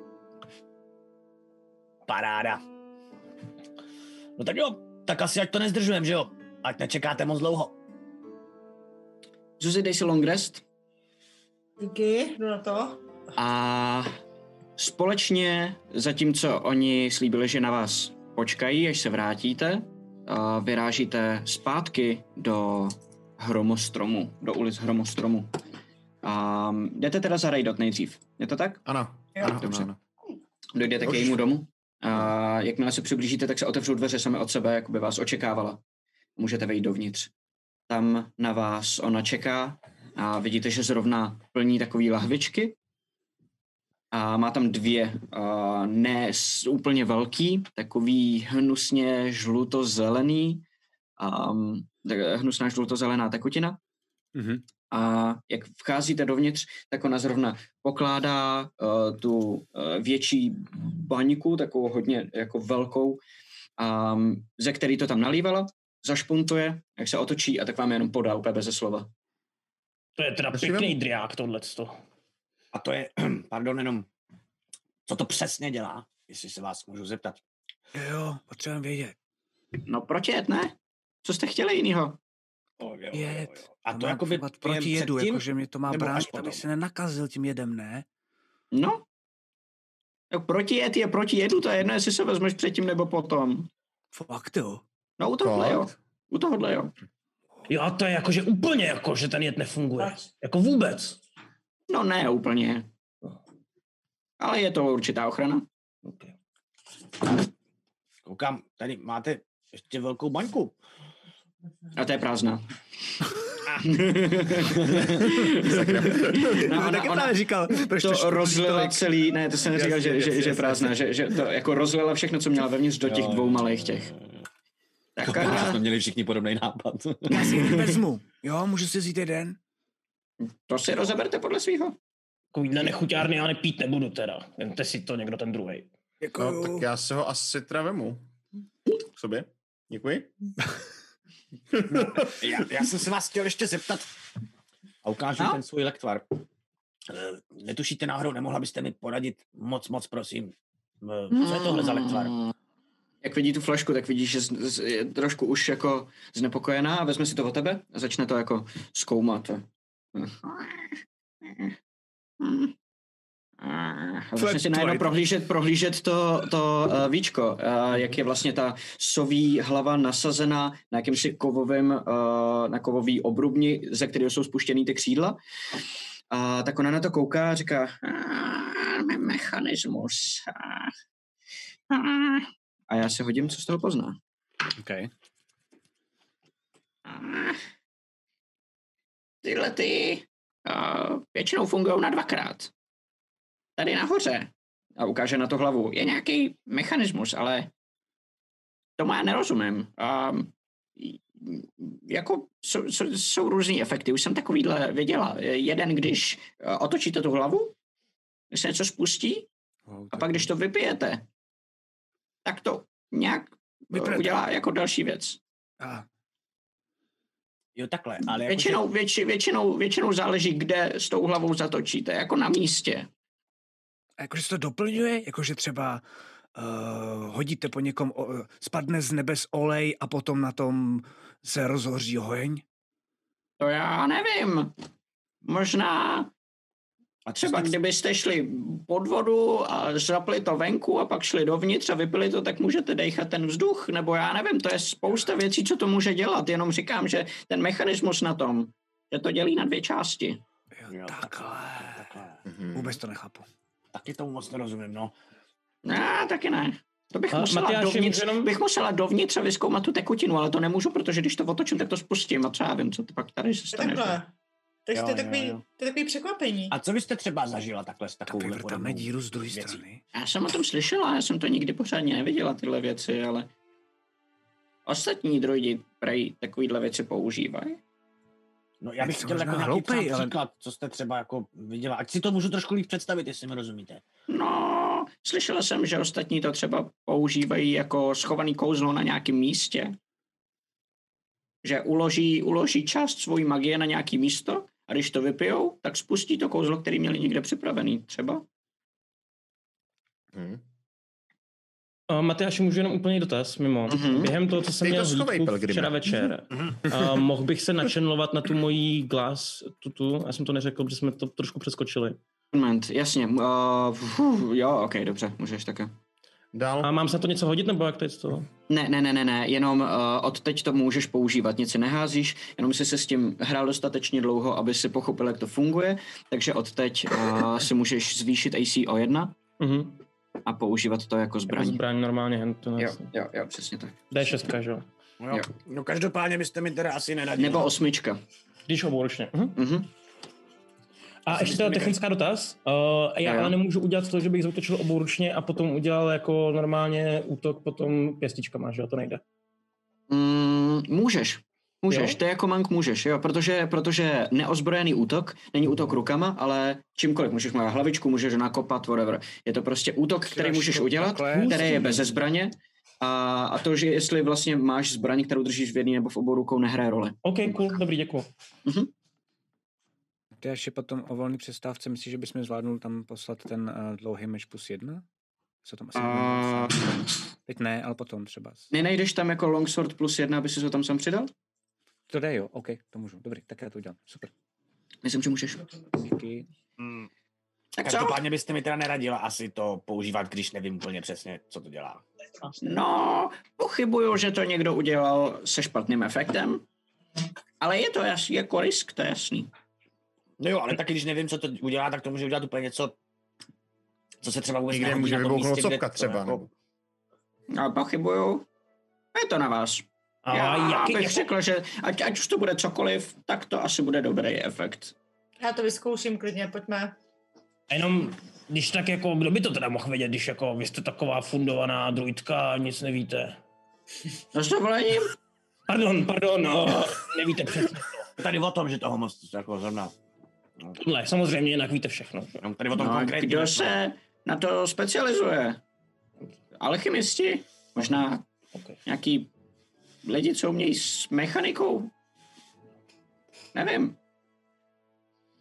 Paráda. No tak jo, tak asi ať to nezdržujeme, že jo? Ať nečekáte moc dlouho.
Zuzi, dej si long rest
Díky, jdu na to.
a společně, zatímco oni slíbili, že na vás počkají, až se vrátíte, a vyrážíte zpátky do Hromostromu, do ulic Hromostromu. A jdete teda za Raydot nejdřív, je to tak?
Ano,
Jo.
ano,
Dobře.
ano, ano.
Dojdete k jejímu domu a jakmile se přiblížíte, tak se otevřou dveře sami od sebe, jako by vás očekávala. Můžete vejít dovnitř. Tam na vás ona čeká a vidíte, že zrovna plní takový lahvičky a má tam dvě, uh, ne s- úplně velký, takový hnusně žluto-zelený, um, tak- hnusná žluto-zelená tekutina.
Mhm.
A jak vcházíte dovnitř, tak ona zrovna pokládá uh, tu uh, větší baňku, takovou hodně jako velkou, um, ze který to tam nalívala, zašpuntuje, jak se otočí a tak vám jenom podá úplně beze slova.
To je teda
Prosím?
pěkný driák tohleto.
A to je, pardon, jenom, co to přesně dělá, jestli se vás můžu zeptat.
Jo, potřebujeme vědět.
No proč jet, ne? Co jste chtěli jinýho?
O, jo,
Jet.
A to jako by
proti jedu, jakože mě to má
nebo až
bránit,
potom?
aby se nenakazil tím jedem, ne?
No? Tak proti jet je proti jedu, to je jedno, jestli se vezmeš předtím nebo potom.
Fakt jo.
No u tohohle jo.
Fakt?
U tohohle jo.
Jo, to je jakože úplně jako, že ten jed nefunguje. Jako vůbec.
No ne úplně. Ale je to určitá ochrana.
Okay.
Koukám, tady máte ještě velkou baňku.
A to je prázdná.
No,
ona-
taky
ona-
právě říkal, proč
To
škodí
rozlila
tolik?
celý, ne, to jsem neříkal,
Jasně,
že,
jasně,
že, že je
jasně,
prázdná,
jasně.
že, že to jako rozlila všechno, co měla vevnitř do těch
Jo,
dvou
jo,
malých
jo,
těch.
jo, jo.
Tak
To
a,
jsme měli všichni podobný nápad.
Já si jeden vezmu. Jo, můžu si vzít jeden?
to si rozeberte podle svýho.
Takovýhle nechuťárny já nepít nebudu teda. Vemte si to někdo ten druhej.
No, tak já se ho asi teda vemu. K sobě. Děkuji.
já, já jsem se vás chtěl ještě zeptat. A ukážu
No?
ten svůj lektvar. Netušíte náhodou, nemohla byste mi poradit moc, moc prosím. Co je tohle za lektvar?
Jak vidí tu flašku, tak vidíš, že z, z, je trošku už jako znepokojená a vezme si to od tebe a začne to jako zkoumat. A začne si najednou prohlížet, prohlížet to, to uh, víčko, uh, jak je vlastně ta soví hlava nasazena na jakýmsi kovovým, uh, na kovový obrubni, ze kterého jsou spuštěný ty křídla. A tak ona na to kouká a říká mechanismus. A já se hodím, co z toho pozná.
Okay.
Tyhle ty uh, většinou fungují na dvakrát. Tady nahoře, a ukáže na to hlavu, je nějaký mechanismus, ale tomu já nerozumím. Um, jako jsou, jsou, jsou různý efekty, už jsem takovýhle věděla. Jeden, když uh, otočíte tu hlavu, když se něco spustí, wow, a pak když to vypijete, tak to nějak Vypněte. udělá jako další věc.
Ah.
Jo, takhle. Ale
většinou,
jako,
větši, většinou, většinou záleží, kde s tou hlavou zatočíte, jako na místě.
A jakože se to doplňuje, jakože třeba uh, hodíte po někom, uh, spadne z nebes olej a potom na tom se rozhoří oheň?
To já nevím. Možná a třeba kdybyste šli pod vodu a zapli to venku a pak šli dovnitř a vypili to, tak můžete dejchat ten vzduch, nebo já nevím, to je spousta věcí, co to může dělat, jenom říkám, že ten mechanismus na tom, že to dělí na dvě části.
Jo, takhle. takhle. Mm-hmm. Vůbec to nechápu.
Taky tomu moc nerozumím, no.
Ne, taky ne. To bych, a, musela,
Matyáši,
dovnitř,
jenom...
bych musela dovnitř a vyzkoumat tu tekutinu, ale to nemůžu, protože když to otočím, tak to spustím a třeba vím, co to pak tady se stane.
Takže to je takový, to je takový překvapení.
A co byste třeba zažila takhle s takovou
tak vrtáme díru z druhé strany.
Já jsem o tom slyšela, já jsem to nikdy pořádně neviděla, tyhle věci, ale ostatní droidi prej takovýhle věci používají.
No já bych chtěl jako nějaký hloupej, ale... příklad, co jste třeba jako viděla. Ať si to můžu trošku líp představit, jestli mi rozumíte.
No, slyšela jsem, že ostatní to třeba používají jako schovaný kouzlo na nějakém místě. Že uloží, uloží část svojí magie na nějaký místo a když to vypijou, tak spustí to kouzlo, který měli někde připravený, třeba.
Hmm.
Uh, Matyáši, můžu jenom úplný dotaz, mimo. Mm-hmm. Během toho, co jsem
Ty
měl
to schovej,
včera večer, uh, mohl bych se načenlovat na tu mojí glass tutu, já jsem to neřekl, protože jsme to trošku přeskočili.
Moment, jasně, uh, uh, jo, ok, dobře, můžeš také.
Dál.
A mám se na to něco hodit, nebo jak to je to?
Ne, ne, ne, ne, ne, jenom uh, od teď to můžeš používat, nic si neházíš, jenom si se s tím hrál dostatečně dlouho, aby si pochopil, jak to funguje, takže od teď uh, si můžeš zvýšit A C o jedna mm-hmm. a používat to jako zbraň.
Jako zbraň normálně. To
jo, jo, jo, přesně tak.
D šest, že jo?
No, jo. No každopádně byste mi teda asi neradili.
Nebo osmička.
Když obouručně. Mhm.
Mhm.
A ještě teda technická dotaz. Uh, já ale nemůžu udělat to, že bych zautočil obouručně a potom udělal jako normálně útok potom pěstičkama, že jo? To nejde.
Mm, můžeš. Můžeš, jo? To je jako mank můžeš, jo, protože, protože neozbrojený útok není útok rukama, ale čímkoliv. Můžeš mít hlavičku, můžeš nakopat, whatever. Je to prostě útok, který můžeš udělat, který je beze zbraně. A, a to, že jestli vlastně máš zbraň, kterou držíš v jedné nebo v obou rukou, nehraje roli.
OK, cool, dobrý, děkuju.
Mhm.
Ty ještě potom o volný přestávce myslíš, že bychom zvládnul tam poslat ten uh, dlouhý meč plus jedna? Co tam asi
A...
Teď ne, ale potom třeba.
Nenajdeš tam jako longsword plus jedna, aby si to tam sám přidal?
To jde, jo, OK, to můžu. Dobrý, tak já to udělám. Super.
Myslím, že můžeš.
Díky.
Hmm. Tak každopádně byste mi teda neradila asi to používat, když nevím úplně přesně, co to dělá.
No, pochybuju, že to někdo udělal se špatným efektem, ale je to jasný, jako risk, to je jasný.
No jo, ale taky když nevím, co to udělá, tak to může udělat úplně něco, co se třeba vůbec
někde může vybouchnout sopka třeba. Jako...
No, pochybuju. Je to na vás.
A
já
jaký,
bych
jak...
řekl, že ať, ať už to bude cokoliv, tak to asi bude dobrý efekt.
Já to vyzkouším klidně, pojďme.
A jenom, když tak jako, kdo by to teda mohl vědět, když jako vy jste taková fundovaná druidka, nic nevíte.
No s dovolením.
Pardon, pardon, no, nevíte přesně to.
Tady o tom, že toho moc jako zrovna.
No. Tohle, samozřejmě jinak víte všechno.
Tady o tom
no,
konkrétně.
Kdo se na to specializuje? Alchymisti? Možná okay. Nějaký lidi, co umějí s mechanikou? Nevím.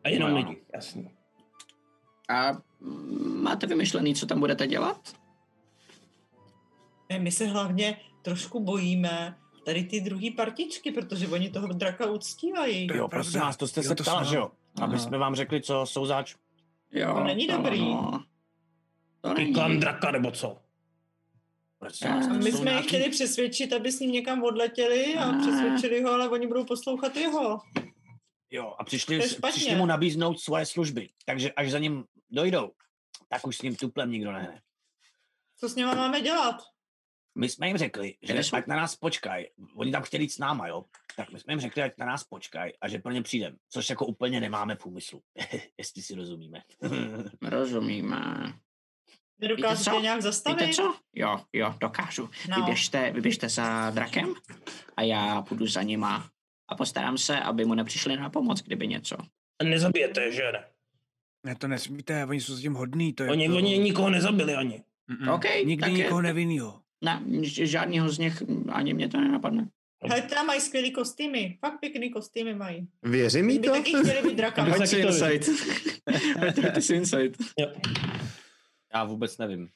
A jenom
No.
lidi, jasný.
A mm, máte vymyšlený, co tam budete dělat?
Ne, my se hlavně trošku bojíme tady ty druhý partičky, protože oni toho draka uctívají.
Jo, prosím vás, to jste se
to
ptala,
jsme-
že jo? Aby
Aha.
jsme vám řekli, co jsou zač.
Jo,
To není dobrý.
no. To
Ty
není.
klan draka, nebo co?
Prosím
A
vás,
A
to
my
jsou
jsme je
nějaký-
chtěli přesvědčit, aby s ním někam odletěli a
Ne.
přesvědčili ho, ale oni budou poslouchat jeho.
Jo, a
To
přišli,
je špatně.
přišli mu nabíznout svoje služby. Takže až za ním dojdou, tak už s ním tuplem nikdo nehne.
Co s něma máme dělat?
My jsme jim řekli, že
Kde jsou?
ať na nás počkají. Oni tam chtěli jít s náma, jo? Tak my jsme jim řekli, ať na nás počkají a že pro ně přijdem. Což jako úplně nemáme v úmyslu. Jestli si rozumíme.
Rozumíme.
Nedokážete
co?
nějak zastavit?
Víte co? Jo, jo, dokážu.
No.
Vyběžte, vyběžte za drakem a já půjdu za nima a postarám se, aby mu nepřišli na pomoc, kdyby něco.
Nezabijete, že ne?
Ne, to nesmíte, oni jsou s tím hodný, to je
Oni,
to...
oni nikoho nezabili ani.
Mm-mm.
OK,
Nikdy
tak je-
nikoho nevinnýho.
Ne, ž- žádnýho z nich, ani mě to nenapadne.
Hele, tam mají skvělý kostýmy. Fakt pěkný kostýmy mají.
Věřím jí
By
to?
taky chtěli být draka.
Hoď
Hoď
si
si
insight.
insight. Hoď si insight.
Jo.
Já vůbec nevím.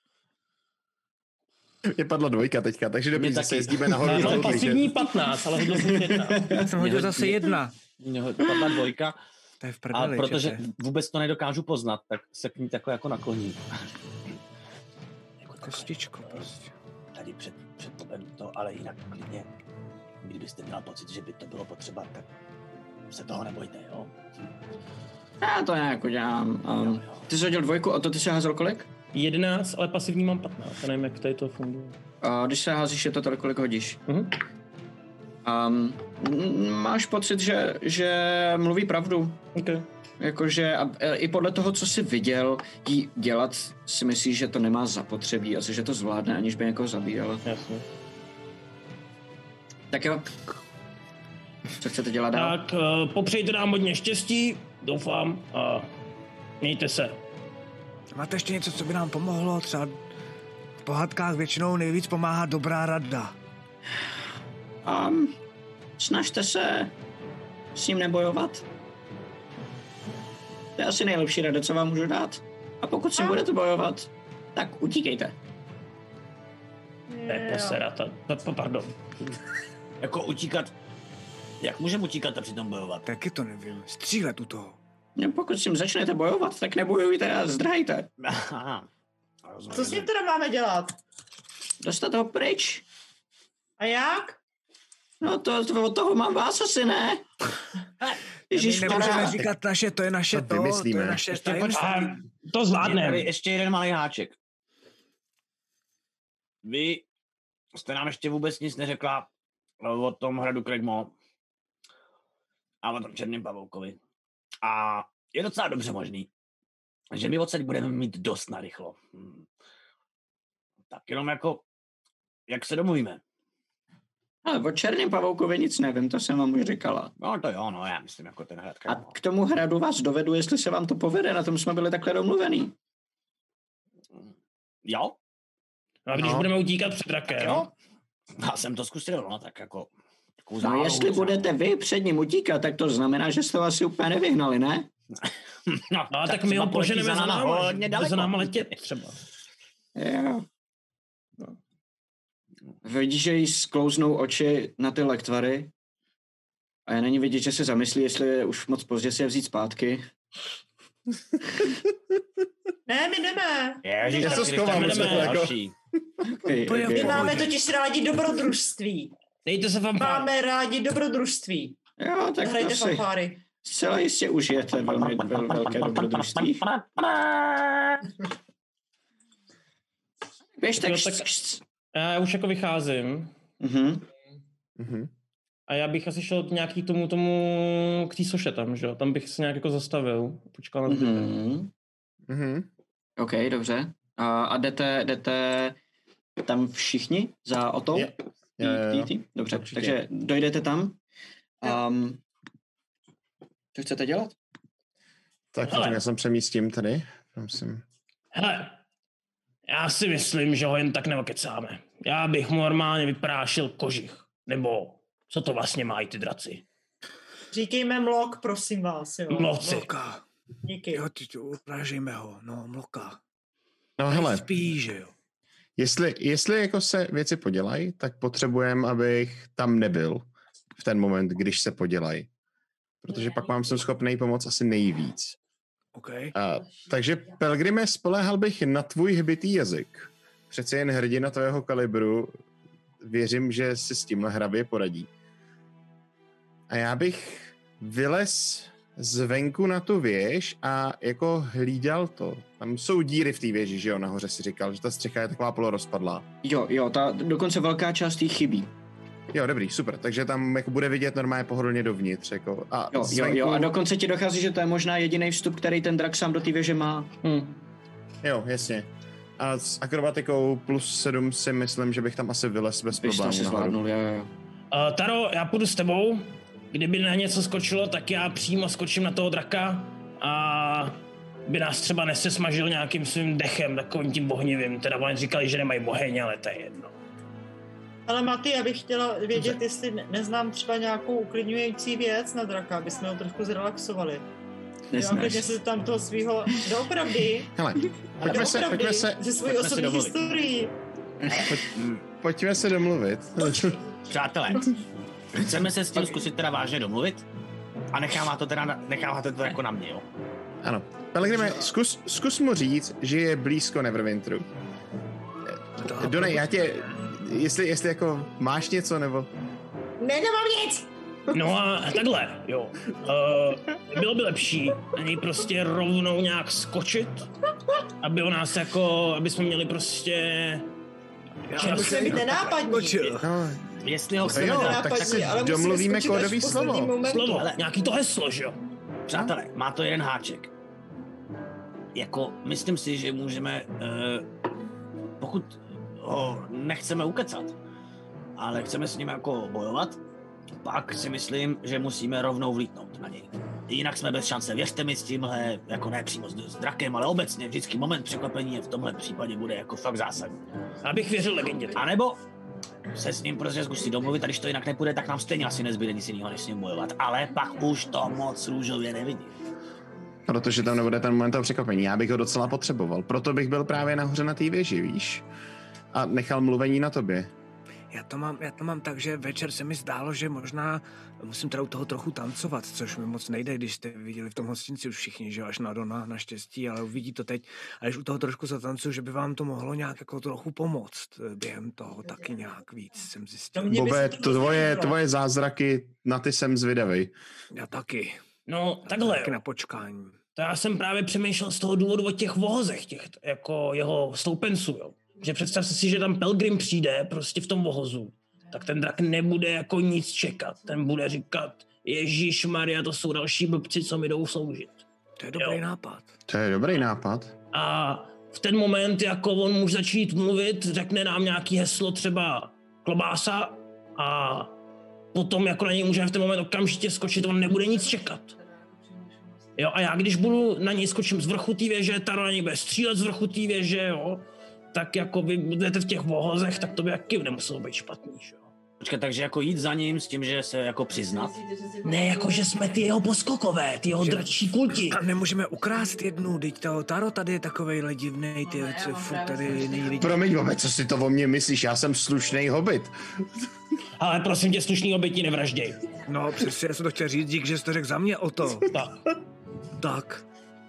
Mě padla dvojka teďka, takže dobrý,
Mě
zase
taky.
jezdíme nahoru.
Já mám
dolů, takže-
pasivní patnáct, ale hodil jsem jedna.
Já jsem hodil
Mě
zase
hodí-
jedna.
Mě ho- padla dvojka,
To je v
a
prdeli,
protože
čete.
vůbec to nedokážu poznat, tak se k ní takhle jako nakloním.
Kostičko prostě.
Tady před, před tobem to, ale jinak klidně, kdybyste měla pocit, že by to bylo potřeba, tak se toho nebojte, jo?
Já to nějak udělám. Um, ty jsi hodil dvojku a to ty jsi házel kolik?
jedenáct, ale pasivní mám patnáct. Já nevím, jak tady to funguje.
Uh, když se házíš, je to tolik, kolik hodíš.
Mhm.
Um, m- máš pocit, že, že mluví pravdu.
Okay.
Jakože a, e, i podle toho, co jsi viděl jí dělat, si myslíš, že to nemá zapotřebí, asi že to zvládne, aniž by někoho zabíjel.
Jasně.
Tak jo. Co chcete dělat dál?
Tak uh, popřejte nám hodně štěstí, doufám, a mějte se.
Máte ještě něco, co by nám pomohlo? Třeba v pohádkách většinou nejvíc pomáhá dobrá rada.
Um, snažte se s ním nebojovat. To je asi nejlepší rada, co vám můžu dát. A pokud s ním budete bojovat, tak utíkejte.
To je posera, ta, ta, ta, pardon.
Jako utíkat, jak můžeme utíkat a přitom bojovat?
Taky to nevím. Střílet u toho.
No, pokud s ním začnete bojovat, tak nebojujte a zdrhajte.
Aha. Rozumím.
Co s ním teda máme dělat?
Dostat ho pryč.
A jak?
No to, to od toho mám vás asi, ne?
My
Ježíš,
nemůžeme říkat naše, to je naše
To
to, to
vymyslíme.
je naše
Ještě
tajemství.
A to
Je
zvládneme.
tady ještě jeden malý háček. Vy jste nám ještě vůbec nic neřekla o tom hradu Kregmo a o tom černém pavoukovi. A je docela dobře možný, že my odsaď budeme mít dost narychlo. Hm. Tak jenom jako, jak se domluvíme.
Ale o černém pavoukovi nic nevím, to jsem vám už říkala.
No to jo, no já myslím jako ten hrad
A
Kregmo.
k tomu hradu vás dovedu, jestli se vám to povede, na tom jsme byli takhle domluvený.
Jo?
A když
No.
budeme utíkat před drakem,
Jo? Já jsem to zkusil, no tak jako... takovou
No
zálohu
jestli
třeba.
budete vy před ním utíkat, tak to znamená, že jste ho asi úplně nevyhnali, ne?
No,
no, tak my ho
třeba poletí
poženeme za náma,
hodně
bude
daleko.
za náma letět třeba.
Jo. Vidíš, že jí sklouznou oči na ty lektvary a je na ní vidět, že se zamyslí, jestli je už moc pozdě si je vzít zpátky.
Ne, my jdeme.
Ježiš,
Já
tak
se
si
schovám,
jdeme
už to jako-
další.
Okay,
Úplně
okay.
My
v
máme
pohodě.
totiž rádi dobrodružství.
Dejte se vám pár.
Máme rádi dobrodružství.
Jo, tak
Hrajte
to si
fanfáry.
zcela jistě užijete velmi vel, velké dobrodružství. Běžte.
Jo,
kš-
tak-
kš-
Já už jako vycházím.
Mhm.
Mhm.
A já bych asi šel k nějaký tomu, tomu, k té soše tam, že jo? Tam bych se nějak jako zastavil. Počkal na zbytek.
Mhm.
Mhm.
OK, dobře. A, a jdete, jdete tam všichni za Otou?
Jo.
Tý,
Jo, jo, jo.
tý, tý? Dobře,
Určitě.
takže dojdete tam. Um, co chcete dělat?
Tak
Hele.
já jsem přemístím tady. Musím...
Hele, já si myslím, že ho jen tak neokecáme. Já bych mu normálně vyprášil kožich. Nebo co to vlastně mají ty draci?
Říkejme mlok, prosím vás, jo.
Mloci.
Mloka.
Díky.
Jo, ty, ty, urážejme ho. No, mloka.
No hele,
Spí, že jo.
jestli, jestli jako se věci podělají, tak potřebujeme, abych tam nebyl v ten moment, když se podělají. Protože pak vám jsem schopný pomoct asi nejvíc.
Okay.
A, takže Pelgrime, spoléhal bych na tvůj hbitý jazyk. Přece jen hrdina tvého kalibru, věřím, že si s tímhle hrabě poradí. A já bych vylez zvenku na tu věž a jako hlídal to. Tam jsou díry v té věži, že jo, nahoře si říkal, že ta střecha je taková polorozpadlá.
Jo, jo, ta dokonce velká část jí chybí.
Jo, dobrý, super. Takže tam jako bude vidět normálně pohodlně dovnitř. Jako, a
Jo,
zvenku...
jo, jo, a dokonce ti dochází, že to je možná jediný vstup, který ten drak sám do té věže má.
Hm.
Jo, jasně. A s akrobatikou plus sedm si myslím, že bych tam asi vylez bez
Bych to
problémů
asi
nahoru.
zvládnul, jo, jo.
Uh, Taro, já půjdu s tebou. Kdyby na něco skočilo, tak já přímo skočím na toho draka a by nás třeba nesesmažil nějakým svým dechem, takovým tím bohnivým. Teda oni říkali, že nemají boheň, ale to je jedno.
Ale Maty, já bych chtěla vědět, jestli ne- neznám třeba nějakou uklidňující věc na draka, aby jsme ho trošku zrelaxovali. Já klidně se tam toho svýho, doopravdy,
Hele, pojďme se, pojďme se,
ze svojí
pojďme si
osobní
dovolit.
historii.
pojď, pojďme se domluvit.
Přátelé, chceme se s tím zkusit teda vážně domluvit? A nechává to teda, na, nechává to jako na mě, jo?
Ano. Pelgrime, zkus, zkus mu říct, že je blízko Neverwinteru. Donej, já tě, jestli, jestli jako máš něco, nebo...
Ne, nemám nic!
No a takhle, jo. Uh, bylo by lepší na něj prostě rovnou nějak skočit, aby o nás jako, aby jsme měli prostě...
Já musím být nenápadní.
No,
Jestli ho chceme
jo,
dát,
tak
tak
se
ale musíme
domluvíme
skočit až
kódový
v posledním
slovo.
momentu.
Slovo,
Ale-
nějaký to heslo, že jo?
přátelé, má to jeden háček. Jako, myslím si, že můžeme, uh, pokud ho nechceme ukecat, ale chceme s ním jako bojovat, pak si myslím, že musíme rovnou vlítnout na něj. Jinak jsme bez šance. Věřte mi s tímhle, jako ne přímo s, s drakem, ale obecně vždycky moment překvapení v tomhle případě bude jako fakt zásadní.
Abych věřil legendě.
A nebo se s ním prostě zkusit domluvit, a když to jinak nepůjde, tak nám stejně asi nezbyde nic jiného, než s ním bojovat. Ale pak už to moc růžově nevidím.
Protože tam nebude ten moment toho překvapení. Já bych ho docela potřeboval. Proto bych byl právě nahoře na té věži, víš? A nechal mluvení na tobě.
Já to, mám, já to mám tak, že večer se mi zdálo, že možná musím teda u toho trochu tancovat, což mi moc nejde, když jste viděli v tom hostinci už všichni, že jo, až na Dona, naštěstí, ale uvidí to teď. A když u toho trošku zatancuju, že by vám to mohlo nějak jako trochu pomoct během toho taky nějak víc, jsem zjistil.
No mě by
Bobe,
se to
tvoje,
líbilo.
tvoje zázraky, na ty jsem zvědavej.
Já taky.
No, takhle,
Taky
jo.
na počkání.
To já jsem právě přemýšlel z toho důvodu o těch vohozech, těch jako jeho stoupenců, jo. Že představ si, že tam Pelgrim přijde prostě v tom vohozu, tak ten drak nebude jako nic čekat. Ten bude říkat, Ježíš Maria, to jsou další blbci, co mi jdou sloužit.
To je dobrý
Jo.
nápad.
To je dobrý nápad.
A v ten moment, jako on může začít mluvit, řekne nám nějaký heslo, třeba klobása, a potom jako na něj můžeme v ten moment okamžitě skočit, on nebude nic čekat. Jo, a já když budu na něj skočím z vrchu té věže, Taro na něj bude střílet z vrchu té věže, jo, tak jako vy budete v těch vohozech, tak to by jaký nemuselo být špatný, že jo.
Počkej, takže jako jít za ním s tím, že se jako přiznat?
Ne, jako že jsme ty jeho poskokové, ty jeho dračí kulti.
A nemůžeme ukrást jednu, teď to Taro tady je takovej divnej, ty co furt tady nejlidi.
Promiň, Bobe, co si to o mně myslíš? Já jsem slušný hobit.
Ale prosím tě, slušný oběti nevražděj.
No přesně, já jsem to chtěl říct, dík, že jsi to řekl za mě o to.
Tak.
Tak.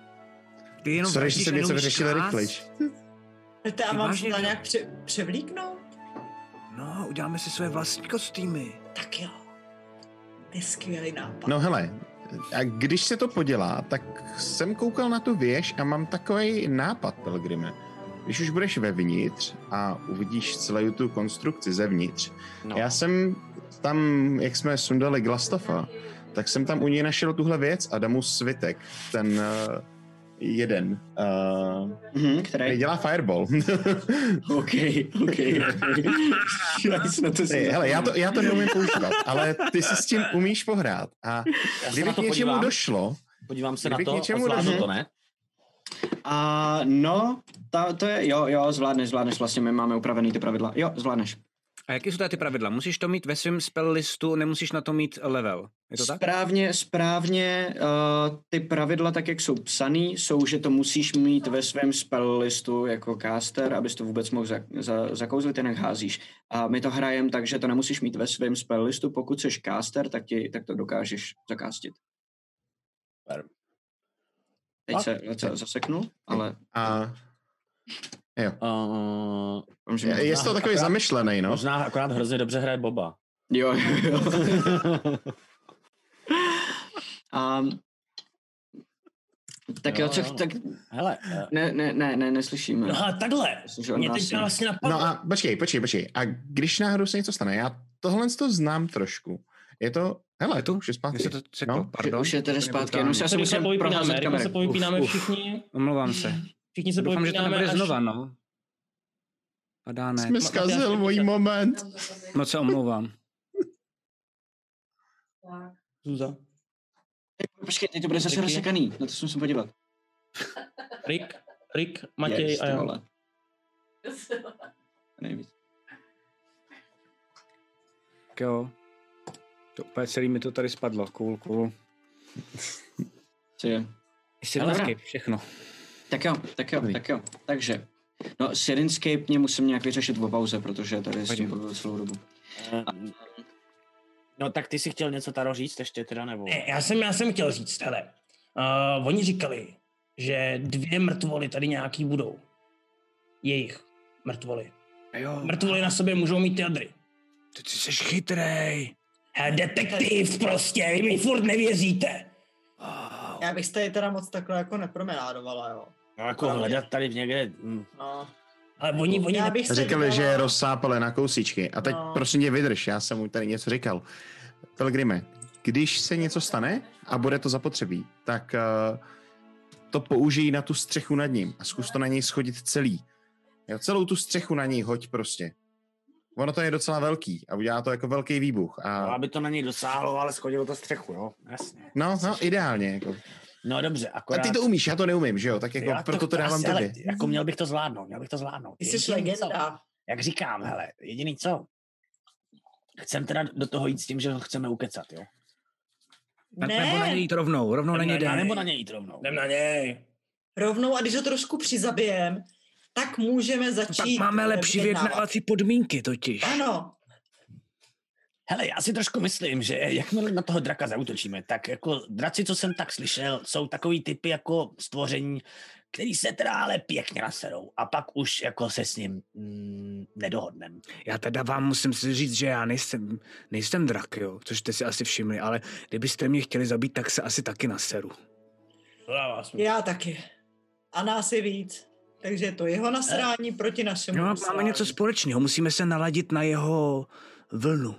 Ty jenom
Sorry, že
vraždíš
jsem
a
něco
neumíš
vyřešil
krást?
rychlejš.
To já
Ty
mám
vážně,
se to
že-
nějak pře- převlíknout?
No, uděláme si své vlastní kostýmy.
Tak jo. To je skvělý nápad.
No hele, a když se to podělá, tak jsem koukal na tu věž a mám takový nápad, Pelgrime. Když už budeš vevnitř a uvidíš celou tu konstrukci zevnitř.
No.
Já jsem tam, jak jsme sundali Glastafa, tak jsem tam u něj našel tuhle věc a dám mu svitek. Ten uh, jeden. Uh,
Mhm, který?
dělá Fireball.
OK, OK. Já jsem na to
Hey, hele, já to, já to neumím používat, ale ty si s tím umíš pohrát. A
Já se
kdyby
na
k
to
něčemu
podívám.
došlo,
Podívám se
Kdyby k
na to
něčemu
a zvládnu
došlo-
to, ne?
A no, ta, to je, jo, jo, zvládneš, zvládneš, vlastně my máme upravený ty pravidla. Jo, zvládneš.
A jaké jsou tady ty pravidla? Musíš to mít ve svém spell listu, nemusíš na to mít level. Je to tak?
Správně, správně uh, ty pravidla, tak jak jsou psaný, jsou, že to musíš mít ve svém spell listu jako caster, abys to vůbec mohl za, za, zakouzlit, jinak házíš. A my to hrajeme tak, že to nemusíš mít ve svém spell listu, pokud jsi caster, tak, ti, tak to dokážeš zakástit. Teď se, teď se zaseknu, ale...
A... Jo.
Uh,
je, je to takový akorát, zamyšlený, no?
Možná akorát hrozně dobře hraje Boba.
Jo, jo, jo. um, tak jo, jo, co, tak...
Hele.
Ne, ne, ne, ne, neslyšíme.
No a takhle. Mě teď vlastně napadlo.
No a počkej, počkej, počkej. A když náhodou se něco stane, já tohle to znám trošku. Je to... Hele,
tu?
Už je zpátky.
To ceklo,
no?
pardon.
Už je tedy zpátky, jenom se asi musím proházet kamery.
se povypínáme všichni.
Omlouvám se.
Všichni se
Doufám, že to nebude
až...
znova, no. Padá ne.
Jsme zkazil můj moment.
Moc se omlouvám.
Zuza.
Počkej, teď to bude zase rozsekaný. Na to se musím podívat.
Rick, Rick, Matěj
yes,
a já.
Nejvíc.
Tak jo. To úplně celý mi to tady spadlo. Cool, cool.
Co je?
Sirenscape, všechno.
Tak jo, tak jo, tak jo. Takže, no Sirenscape mě musím nějak vyřešit v pauze, protože tady s tím budu celou dobu.
No tak ty jsi chtěl něco Taro říct ještě teda, nebo?
Ne, já jsem, já jsem chtěl říct, hele. Uh, oni říkali, že dvě mrtvoly tady nějaký budou. Jejich mrtvoly.
Jo.
Mrtvoly na sobě můžou mít jadry.
Ty jsi chytrej.
He, detektiv prostě, vy mi furt nevěříte.
Wow. Já bych se tady teda moc takhle jako nepromenádovala, jo.
No jako Pravdě. Hledat tady někde... Hm.
No.
Ale oni, oni
já bych
říkali,
dala...
že je rozsápali na kousíčky. A teď
no.
prosím tě vydrž, já jsem mu tady něco říkal. Pelgrime, když se něco stane a bude to zapotřebí, tak uh, to použij na tu střechu nad ním a zkus to na něj schodit celý. Jo, celou tu střechu na něj hoď prostě. Ono to je docela velký a udělá to jako velký výbuch. A...
No, aby to na něj dosáhlo, ale schodilo to střechu, jo? Jasně.
No, no, ideálně. Jako.
No dobře, akorát...
A ty to umíš, já to neumím, že jo? Tak jako já proto to, to dávám tobě.
Jako měl bych to zvládnout, měl bych to zvládnout.
Ty jsi legenda.
Jak říkám, hele, jediný co? Chcem teda do toho jít s tím, že ho chceme ukecat, jo?
Ne.
Nebo na něj jít rovnou, rovnou na něj
jdem.
jdem.
Nebo na něj jít rovnou.
Jdem na něj.
Rovnou a když ho trošku přizabijem, tak můžeme začít...
Tak máme lepší vyjednávací podmínky totiž.
Ano.
Hele, já si trošku myslím, že jakmile na toho draka zaútočíme, tak jako draci, co jsem tak slyšel, jsou takový typy jako stvoření, který se teda ale pěkně naserou a pak už jako se s ním mm, nedohodnem.
Já teda vám musím si říct, že já nejsem, nejsem drak, jo, což jste si asi všimli, ale kdybyste mě chtěli zabít, tak se asi taky naseru.
Já taky. A nás je víc. Takže je to jeho nasrání eh? proti našemu
no,
nasrání.
Máme něco společného, musíme se naladit na jeho vlnu.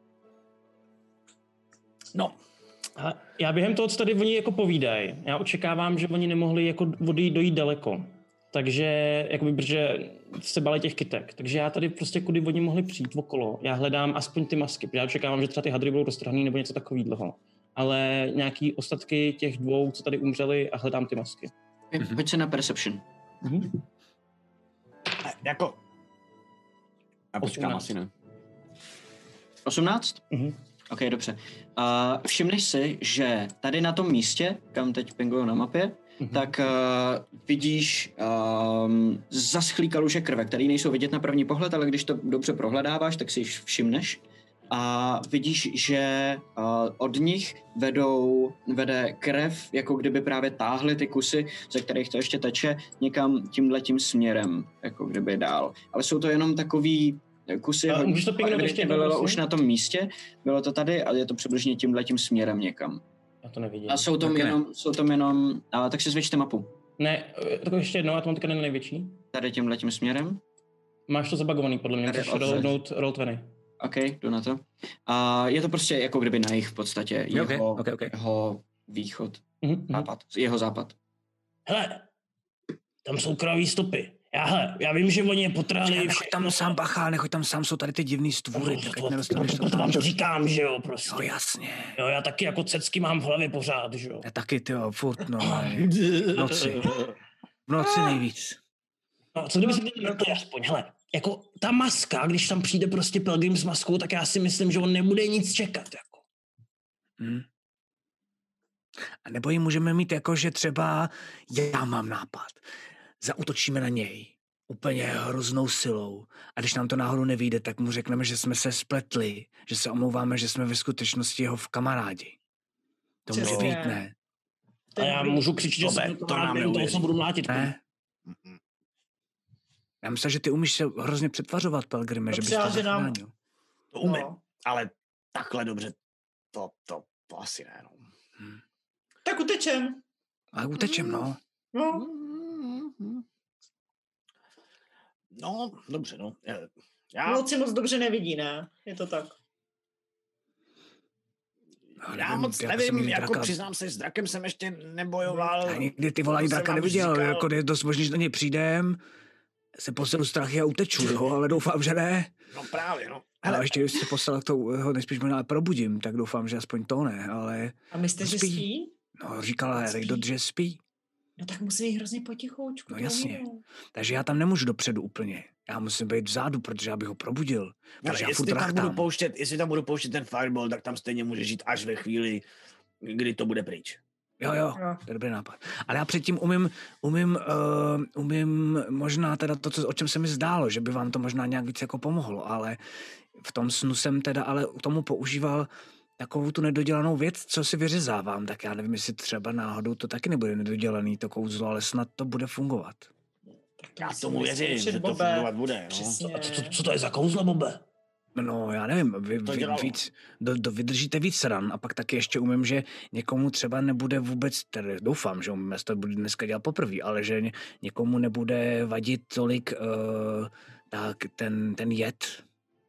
No.
A já během toho, co tady oni jako povídají, já očekávám, že oni nemohli jako vody dojít daleko. Takže, jakoby, protože se bali těch kytek. Takže já tady prostě, kudy oni mohli přijít okolo, já hledám aspoň ty masky, protože já očekávám, že třeba ty hadry budou roztrhaný nebo něco takového. Ale nějaký ostatky těch dvou, co tady umřeli, a hledám ty masky.
Mm-hmm. Pojď se na Perception.
Mm-hmm.
A, jako... A počkám asi ne.
osmnáct?
Mm-hmm.
Ok, dobře. Uh, všimneš si, že tady na tom místě, kam teď pinguju na mapě, mm-hmm. tak uh, vidíš um, zaschlý kaluže krve, které nejsou vidět na první pohled, ale když to dobře prohledáváš, tak si jich všimneš. A vidíš, že uh, od nich vedou, vede krev, jako kdyby právě táhly ty kusy, ze kterých to ještě teče, někam tímhletím směrem, jako kdyby dál. Ale jsou to jenom takový kusy,
a můžeš to pingnout ještě
bylo už na tom místě, bylo to tady a je to přibližně tímhletím směrem někam.
Já to nevidím.
A jsou tam jenom, jsou tam jenom, a, tak si zvětšte mapu.
Ne, tak ještě jednou, já to mám teďka největší.
Tady tímhletím směrem.
Máš to zabagovaný, podle mě, musíš dohodnout roll dvacet.
OK, jdu na to. A je to prostě jako kdyby na jich v podstatě, jeho,
okay, okay, okay.
jeho východ,
mm-hmm.
západ, jeho západ.
Hele, tam jsou krvavý stopy. Já, hele, já vím, že oni je potrhali.
Nechoď tam sám, bacha, nechoď tam sám, jsou tady ty divný stvůry, tak ať nedostaneš to.
To vám to říkám, že jo, prostě.
Jo, jasně.
Jo, já taky jako cecky mám v hlavě pořád, že jo.
Já taky, tyjo, furt, no. V noci. V noci nejvíc.
No, co kdyby si měli mrtli aspoň, hele. jako ta maska, když tam přijde prostě Pelgrim s maskou, tak já si myslím, že on nebude nic čekat, jako.
Hmm. A nebo ji můžeme mít jako, že třeba já mám nápad. Zaútočíme na něj úplně hroznou silou a když nám to náhodou nevyjde, tak mu řekneme, že jsme se spletli, že se omlouváme, že jsme ve skutečnosti jeho v kamarádi. To může
Přesně.
být, ne?
A já můžu křičet, že jsem
to nám
toho
neuvěří.
se budu mlátit.
Ne? Já myslím, že ty umíš se hrozně přetvařovat, Pelgrime,
To
že bys
třeba,
to
že nám-
zachránil.
To umím,
No.
ale takhle dobře, to, to, to asi ne, no.
Tak utečem.
A utečem, no.
No.
No, dobře, no. Já,
V
já,
noci moc dobře nevidí, ne? Je to tak.
No,
já
nevím,
moc
jako
nevím,
jsem
jako
draka-
přiznám se, s drakem jsem ještě nebojoval.
Já nikdy ty volání
To jsem
draka
vám už
neviděl,
říkal.
jako je dost možný, že na něj přijdem, se posilu strachy a uteču, jo, ale doufám, že ne.
No právě, no.
Ale
Hele,
ještě když se poslal k tou, ho nejspíš možná probudím, tak doufám, že aspoň to ne, ale
A myslíte, že
Spí.
spí?
no, říkala
Spí.
Rejdot, že spí.
No tak musí jít hrozně potichoučku.
No
to
jasně.
umíme.
Takže já tam nemůžu dopředu úplně. Já musím být vzadu, protože já bych ho probudil.
ale
Protože já
jestli
furt
tam, budu
rachtám.
pouštět, jestli tam budu pouštět ten fireball, tak tam stejně může žít až ve chvíli, kdy to bude pryč.
Jo, jo,
Jo.
to je dobrý nápad. Ale já předtím umím, umím, uh, umím možná teda to, co, o čem se mi zdálo, že by vám to možná nějak víc jako pomohlo, ale v tom snu jsem teda ale k tomu používal takovou tu nedodělanou věc, co si vyřezávám, tak já nevím, jestli třeba náhodou to taky nebude nedodělaný to kouzlo, ale snad to bude fungovat.
Já
musím
tomu věřím,
vyzkoušet,
že to
Bobe.
fungovat bude, no.
Přesně.
A co, co, co to je za kouzlo, Bobe?
No, já nevím, vy,
To
vy
dělalo.
víc, do, do, vydržíte víc ran a pak taky ještě umím, že někomu třeba nebude vůbec, tedy doufám, že umím, já to budu dneska dělat poprvé, ale že ně, někomu nebude vadit tolik uh, tak ten, ten jed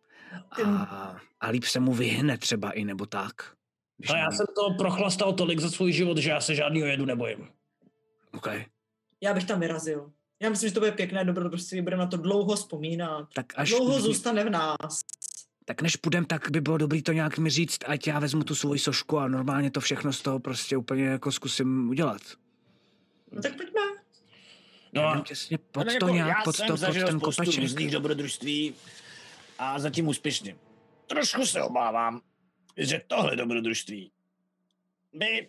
a, a líp se mu vyhne třeba i nebo tak. Když
A já
neví-
jsem to prochlastal tolik za svůj život, že já se žádnýho jedu nebojím.
okay.
Já bych tam vyrazil. Já myslím, že to bude pěkné dobrodružství, budeme na to dlouho vzpomínat.
Tak až
Dlouho
už-
zůstane v nás.
Tak než půjdem, tak by bylo dobrý to nějak mi říct, ať já vezmu tu svoji sošku a normálně to všechno z toho prostě úplně jako zkusím udělat.
No tak pojďme.
No
Já
a
jdem těsně pod
Ale
to
jako
nějak,
já
pod,
jsem
to, pod
zažil
ten
spoustu
kopeček.
různých dobrodružství a zatím úspěšně. Trošku se obávám, že tohle dobrodružství by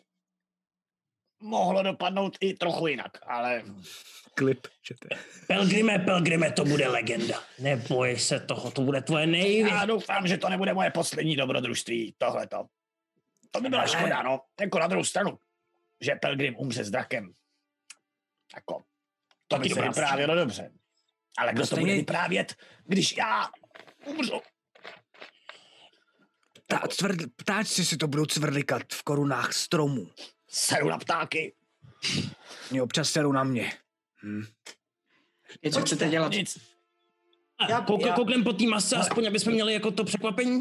mohlo dopadnout i trochu jinak, ale
Klip, že to je.
Pelgrime, Pelgrime, to bude legenda. Neboj se toho, to bude tvoje největší.
já doufám, že to nebude moje poslední dobrodružství, tohleto. To by byla
Ale-
škoda, no. Jako na druhou stranu, že Pelgrim umře s drakem. Jako, to by
Taky
se
dobrá
vyprávělo dobře. Ale kdo to
stejně-
bude vyprávět, když já umřu?
Ta, cvrd, ptáčci si to budou cvrlikat v korunách stromů.
Seru na ptáky.
Mě občas serou na mě. Hm.
Je, co chcete dělat?
Nic.
Já-
Kouk,
já-
kouknem po té masce, aspoň, aby jsme měli jako to překvapení.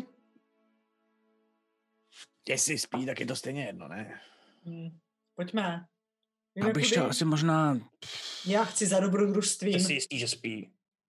Jestli spí, tak je to stejně jedno, ne?
Hm. Pojďme.
Já bych šel asi možná...
Já chci za
Jsi
dobrodružstvím.
si jistý, že spí.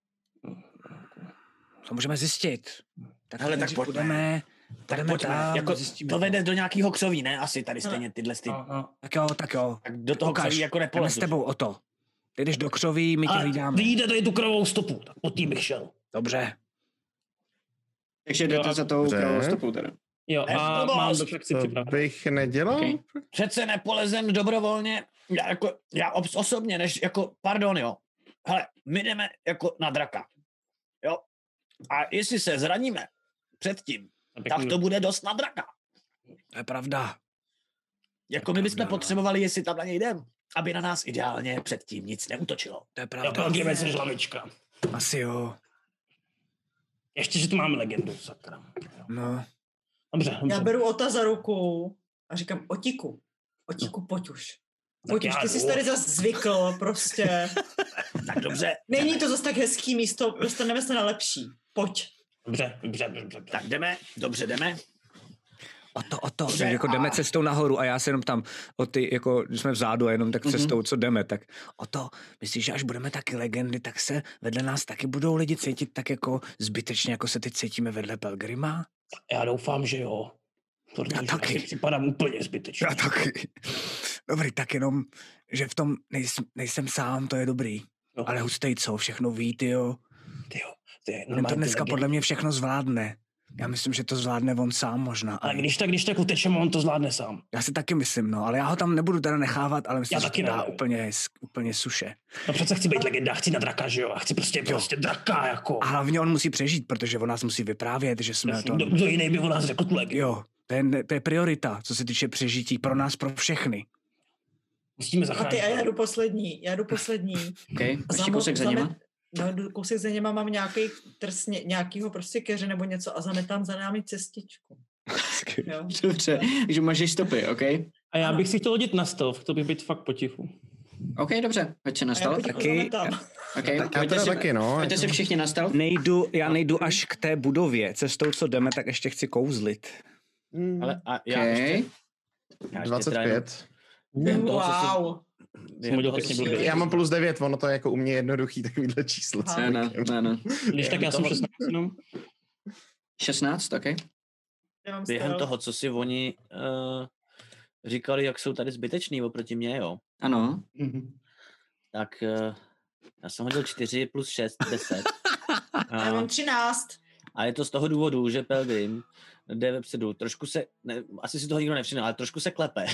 To můžeme zjistit. Tak
Hele, tak
nejdřív
pojďme.
půjdeme,
Tak
půjdeme
pojďme.
tam a
Jako,
zjistíme
to vede do nějakého křoví, ne? Asi tady stejně tyhle ty.
No, no.
Tak jo, tak jo.
Tak do toho
Ukáž,
křoví jako
jdeme
nepolezu.
s tebou o to. Ty jdeš do křoví, my tě
A
hlídáme.
vyjde tady tu krovou stopu, tak po tý bych šel.
Dobře.
Takže jdete za tou
Dobře.
pravou stopou teda.
Jo, a
Neblbost.
mám do frakci
To
připravený.
bych nedělal.
Okay.
Přece nepolezem dobrovolně. Já, jako, já obs- osobně, než jako, pardon, jo. Hele, my jdeme jako na draka. Jo. A jestli se zraníme předtím, tak to bude dost na draka.
To je pravda.
Jako my bychom
pravda, no.
potřebovali, jestli tam na něj jdem, aby na nás ideálně předtím nic neútočilo.
To je
Jo,
pravda.
Pelgrime, jsi hlavička.
Asi jo.
Ještě, že tu máme legendu, sakra.
No.
Dobře,
Já
dobře.
beru Ota za ruku a říkám, Otíku, Otíku, pojď už. Pojď
Tak
už,
já
ty jsi
jdu.
tady zas zvykl, prostě.
Tak dobře,
Není to zas tak hezký místo, dostaneme se na lepší. Pojď.
Dobře, dobře, dobře, dobře.
tak jdeme, dobře jdeme.
O to, o to.
Dobře,
Tak jako
a-
jdeme cestou nahoru a já se jenom tam, o ty, jako, když jsme vzadu a jenom tak
Mhm.
cestou, co jdeme, tak o to, myslíš, že až budeme taky legendy, tak se vedle nás taky budou lidi cítit tak jako zbytečně, jako se teď cítíme vedle Pelgrima?
Já doufám, že jo. Protože
Já taky.
si připadám úplně zbytečně.
Já taky. Dobrý, tak jenom, že v tom nejsem, nejsem sám, to je dobrý.
Jo.
Ale hustej co, všechno ví, tyjo.
Tyjo, To je
On to
normální
dneska
legenda.
podle mě všechno zvládne. Já myslím, že to zvládne on sám možná.
Ale když tak, když tak utečeme, on to zvládne sám.
Já si taky myslím, no, ale já ho tam nebudu teda nechávat, ale myslím,
Já
že
taky
to dá
ne.
úplně, úplně suše.
No přece chci být legenda, chci na draka, že jo? A chci prostě, prostě draka, jako.
A hlavně on musí přežít, protože on nás musí vyprávět, že jsme to...
Kdo, kdo jiný by o nás řekl tu legendu?
Jo, to je, to je priorita, co se týče přežití pro nás, pro všechny.
Musíme
A
zachránit.
ty, a já jdu poslední, já jdu poslední.
OK, ještě kousek za nima.
No, jdu kousek za něma mám nějaký trs, ně, nějakýho prostě keře nebo něco a zametám za námi cestičku. Jo.
Dobře, takže mažeš stopy, OK?
A já bych si chtěl hodit na stealth, to bych být fakt potichu.
OK, dobře, pojď se
A já
nastavit.
potichu
Taky-
zametám.
OK,
Já
pojďte
teda
si,
taky, no.
pojďte si všichni nastavit.
Nejdu, já nejdu až k té budově. Cestou, co jdeme, tak ještě chci kouzlit.
Ale a já
OK.
ještě... Já ještě teda jenom-
dvacet pět.
během toho, co si-
Wow.
během
hodil
toho,
pěkně
co si-
blbě.
Já mám plus devět, ono to je jako u mě jednoduchý takovýhle číslo. co
Aha.
Ne, ne, ne, ne.
Když tak já jsem šestnáct jenom.
šestnáct, OK.
Já mám
Během
stealth.
toho, co si oni uh, říkali, jak jsou tady zbyteční oproti mně, jo,
Ano.
tak uh, já jsem hodil čtyři plus šest, deset.
Já
A,
mám třináct.
a je to z toho důvodu, že Pelgrim jde vepředu, trošku se, ne, asi si toho nikdo nevšimne, ale trošku se klepe.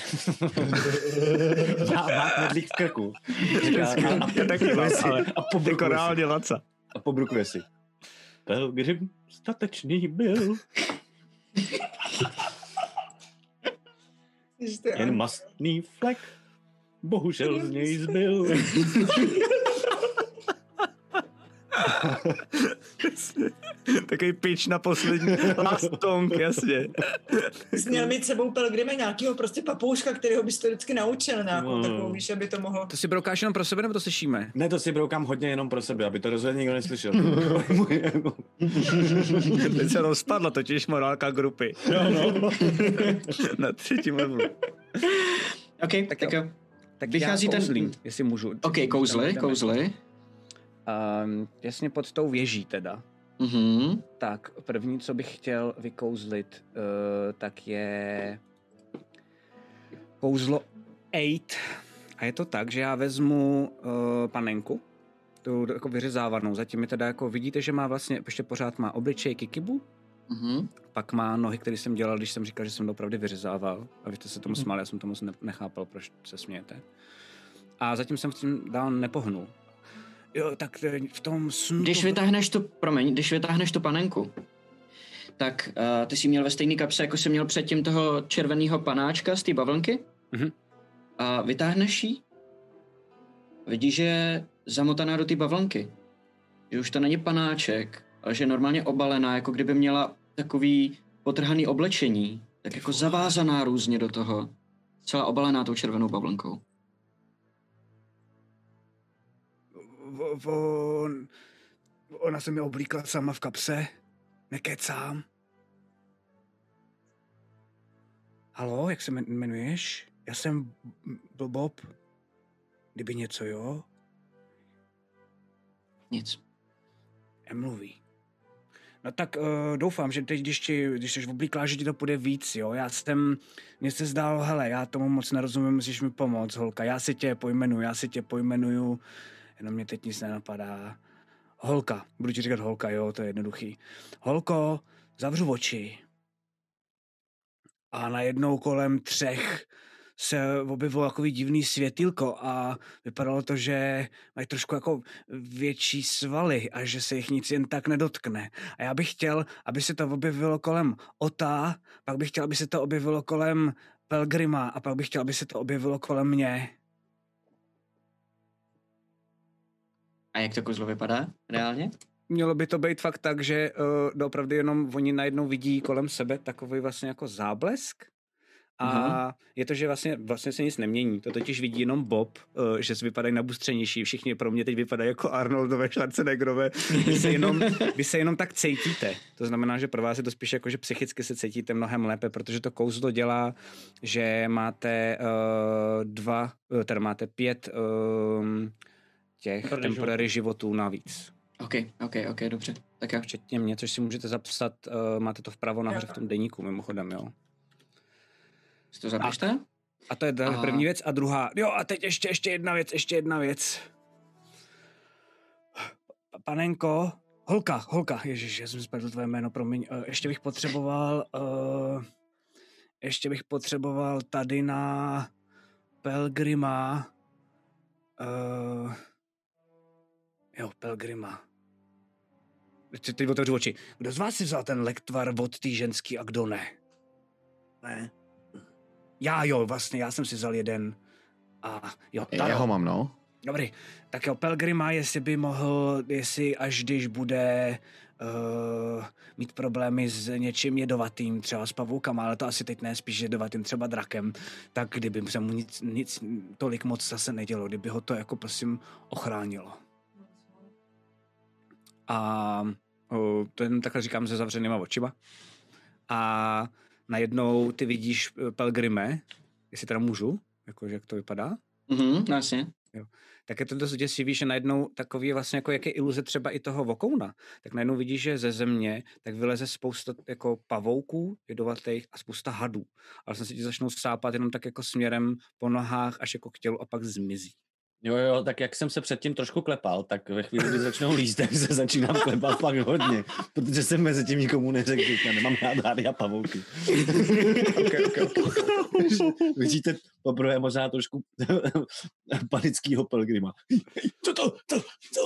má, má knedlík v krku. Říká, a, a,
Já taky mám, ale
a
jako
pobrukuje si.
reálně laca.
A pobrukuje si. Pelgrim statečný byl, jen mastný flek, bohužel z něj zbyl.
Takový pitch na poslední last song, jasně.
Jsi měl mít sebou Pelgrime nějakýho prostě papouška, kterého bys to vždycky naučil nějakou
No.
takovou, víš, aby to mohlo...
To si broukáš jenom pro sebe, nebo to slyšíme?
Ne, to si broukám hodně jenom pro sebe, aby to rozhodně nikdo neslyšel.
Teď se rozpadla totiž morálka grupy.
Jo, no.
Na třetím levelu.
OK, tak, tak jo.
Tak
Vychází
já
ten-
kouzlím, jestli můžu.
OK, kouzly, kouzly.
Um, jasně pod tou věží teda.
Mhm.
Tak první, co bych chtěl vykouzlit, uh, tak je kouzlo osm. A je to tak, že já vezmu uh, panenku, tu jako vyřezávanou. Zatím mi teda jako vidíte, že má vlastně, ještě pořád má obličej kikibu,
Mhm.
pak má nohy, které jsem dělal, když jsem říkal, že jsem opravdu vyřezával. A vy jste se tomu smáli, já jsem tomu ne- nechápal, proč se smějete. A zatím jsem v tím dál nepohnul. Jo, tak eh, v tom snu...
Když
to-
vytáhneš tu, promiň, když vytáhneš tu panenku, tak uh, ty jsi měl ve stejný kapse, jako jsi měl předtím toho červeného panáčka z té bavlnky.
Mhm.
A vytáhneš ji, vidíš, že je zamotaná do té bavlnky. Že už to není panáček, ale že je normálně obalená, jako kdyby měla takový potrhaný oblečení, tak jako zavázaná různě do toho. Celá obalená tou červenou bavlnkou.
O- On, ona se mi oblíkla sama v kapse. Nekecám. Halo, jak se men- jmenuješ? Já jsem B- Bob. Kdyby něco, jo?
Nic.
Nemluví. No tak uh, doufám, že teď, když, ti, když jsi oblíklá, že ti to půjde víc, jo? Já jsem, mně se zdálo, hele, já tomu moc nerozumím, musíš mi pomoct, holka. Já si tě pojmenuju, já si tě pojmenuju, jenom mě teď nic nenapadá. Holka, budu ti říkat holka, jo, to je jednoduchý. Holko, zavřu oči. A najednou kolem třech se objevilo takový divný světýlko a vypadalo to, že mají trošku jako větší svaly a že se jich nic jen tak nedotkne. A já bych chtěl, aby se to objevilo kolem Ota, pak bych chtěl, aby se to objevilo kolem Pelgrima a pak bych chtěl, aby se to objevilo kolem mě.
A jak to kouzlo vypadá reálně?
Mělo by to být fakt tak, že uh, doopravdy jenom oni najednou vidí kolem sebe takový vlastně jako záblesk. A
Aha.
je to, že vlastně, vlastně se nic nemění. To totiž vidí jenom Bob, uh, že se vypadají nabustřenější. Všichni pro mě teď vypadají jako Arnoldové, Schwarzeneggerové. Vy se, jenom, vy se jenom tak cítíte. To znamená, že pro vás je to spíš jako, že psychicky se cítíte mnohem lépe, protože to kouzlo dělá, že máte uh, dva, uh, teda máte pět um, těch
Temporary
temporary životů navíc.
OK, OK, OK, dobře. Tak jo.
Včetně mě, což si můžete zapsat, uh, máte to vpravo nahoře v tom deníku mimochodem, jo.
Si to zapište?
A to je ta
A-
první věc. A druhá, jo a teď ještě, ještě jedna věc, ještě jedna věc. Panenko, holka, holka, ježiš, já jsem spadl tvoje jméno, promiň. Uh, ještě bych potřeboval, uh, ještě bych potřeboval tady na Pelgrima, uh, jo, Pelgrima. Teď, teď otevřu oči. Kdo z vás si vzal ten lektvar od té ženský a kdo ne?
Ne.
Já jo, vlastně, já jsem si vzal jeden. A jo, Taro.
Já ho mám, no.
Dobrý, tak jo, Pelgrima, jestli by mohl, jestli až když bude uh, mít problémy s něčím jedovatým, třeba s pavoukama, ale to asi teď ne, spíš jedovatým, třeba drakem, tak kdyby se mu nic, nic tolik moc zase nedělo, kdyby ho to jako prosím ochránilo. A uh, to jen takhle říkám se zavřenýma očima. A najednou ty vidíš Pelgrime, jestli teda můžu, jakože jak to vypadá.
Mhm, vlastně.
Jo. Tak je to dost děsivý, že najednou takový vlastně jako jak je iluze třeba i toho vokouna, tak najednou vidíš, že ze země tak vyleze spousta jako pavouků jedovatých a spousta hadů. Ale vlastně si ti začnou sápat jenom tak jako směrem po nohách až jako k tělu a pak zmizí.
Jo, jo, tak jak jsem se předtím trošku klepal, tak ve chvíli, kdy začnou líst, tak se začínám klepat fakt hodně, protože jsem mezi tím nikomu neřekl, že já nemám rád hády a pavouky.
okay, okay, okay.
Vidíte poprvé možná trošku panickýho Pelgrima. Co to? Co? Co?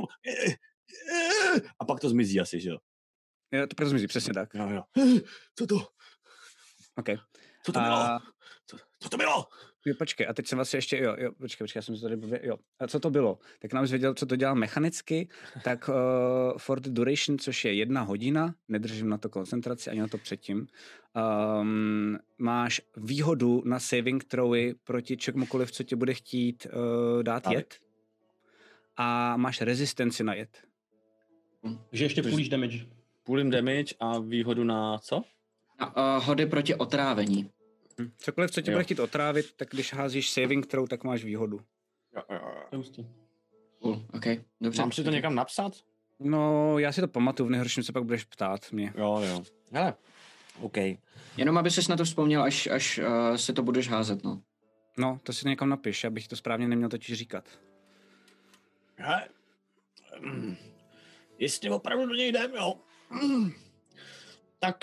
A pak to zmizí asi, že jo?
Jo, to pak zmizí, přesně tak.
Jo, jo. Co to?
Okay.
Co to bylo?
A...
Co, co to bylo?
Jo, počkej, a teď jsem vlastně ještě, jo, jo, počkej, počkej, já jsem se tady bavil, jo. A co to bylo? Tak nám zvěděl, co to dělal mechanicky, tak uh, for the duration, což je jedna hodina, nedržím na to koncentraci, ani na to předtím, um, máš výhodu na saving throwy proti čemukoliv, co tě bude chtít uh, dát
Ale.
jed. A máš rezistenci na jed.
Takže ještě půlíš damage.
Půlím damage a výhodu na co?
A, uh, hody proti otrávení.
Hm. Cokoliv, co tě
Jo.
bude chtít otrávit, tak když házíš saving throw, tak máš výhodu.
Jo, jo, jo.
To je hustý.
Cool, OK, dobře.
Mám si to někam napsat?
No, já si to pamatuju, v nejhorším se pak budeš ptát mě.
Jo, jo. Hele, OK.
Jenom aby ses na to vzpomněl, až, až uh, se to budeš házet, no.
No, to si někam napiš, abych to správně neměl totiž říkat.
Hele, mm, jestli opravdu do něj jdem, jo, mm, tak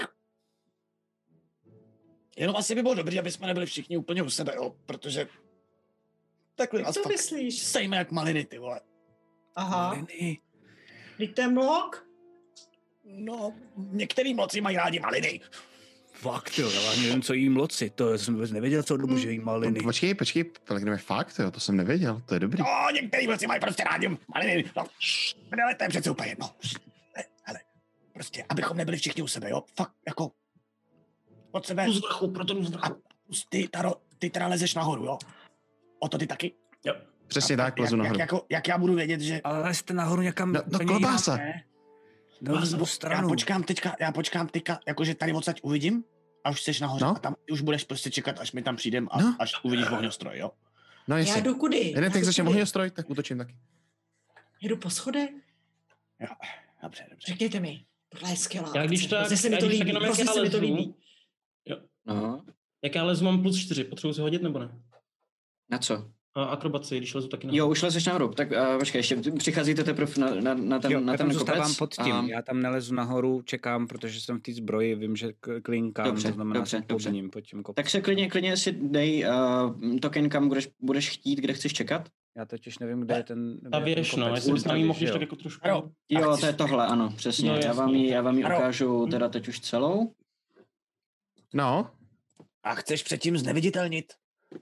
jenom asi by bylo dobrý, aby jsme nebyli všichni úplně u sebe, jo, protože takhle
Jak
nás
to
fakt
myslíš?
sejme jak maliny, ty vole.
Aha,
Maliny.
teď ten blok?
No, některý moci mají rádi maliny.
Fakt jo, já nevím, co jí mloci, to jsem vůbec nevěděl, co může jí maliny.
Počkej, počkej, Pelgrime, fakt, jo, to jsem nevěděl, to je dobrý.
No, některý moci mají prostě rádi maliny. No, ale to je přece úplně jedno. Hele, prostě, abychom nebyli všichni u sebe, jo, fakt, jako, od sebe.
Tu z vrchu, proto jdu z vrchu.
A ty, Taro, ty teda lezeš nahoru, jo? O to ty taky?
Jo.
Přesně tak, lezu
jak,
nahoru.
jak, jako, jak já budu vědět, že...
Ale jste nahoru někam...
No, no,
úplně
klobása.
jinam, ne? Na
Já,
druhou
já
stranu.
počkám teďka, já počkám teďka, jakože tady odsaď uvidím a už jsi nahoře
No.
a tam ty už budeš prostě čekat, až mi tam přijdem a
No.
až uvidíš ohňostroj, jo?
No
Já
jestli.
jdu kudy?
Jeden
Já
tak
jdu
začne
kudy?
ohňostroj, tak útočím taky.
Jedu po schodech?
Jo, dobře, dobře.
Řekněte mi, tohle je skvělá.
Já když
akce.
tak-
Hrozně se mi
já
to
když tak
líbí,
jenom jak
hrozně
já
se mi to
lezu.
líbí.
No,
Jak já lezu, mám plus čtyři, potřebuji si hodit nebo ne?
na co?
A akrobaci, když lezu taky na.
Jo, už lezeš nahoru, tak uh, počkej, ještě přicházíte teprve na, na, na ten,
Jo,
na
já tam
ten
zůstávám
kopec.
pod tím,
a-
já tam nelezu nahoru, čekám, protože jsem v té zbroji, vím, že k- klinkám,
Dobře,
to znamená,
dobře,
jsem pod
dobře.
ním, pod tím kopcem.
Tak se klidně, klidně si dej uh, token, kam budeš, budeš chtít, kde chceš čekat.
Já totiž nevím, kde je ten... kde
Ta
je ten
věž, no,
kopec.
jestli bys tam jí
Ta
mohl
věž,
ještě tak
jo.
jako trošku...
Aro,
Jo,
chceš-
to je tohle, ano, přesně.
No,
já
jasně.
vám ji, já vám ji
Ano.
ukážu teda teď už celou.
No,
A chceš předtím zneviditelnit?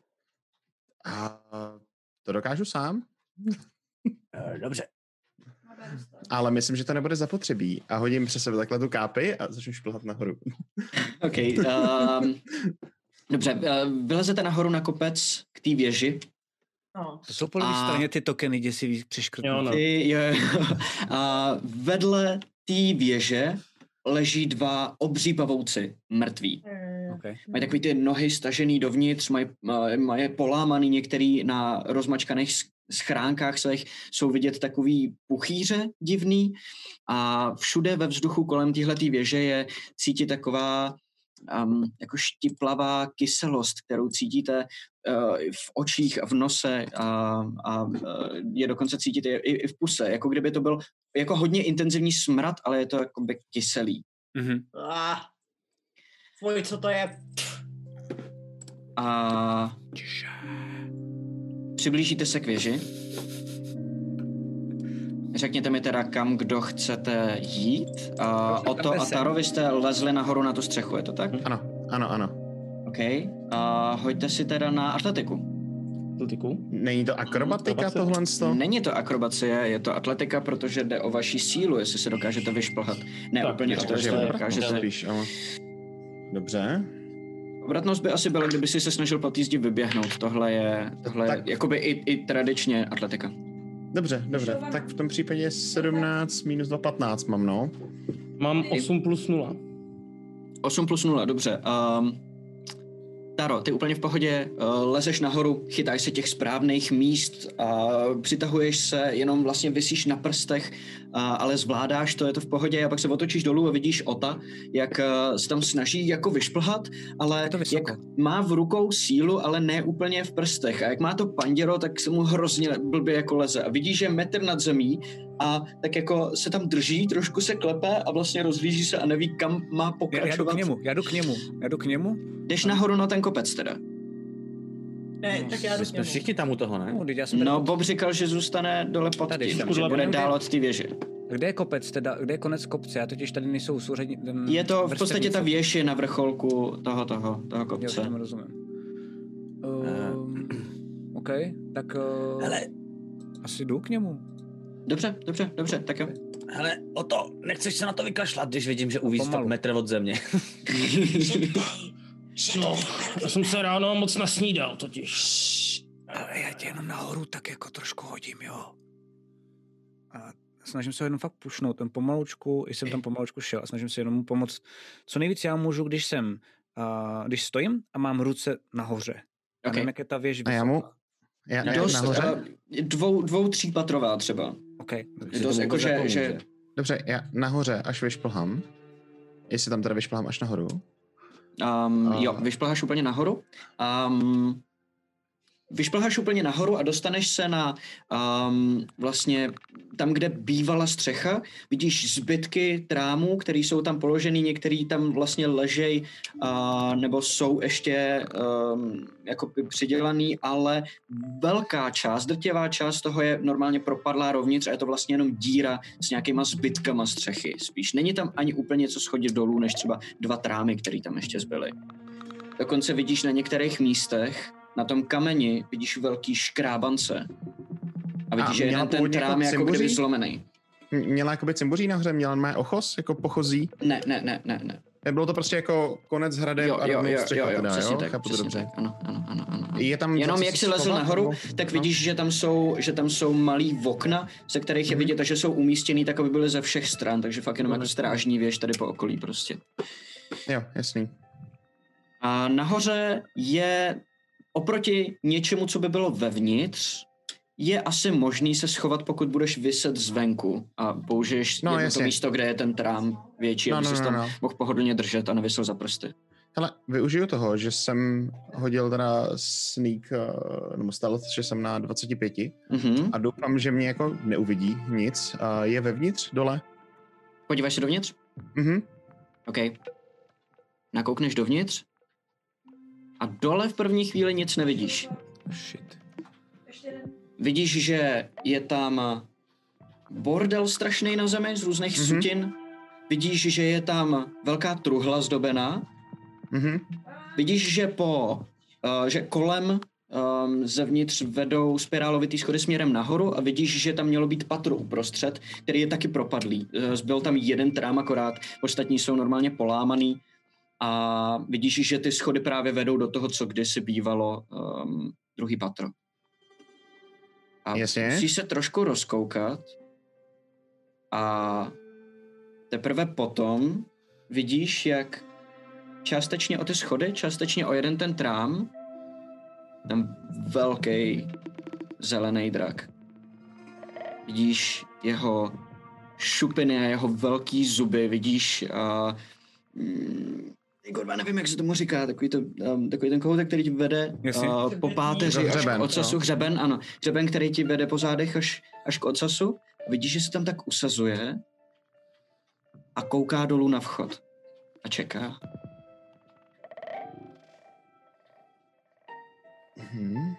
a to dokážu sám,
E, dobře.
ale myslím, že to nebude zapotřebí. A hodím přes sebe takhle tu kápi a začnu šplhat nahoru.
OK. Um, dobře, uh, vylezete nahoru na kopec k té věži.
No.
To jsou po levé
A-
straně ty tokeny děsivý přiškrtnutí.
Jo, no.
Ty, jo, jo. A vedle té věže leží dva obří pavouci, mrtví.
Okay.
Mají takový ty nohy stažený dovnitř, mají, mají polámaný některý na rozmačkaných sch- schránkách svých, jsou vidět takový puchýře divný a všude ve vzduchu kolem téhletý věže je cítit taková um, jako štiplavá kyselost, kterou cítíte uh, v očích a v nose a, a uh, je dokonce cítit i, i v puse, jako kdyby to byl jako hodně intenzivní smrad, ale je to jakoby kyselý.
Mhm.
Ah, fuj, co to je?
A přiblížíte se k věži. Řekněte mi teda, kam kdo chcete jít. A Oto a Taro, vy jste lezli nahoru na tu střechu, je to tak?
Ano, ano, ano.
OK. A hoďte si teda na atletiku.
Atletiku?
Není to akrobatika tohle?
Není to akrobacie, je to atletika, protože jde o vaši sílu, jestli se dokážete vyšplhat. Ne
Tak,
úplně o to, jestli dokážete.
Spíš, ale... Dobře.
Obratnost by asi byla, kdyby si se snažil po té zdi vyběhnout. Tohle je, tohle je
Tak.
jakoby i, i tradičně atletika.
Dobře, dobře. Tak v tom případě sedmnáct minus dva, patnáct mám, no.
Mám osm plus nula.
osm plus nula, dobře. Um, Taro, ty úplně v pohodě, uh, lezeš nahoru, chytáš se těch správných míst a přitahuješ se, jenom vlastně visíš na prstech, uh, ale zvládáš to, je to v pohodě a pak se otočíš dolů a vidíš Ota, jak uh, se tam snaží jako vyšplhat, ale jak má v rukou sílu, ale ne úplně v prstech a jak má to panděro, tak se mu hrozně blbě jako leze a vidíš, že je metr nad zemí a tak jako se tam drží, trošku se klepe a vlastně rozhlíží se a neví, kam má pokračovat.
Já, já jdu k němu, já jdu k němu, já jdu k němu.
Jdeš nahoru na ten kopec teda.
Ne, tak já jdu
My
k
jsme
němu.
všichni tam u toho, ne?
No, teď já jsem
No,
tady-
Bob říkal, že zůstane dole pod
Tady,
tím,
tady,
že
tady.
bude
Kde-
dál od té věže.
Kde je kopec teda, kde je konec kopce? Já totiž tady nejsou souřadní... ten
Je to v podstatě
vrstevníci.
ta věž je na vrcholku toho, toho, toho
Jo,
kopce.
tomu rozumím. Um, OK, tak uh,
Hele,
asi jdu k němu.
Dobře, dobře, dobře, tak jo.
hele, o to, nechceš se na to vykašlat, když vidím, že uvíz tak
Pomalu.
metr od země.
No, já jsem se ráno moc nasnídal totiž.
Ale já tě jenom nahoru tak jako trošku hodím, jo. A snažím se ho jenom fakt pušnout, ten pomalučku, i jsem tam pomalučku šel a snažím se jenom mu pomoct. Co nejvíc já můžu, když jsem, uh, když stojím a mám ruce nahoře. A
Ok.
nevím, jak je ta věž
A já mu...
vysoká.
Já, já
Dost,
nahoře?
uh, dvou, dvou, třípatrová třeba.
OK,
Je
dobře.
dost
tomu
jako,
vůbec
že,
nepomůže.
že
Dobře, já nahoře až vyšplhám. Jestli tam teda vyšplhám až nahoru.
Um,
A-
jo, vyšplháš úplně nahoru. Um, vyšplháš úplně nahoru a dostaneš se na um, vlastně tam, kde bývala střecha. Vidíš zbytky trámů, které jsou tam položený, některý tam vlastně ležej uh, nebo jsou ještě um, jako přidělaný, ale velká část, drtivá část toho je normálně propadlá rovnitř a je to vlastně jenom díra s nějakýma zbytkama střechy. Spíš není tam ani úplně co schodit dolů, než třeba dva trámy, které tam ještě zbyly. Dokonce vidíš na některých místech, na tom kameni vidíš velký škrábance. A vidíš,
A
že
měla
jeden ten
původně
trám je
jako
jako kdyby
cimbuří?
zlomený.
M- Měla jakoby cimbuří nahoře, měla má ochos, jako pochozí.
Ne, ne, ne, ne, ne.
Bylo to prostě jako konec hradeb
Jo,
a
jo,
rovnou
jo,
střecha
jo, jo,
teda,
přesně
jo?
tak,
Chápu to
přesně
dobře.
tak, ano, ano, ano, ano. ano.
Je tam
Jenom
za co
jak
se
si lezl
schovat,
nahoru,
nebo-
tak
no.
vidíš, že tam jsou, že tam jsou malý okna, ze kterých je
Mhm.
vidět, že jsou umístěný tak, aby byly ze všech stran, takže fakt jenom jako strážní věž tady po okolí prostě.
Jo, jasný.
A nahoře je oproti něčemu, co by bylo vevnitř, je asi možný se schovat, pokud budeš vyset zvenku a použiješ
No,
jedno to
jasně.
místo, kde je ten trám větší,
No,
aby
no,
ses
no,
tam
no.
mohl pohodlně držet a nevisel za prsty.
Hele, využiju toho, že jsem hodil teda sneak, eh, nebo stealth, že jsem na dvacet pět
Mhm.
a doufám, že mě jako neuvidí nic. A je vevnitř, dole?
Podíváš se dovnitř?
Mhm.
OK. Nakoukneš dovnitř a dole v první chvíli nic nevidíš.
Shit.
Vidíš, že je tam bordel strašný na zemi z různých
Mhm.
sutin. Vidíš, že je tam velká truhla zdobená.
Mhm.
Vidíš, že po, uh, že kolem um, zevnitř vedou spirálovitý schody směrem nahoru a vidíš, že tam mělo být patro uprostřed, který je taky propadlý. Uh, zbyl tam jeden trám akorát, ostatní jsou normálně polámaný a vidíš, že ty schody právě vedou do toho, co kdysi bývalo um, druhý patro. A
Jasně.
musíš se trošku rozkoukat a teprve potom vidíš, jak částečně o ty schody, částečně o jeden ten trám, tam velký zelený drak. Vidíš jeho šupiny a jeho velký zuby, vidíš a mm, kurva, nevím, jak se tomu říká, takový, to, um, takový ten kohoutek, který ti vede
Jasně.
uh, po páteři až
Hřeben,
k ocasu,
no.
hřeben, ano, hřeben, který ti vede po zádech až, až k ocasu, Vidíš, že se tam tak usazuje a kouká dolů na vchod a čeká.
Hmm. Uh,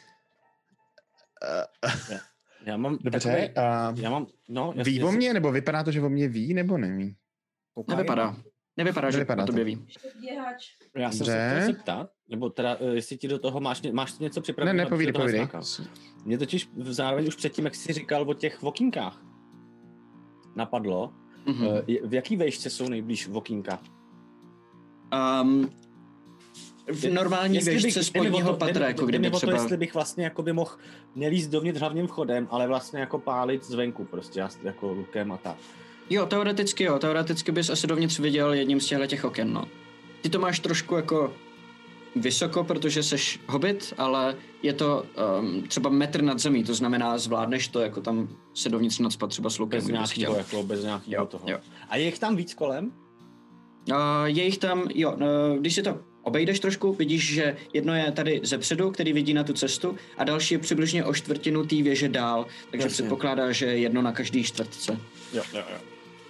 já, já mám
Dobře,
takový,
a
já mám, no, jasně,
ví o mě, nebo vypadá to, že o mě ví, nebo neví?
Nevypadá. Nevypadá, že
Nevypadá
o
to.
tobě ví.
Já jsem
Dobře.
se chtěl zeptat, nebo teda, eh, jestli ti do toho máš, ně- máš něco
Ne,
připraveného.
ne,
abych
povídej,
do toho
povídej.
neskákal. Mě totiž zároveň už předtím, jak jsi říkal o těch vokínkách, napadlo,
Mm-hmm.
eh, v jaký vejšce jsou nejblíž vokínka?
Um, v normální
Jestli bych-
výšce
jde mi o
spodního
to- jde mi-
patra, jako
jde
kdyby
mi o to,
třeba...
jestli bych vlastně jako by mohl nelíst dovnitř hlavním vchodem, ale vlastně jako pálit zvenku prostě, já s- jako lukem a tak.
Jo, teoreticky jo, teoreticky bys asi dovnitř viděl jedním z těchto těch oken, no. Ty to máš trošku jako vysoko, protože seš hobbit, ale je to um, třeba metr nad zemí, to znamená, zvládneš to, jako tam se dovnitř nadspat třeba s lukem,
Bez
kdybys
nějakého,
chtěl.
jako bez nějakého
Jo,
toho.
jo.
A je jich tam víc kolem?
Uh, je jich tam, jo, uh, když si to obejdeš trošku, vidíš, že jedno je tady zepředu, který vidí na tu cestu, a další je přibližně o čtvrtinu té věže dál, takže
Jasně.
předpokládá, že je jedno na každý čtvrtce.
Jo, jo, jo.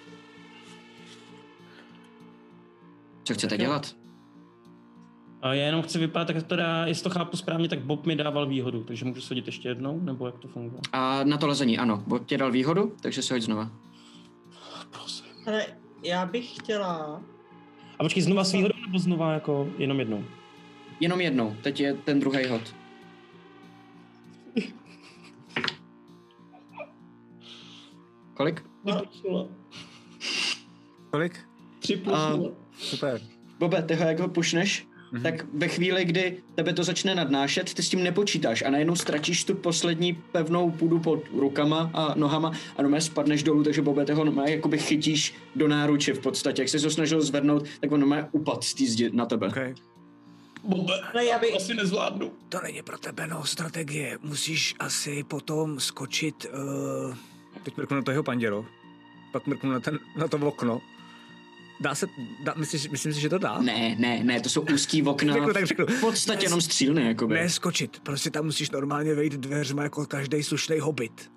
Co chcete dělat?
A já jenom chci vypadat, tak teda, jestli to chápu správně, tak Bob mi dával výhodu, takže můžu shodit ještě jednou, nebo jak to funguje?
A na to lezení, ano, Bob tě dal výhodu, takže se hoď znova.
Ale já bych chtěla...
A počkej, znova s výhodou, nebo znova jako jenom jednou?
Jenom jednou, teď je ten druhý hod. Kolik?
Kolik?
Tři plus
A-
nula.
Super.
Bobe, ty ho jak ho pušneš, mm-hmm. tak ve chvíli, kdy tebe to začne nadnášet, ty s tím nepočítáš a najednou ztratíš tu poslední pevnou půdu pod rukama a nohama a normálně spadneš dolů, takže Bobe, ty ho normálně jakoby chytíš do náruče v podstatě. Jak jsi ho snažil zvednout, tak on normálně upad z té zdi na tebe.
Okay.
Bobe,
Ale já bych...
asi nezvládnu.
To není pro tebe no strategie. Musíš asi potom skočit... Uh... Teď mrknu na to jeho panděro. Pak mrknu na, ten, na to okno. Dá se... Dá, myslíš, myslím si, že to dá?
Ne, ne, ne, to jsou úzký okna,
Řeknu, tak řeknu.
v podstatě jenom střílny, jakoby.
Ne skočit. Prostě tam musíš normálně vejít dveřma jako každý slušný hobbit.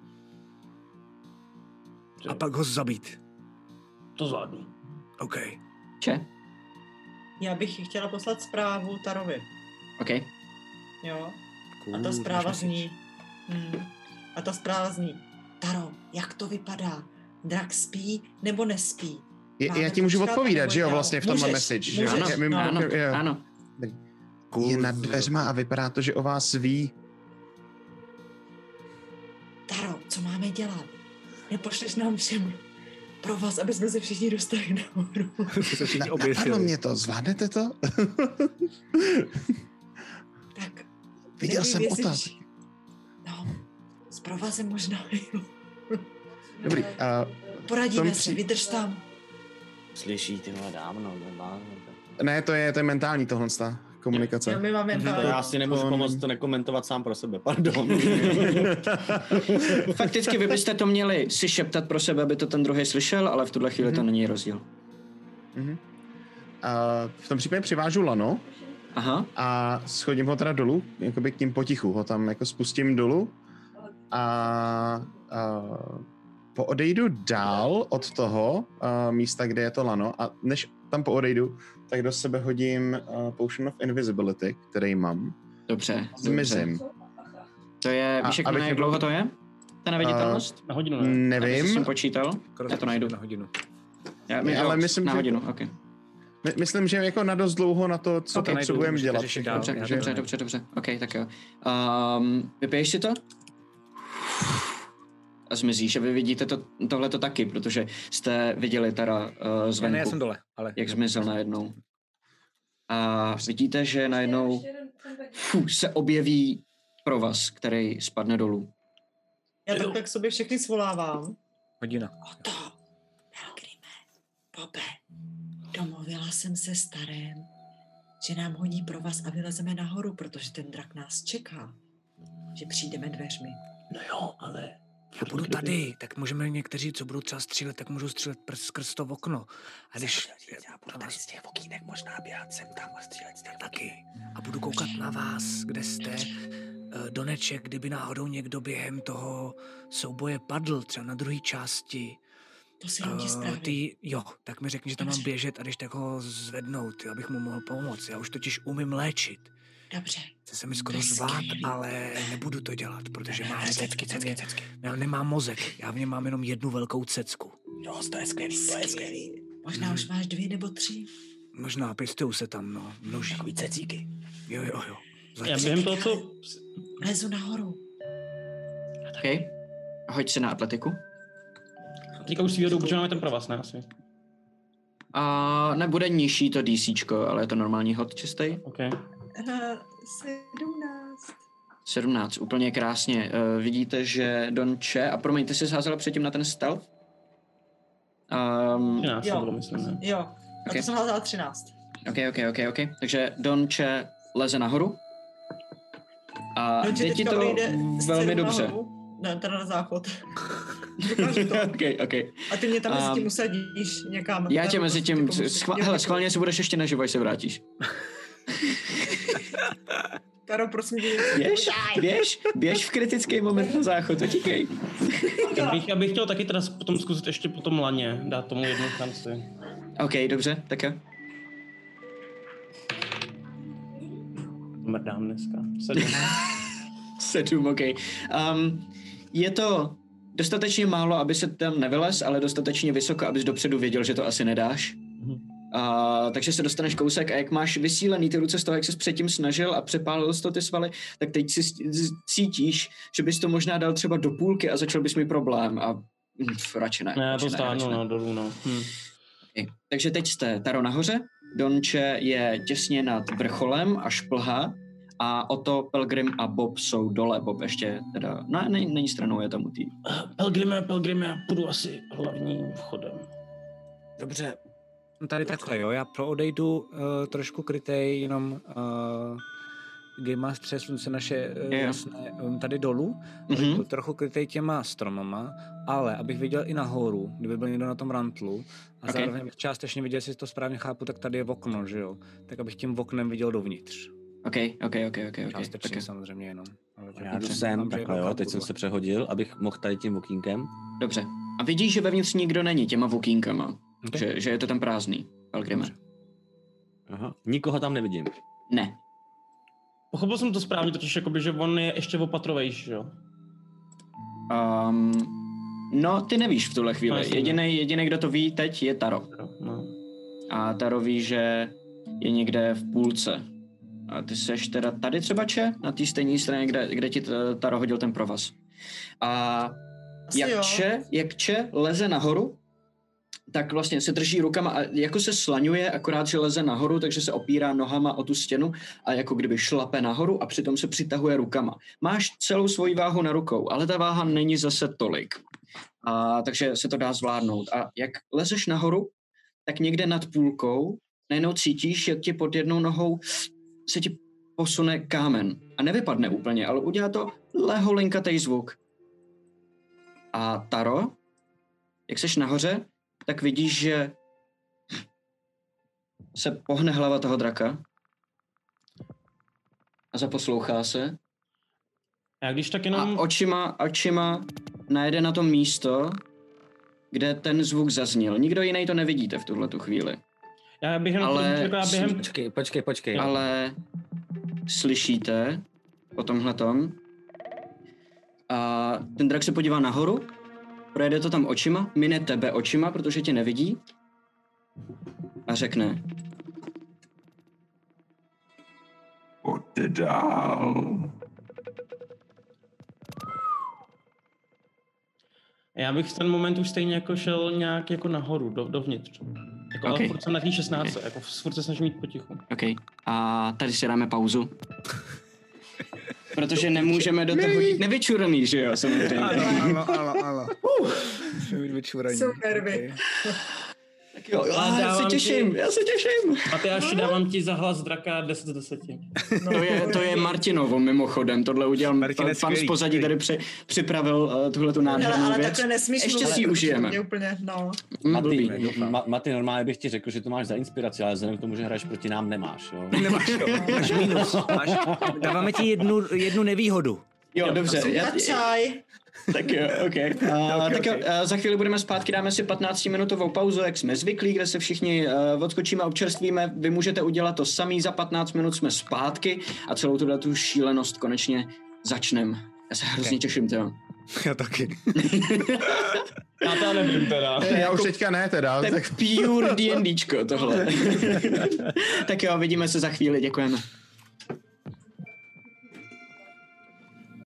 A pak ho zabít.
To zvládnu.
OK.
Če?
Já bych chtěla poslat zprávu Tarovi.
OK.
Jo?
Cool,
A ta
máš
zpráva
message.
zní... Hmm. A ta zpráva zní... Taro, jak to vypadá? Drak spí nebo nespí?
Je,
Máme
já ti můžu
počkat,
odpovídat,
nebo
že jo,
dál?
vlastně v tomhle
Můžeš,
message. Že jo?
můžeš,
Je- my-
no.
Ano,
jo.
ano.
Je nad dveřma a vypadá to, že o vás ví.
Taro, co máme dělat? Nepošleš nám všem pro vás, aby jsme se všichni dostali nahoru.
Se všichni
Na,
oběsili.
napadlo mě to, zvládnete to?
Tak,
Viděl
nevím,
jsem
jestli
otaz.
vš- No, s provazem možná. jo.
Dobrý, a
Poradíme
tom
se,
při-
vydrž tam.
Slyší ty vole dávno, nemá.
ne, to je, to je mentální tohle ta
Jo,
komunikace.
my máme
To já si nemůžu
To-
pomoct to nekomentovat sám pro sebe, pardon.
Fakticky vy byste to měli si šeptat pro sebe, aby to ten druhý slyšel, ale v tuhle chvíli to není rozdíl.
Mhm. A v tom případě přivážu lano
Aha.
a schodím ho teda dolů, jakoby k tím potichu, ho tam jako spustím dolů a, a poodejdu dál od toho a, místa, kde je to lano, a než tam poodejdu, tak do sebe hodím uh, Potion of Invisibility, který mám.
Dobře, dobře.
Zmizím.
To je,
A-
víš, jak,
abych
jak
nebyl-
dlouho to je? Ta neviditelnost?
Na hodinu
Mm,
ne.
Abych si s tím
Nevím,
počítal? Já to najdu.
Na hodinu.
Já,
Ne,
jo,
ale myslím,
na
že-
hodinu, ok.
My, myslím, že jako na dost dlouho na to, co
No to najdu,
potřebujeme
můžete
dělat.
řešit dál.
Dobře,
já to
dobře,
nevím.
dobře, dobře, ok, tak jo. Um, vypiješ si to? A zmizíš a vy vidíte to, tohleto taky, protože jste viděli teda uh,
Ne,
zvenku,
ne, já jsem dole, ale...
jak zmizel najednou. A vidíte, že najednou fu, se objeví provaz, který spadne dolů.
Já tak k sobě všechny svolávám.
Hodina.
Oto, Pelgrime, Bobe, domluvila jsem se starém, že nám hodí pro vás a vylezeme nahoru, protože ten drak nás čeká, že přijdeme dveřmi.
No jo, ale
Já budu tady, tak můžeme někteří, co budou třeba střílet, tak můžou střílet prst skrz to okno. A když...
Já budu tady z těch okýnek možná běhat sem tam a střílet z těch
taky. A budu koukat na vás, kde jste. Doneček, kdyby náhodou někdo během toho souboje padl, třeba na druhé části.
To si nám uh,
ty, jo, tak mi řekni, že tam mám běžet a když tak ho zvednout, abych mu mohl pomoct. Já už totiž umím léčit.
Dobře.
Chce se mi skoro zvát, ale nebudu to dělat, protože mám cecky, cecky, cecky. Já nemám mozek, já v něm mám jenom jednu velkou cecku.
Jo, to je skvělý, to je skvělý.
Možná hmm. už máš dvě nebo tři.
Možná, pěstuju se tam, no. Množí.
Takový cecíky.
Jo, jo, jo.
Já během toho, co...
Lezu nahoru.
OK. Hoď se na atletiku.
Teďka už si vědou, protože máme ten provaz, ne asi.
A nebude nižší to DCčko, ale je to normální hod čistý.
OK.
Uh, sedmnáct.
sedmnáct, úplně krásně. Uh, vidíte, že Donče, a promiňte, jsi sházela předtím na ten stealth? Um,
třináct jo. Bylo, myslím, ne?
Jo, a okay. To jsem házela třináct.
OK, OK, OK, OK. Takže Donče leze nahoru. A jde ti to velmi dobře. Nahoru.
Ne, teda na záchod.
okay, okay.
A ty mě tam mezi tím usadíš někam.
Já tě mezi tím, schvál, hele, schválně si budeš ještě naživo, až se vrátíš.
Taro, prosím tě.
Běž, běž, běž v kritický moment na záchod, utíkej.
Já bych, já bych chtěl taky teda potom zkusit ještě po tom laně, dát tomu jednu šanci.
OK, dobře, tak jo.
Mrdám dneska. Sedm.
Sedm, OK. Um, je to dostatečně málo, aby se tam nevylez, ale dostatečně vysoko, abys dopředu věděl, že to asi nedáš. Mm-hmm. Uh, takže se dostaneš kousek a jak máš vysílený ty ruce z toho, jak jsi předtím snažil a přepálil jsi to ty svaly, tak teď si cítíš, že bys to možná dal třeba do půlky a začal bys mít problém a pff, radši ne.
Ne, to stáhnu, no, dolů, no. Hm.
Okay. Takže teď jste Taro nahoře, Donče je těsně nad vrcholem a šplhá a Otto, Pelgrim a Bob jsou dole. Bob ještě teda, no, není, není stranou, je tam u tý.
Pelgrime, Pelgrime, já půjdu asi hlavním vchodem.
Dobře. Tady takhle, jo, já proodejdu uh, trošku krytej, jenom uh, Game Master slunce naše uh, jasné, um, tady dolů, mm-hmm. trochu krytej těma stromama, ale abych viděl i nahoru, kdyby byl někdo na tom rantlu a okay. zároveň bych částečně viděl, jestli to správně chápu, tak tady je okno, že jo, tak abych tím oknem viděl dovnitř.
OK, OK, OK, OK.
Částečně
okay.
samozřejmě jenom. Ale
já jdu sem, takhle jo, teď jsem se přehodil, abych mohl tady tím okýnkem.
Dobře. A vidíš, že vevnitř nikdo není těma okýnkama. Okay. Že, že je to ten prázdný, Pelgrime.
Aha, nikoho tam nevidím.
Ne.
Pochopil jsem to správně, totiž jakoby, že on je ještě opatrovejší, jo?
Um, no, ty nevíš v tuhle chvíli. Jediný, jediný, kdo to ví teď, je Taro.
No.
A Taro ví, že je někde v půlce. A ty seš teda tady třeba, Če? Na té stejné straně, kde, kde ti Taro hodil ten provaz. A jak Če, jak Če leze nahoru, tak vlastně se drží rukama a jako se slaňuje, akorát, že leze nahoru, takže se opírá nohama o tu stěnu a jako kdyby šlape nahoru a přitom se přitahuje rukama. Máš celou svoji váhu na rukou, ale ta váha není zase tolik. A, takže se to dá zvládnout. A jak lezeš nahoru, tak někde nad půlkou najednou cítíš, jak ti pod jednou nohou se ti posune kámen. A nevypadne úplně, ale udělá to leholinkatej zvuk. A Taro, jak seš nahoře, tak vidíš, že se pohne hlava toho draka a zaposlouchá se.
A když tak jenom...
A očima, očima najde na to místo, kde ten zvuk zazněl. Nikdo jiný to nevidíte v tuhletu chvíli.
Já bych jenom...
Ale...
Během...
Počkej, počkej, počkej.
Ale slyšíte o tomhletom a ten drak se podívá nahoru, projede to tam očima, mine tebe očima, protože tě nevidí a řekne:
Pojďte dál.
Já bych v ten moment už stejně jako šel nějak jako nahoru, do, dovnitř. Jako okay. Ale furt jsem na té šestnáctce, okay. Jako furt se snažím jít potichu.
OK. A tady si dáme pauzu. Protože nemůžeme do toho jít nevyčuraný, že jo, samozřejmě.
Ano, ano, ano, ano. Musíme být vyčuraný.
Super, vy.
Tak Jo, jo,
A
já se
dávám
těším,
ti-
já se těším.
Matyáši, dávám ti za hlas draka deset z deseti.
No, to je, to je Martinovo mimochodem, tohle udělal
Martin je
pan, pan z
skvělý,
pozadí, tady při, připravil uh, tuhletu
Ale,
nádhernou
ale
věc.
takhle nesmíš
Ještě
mluvit,
si ji
protože
užijeme.
mě úplně, no.
Mm,
Maty,
blbý.
Ma, Maty, normálně bych ti řekl, že to máš za inspiraci, ale vzhledem k tomu, že hraješ proti nám, nemáš. Jo?
Nemáš, jo. Máš minus. Máš, dáváme ti jednu, jednu nevýhodu.
Jo, dobře. Já,
Začaj.
tak jo, ok. Uh, tak jo, uh, za chvíli budeme zpátky, dáme si patnáctiminutovou pauzu, jak jsme zvyklí, kde se všichni uh, odskočíme, občerstvíme. Vy můžete udělat to samý, za patnáct minut jsme zpátky a celou tuhle tu šílenost konečně začneme. Já se hrozně těším, to.
Já taky.
Já to nevím teda.
Já už teďka ne teda.
To je
Tak
pure D and Dčko tohle. Tak jo, vidíme se za chvíli, děkujeme.